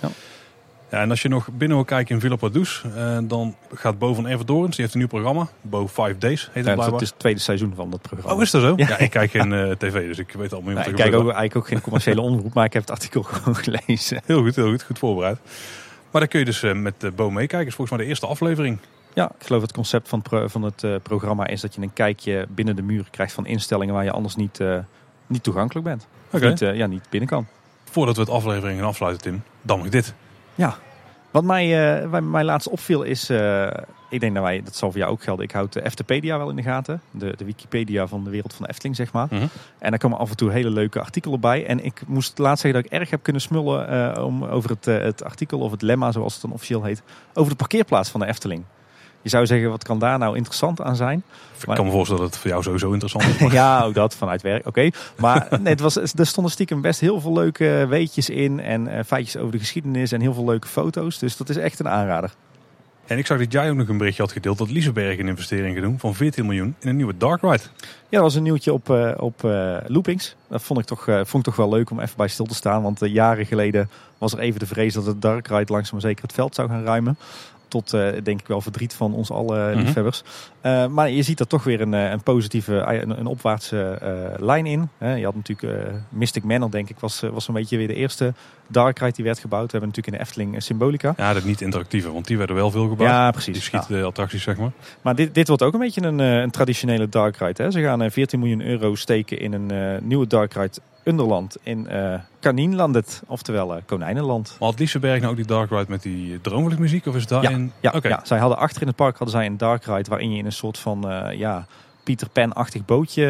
Ja, en als je nog binnen wil kijken in Villa Pardoes, dan gaat Bo van Everdorens, die heeft een nieuw programma. Bo 5 Days heet het blijkbaar. Het is het tweede seizoen van dat programma. Oh, is dat zo? Ja, ik kijk geen tv, dus ik weet allemaal niet wat er Ik kijk gebeurt. eigenlijk ook geen commerciële omroep, maar ik heb het artikel gewoon gelezen. Heel goed voorbereid. Maar daar kun je dus met Bo meekijken. Het is volgens mij de eerste aflevering. Ja, ik geloof het concept van het programma is dat je een kijkje binnen de muren krijgt van instellingen waar je anders niet toegankelijk bent. Okay. Niet binnen kan. Voordat we het aflevering gaan afsluiten, Tim, dan nog dit. Ja, wat mij laatst opviel is, ik denk dat zal voor jou ook gelden. Ik houd de Eftepedia wel in de gaten. De Wikipedia van de wereld van de Efteling, zeg maar. Mm-hmm. En daar komen af en toe hele leuke artikelen bij. En ik moest laatst zeggen dat ik erg heb kunnen smullen over het artikel of het lemma, zoals het dan officieel heet, over de parkeerplaats van de Efteling. Je zou zeggen, wat kan daar nou interessant aan zijn? Ik kan me voorstellen dat het voor jou sowieso interessant is. Ja, ook dat, vanuit werk. Oké. Maar nee, er stonden stiekem best heel veel leuke weetjes in. En feitjes over de geschiedenis en heel veel leuke foto's. Dus dat is echt een aanrader. En ik zag dat jij ook nog een berichtje had gedeeld dat Liseberg een investering gaat doen van 14 miljoen in een nieuwe dark ride. Ja, dat was een nieuwtje op Loopings. Dat vond ik toch wel leuk om even bij stil te staan. Want jaren geleden was er even de vrees dat de dark ride langzaam maar zeker het veld zou gaan ruimen. Tot denk ik wel verdriet van ons alle liefhebbers. Maar je ziet er toch weer een positieve, een opwaartse lijn in. Je had natuurlijk Mystic Manor, denk ik, was een beetje weer de eerste dark ride die werd gebouwd. We hebben natuurlijk in de Efteling Symbolica. Ja, dat niet interactieve, want die werden wel veel gebouwd. Ja, precies. Die schietattracties, zeg maar. Maar dit wordt ook een beetje een traditionele dark ride. Hè? Ze gaan 14 miljoen euro steken in een nieuwe dark ride Underland in Kanienlandet, oftewel Konijnenland. Maar had Liseberg nou ook die dark ride met die droomvluchtmuziek, of is het daarin? Ja, zij hadden achter in het park een dark ride waarin je in een soort van Peter Pan-achtig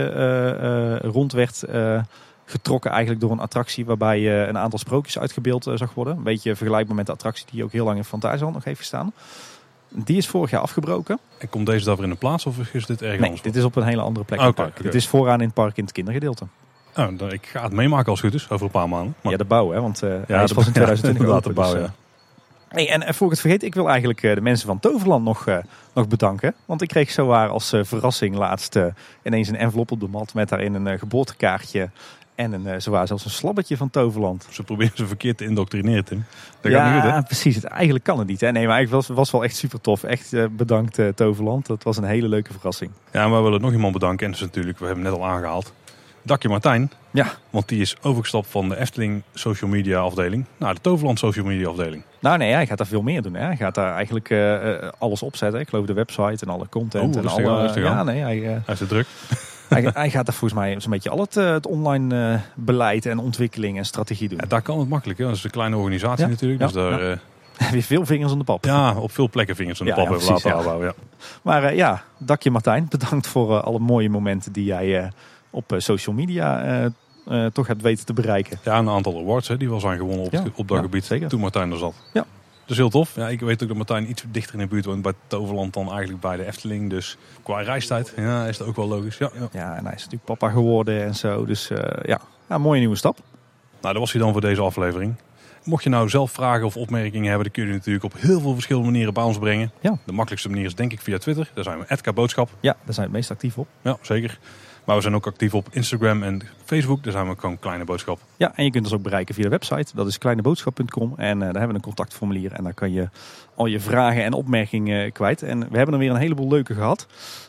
bootje rond werd getrokken eigenlijk door een attractie waarbij je een aantal sprookjes uitgebeeld zag worden. Een beetje vergelijkbaar met de attractie die ook heel lang in Fantasieland nog heeft gestaan. Die is vorig jaar afgebroken. En komt deze daarvoor in de plaats of is dit ergens anders? Dit is op een hele andere plek in het park. Okay. Dit is vooraan in het park in het kindergedeelte. Oh, ik ga het meemaken als het goed is, over een paar maanden. Maar... Ja, de bouw, hè? Want hij is pas in 2020 laten bouwen. Dus, Hey, en voor ik het vergeet, ik wil eigenlijk de mensen van Toverland nog bedanken. Want ik kreeg zowaar als verrassing laatst ineens een envelop op de mat met daarin een geboortekaartje. En zowaar zelfs een slabbetje van Toverland. Ze proberen ze verkeerd te indoctrineren, Tim. Dat ja, gaat niet goed, hè? Precies. Eigenlijk kan het niet. Hè? Nee, maar het was wel echt super tof. Echt bedankt Toverland. Dat was een hele leuke verrassing. Ja, maar we willen nog iemand bedanken. En dat is natuurlijk, we hebben het net al aangehaald, Dakje Martijn. Ja. Want die is overgestapt van de Efteling social media afdeling naar de Toverland social media afdeling. Nou nee, hij gaat daar veel meer doen. Hè. Hij gaat daar eigenlijk alles opzetten. Ik geloof de website en alle content. En alle. Ja, nee, hij is te druk. Hij gaat daar volgens mij zo'n beetje al het online beleid en ontwikkeling en strategie doen. Ja, daar kan het makkelijk. Hè. Dat is een kleine organisatie natuurlijk. Dus daar heb je veel vingers aan de pap. Ja, op veel plekken vingers aan de pap hebben laten houden. Ja. Maar Dakje Martijn, bedankt voor alle mooie momenten die jij op social media toch hebt weten te bereiken. Ja, een aantal awards die was aan gewonnen op dat gebied. Zeker. Toen Martijn er zat. Ja. Dus heel tof. Ja, ik weet ook dat Martijn iets dichter in de buurt woont bij Toverland dan eigenlijk bij de Efteling. Dus qua reistijd is dat ook wel logisch. Ja, en hij is natuurlijk papa geworden en zo. Dus mooie nieuwe stap. Nou, dat was hij dan voor deze aflevering. Mocht je nou zelf vragen of opmerkingen hebben, dan kun je natuurlijk op heel veel verschillende manieren bij ons brengen. Ja. De makkelijkste manier is denk ik via Twitter. Daar zijn we @kboodschap. Ja, daar zijn we het meest actief op. Ja, zeker. Maar we zijn ook actief op Instagram en Facebook. Daar zijn we gewoon Kleine Boodschap. Ja, en je kunt ons ook bereiken via de website. Dat is kleineboodschap.com. En daar hebben we een contactformulier. En daar kan je al je vragen en opmerkingen kwijt. En we hebben er weer een heleboel leuke gehad.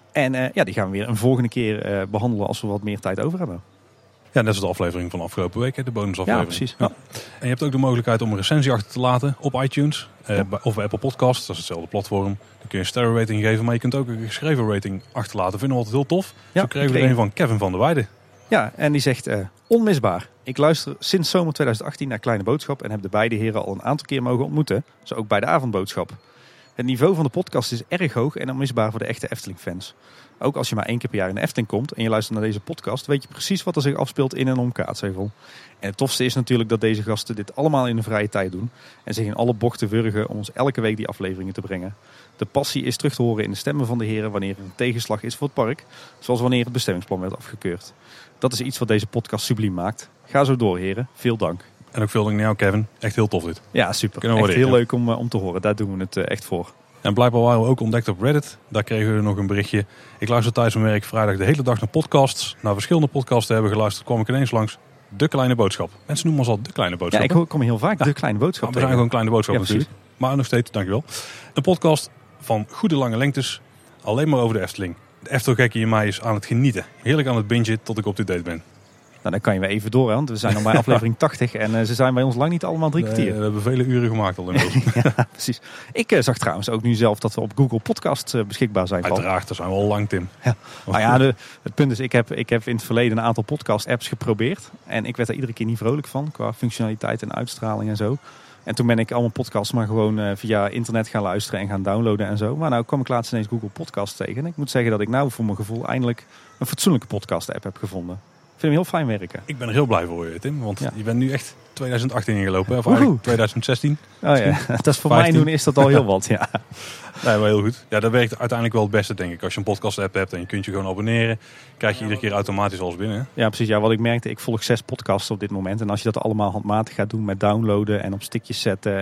En die gaan we weer een volgende keer behandelen als we wat meer tijd over hebben. Ja, net als de aflevering van afgelopen week, de bonusaflevering. Ja, precies. Ja. En je hebt ook de mogelijkheid om een recensie achter te laten op iTunes of bij Apple Podcasts. Dat is hetzelfde platform. Dan kun je een sterrenrating geven, maar je kunt ook een geschreven rating achterlaten. Vinden we altijd heel tof. Ja, Zo kregen we er een van Kevin van der Weijden. Ja, en die zegt onmisbaar. Ik luister sinds zomer 2018 naar Kleine Boodschap en heb de beide heren al een aantal keer mogen ontmoeten. Zo ook bij de avondboodschap. Het niveau van de podcast is erg hoog en onmisbaar voor de echte Efteling-fans. Ook als je maar 1 keer per jaar in de Efteling komt en je luistert naar deze podcast, weet je precies wat er zich afspeelt in en om Kaatsheuvel. En het tofste is natuurlijk dat deze gasten dit allemaal in de vrije tijd doen en zich in alle bochten wurgen om ons elke week die afleveringen te brengen. De passie is terug te horen in de stemmen van de heren wanneer er een tegenslag is voor het park, zoals wanneer het bestemmingsplan werd afgekeurd. Dat is iets wat deze podcast subliem maakt. Ga zo door, heren. Veel dank. En ook veel dank naar jou, Kevin. Echt heel tof dit. Ja, super. Kunnen we Echt waarderen. heel leuk om te horen. Daar doen we het echt voor. En blijkbaar waren we ook ontdekt op Reddit. Daar kregen we nog een berichtje. Ik luister tijdens mijn werk vrijdag de hele dag naar podcasts. Naar verschillende podcasts te hebben geluisterd, kwam ik ineens langs De Kleine Boodschap. Mensen noemen ons al De Kleine Boodschap. Ja, ik kom heel vaak De Kleine Boodschap Maar we zijn gewoon Kleine Boodschap Ja, natuurlijk. Maar nog steeds, dankjewel. Een podcast van goede lange lengtes. Alleen maar over de Efteling. De Eftelgekkie in mij is aan het genieten. Heerlijk aan het bingen tot ik op to date ben. Nou, dan kan je weer even door, hè, want we zijn al bij aflevering 80 en ze zijn bij ons lang niet allemaal 3 kwartier. We hebben vele uren gemaakt al inmiddels. Ja, precies. Ik zag trouwens ook nu zelf dat we op Google Podcast beschikbaar zijn. Paul. Uiteraard, daar zijn we al lang, Tim. Ja. Nou ja, het punt is, ik heb in het verleden een aantal podcast-apps geprobeerd. En ik werd er iedere keer niet vrolijk van, qua functionaliteit en uitstraling en zo. En toen ben ik allemaal podcasts maar gewoon via internet gaan luisteren en gaan downloaden en zo. Maar nou kwam ik laatst ineens Google Podcast tegen. En ik moet zeggen dat ik nou voor mijn gevoel eindelijk een fatsoenlijke podcast-app heb gevonden. Ik vind hem heel fijn werken. Ik ben er heel blij voor je, Tim. Want Ja. je bent nu echt 2018 ingelopen. Of eigenlijk 2016. Oh ja, dat is voor 15. mij doen is dat al heel wat, ja. Nee, maar heel goed. Ja, dat werkt uiteindelijk wel het beste, denk ik. Als je een podcast-app hebt en je kunt je gewoon abonneren, krijg je iedere keer automatisch alles binnen. Hè? Ja, precies. Ja, wat ik merkte, ik volg 6 podcasts op dit moment. En als je dat allemaal handmatig gaat doen met downloaden en op stickjes zetten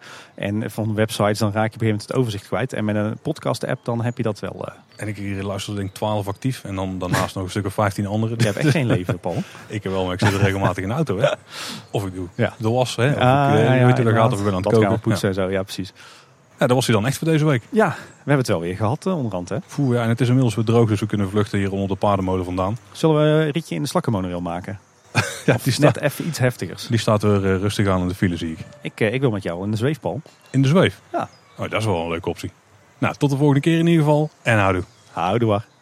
en van websites, dan raak je op een gegeven moment het overzicht kwijt. En met een podcast-app, dan heb je dat wel. En ik luister denk ik 12 actief en dan daarnaast nog een stuk of 15 andere. Je hebt echt geen leven, Paul. Ik heb wel, maar ik zit er regelmatig in de auto. Hè? Of ik doe de was, hè? Of ik weet hoe dat gaat, of ik ben aan het koken. Poetsen en zo, ja precies. Ja, dat was hij dan echt voor deze week. Ja, we hebben het wel weer gehad onderhand, hè. Ja, en het is inmiddels weer droog, dus we kunnen vluchten hier onder de paardenmolen vandaan. Zullen we een ritje in de slakkenmonorail maken? Ja, Net even iets heftigers. Die staat weer rustig aan in de file, zie ik. Ik wil met jou in de zweef, Paul. In de zweef? Ja. Oh, dat is wel een leuke optie. Nou, tot de volgende keer in ieder geval. En houdoe. Houdoe.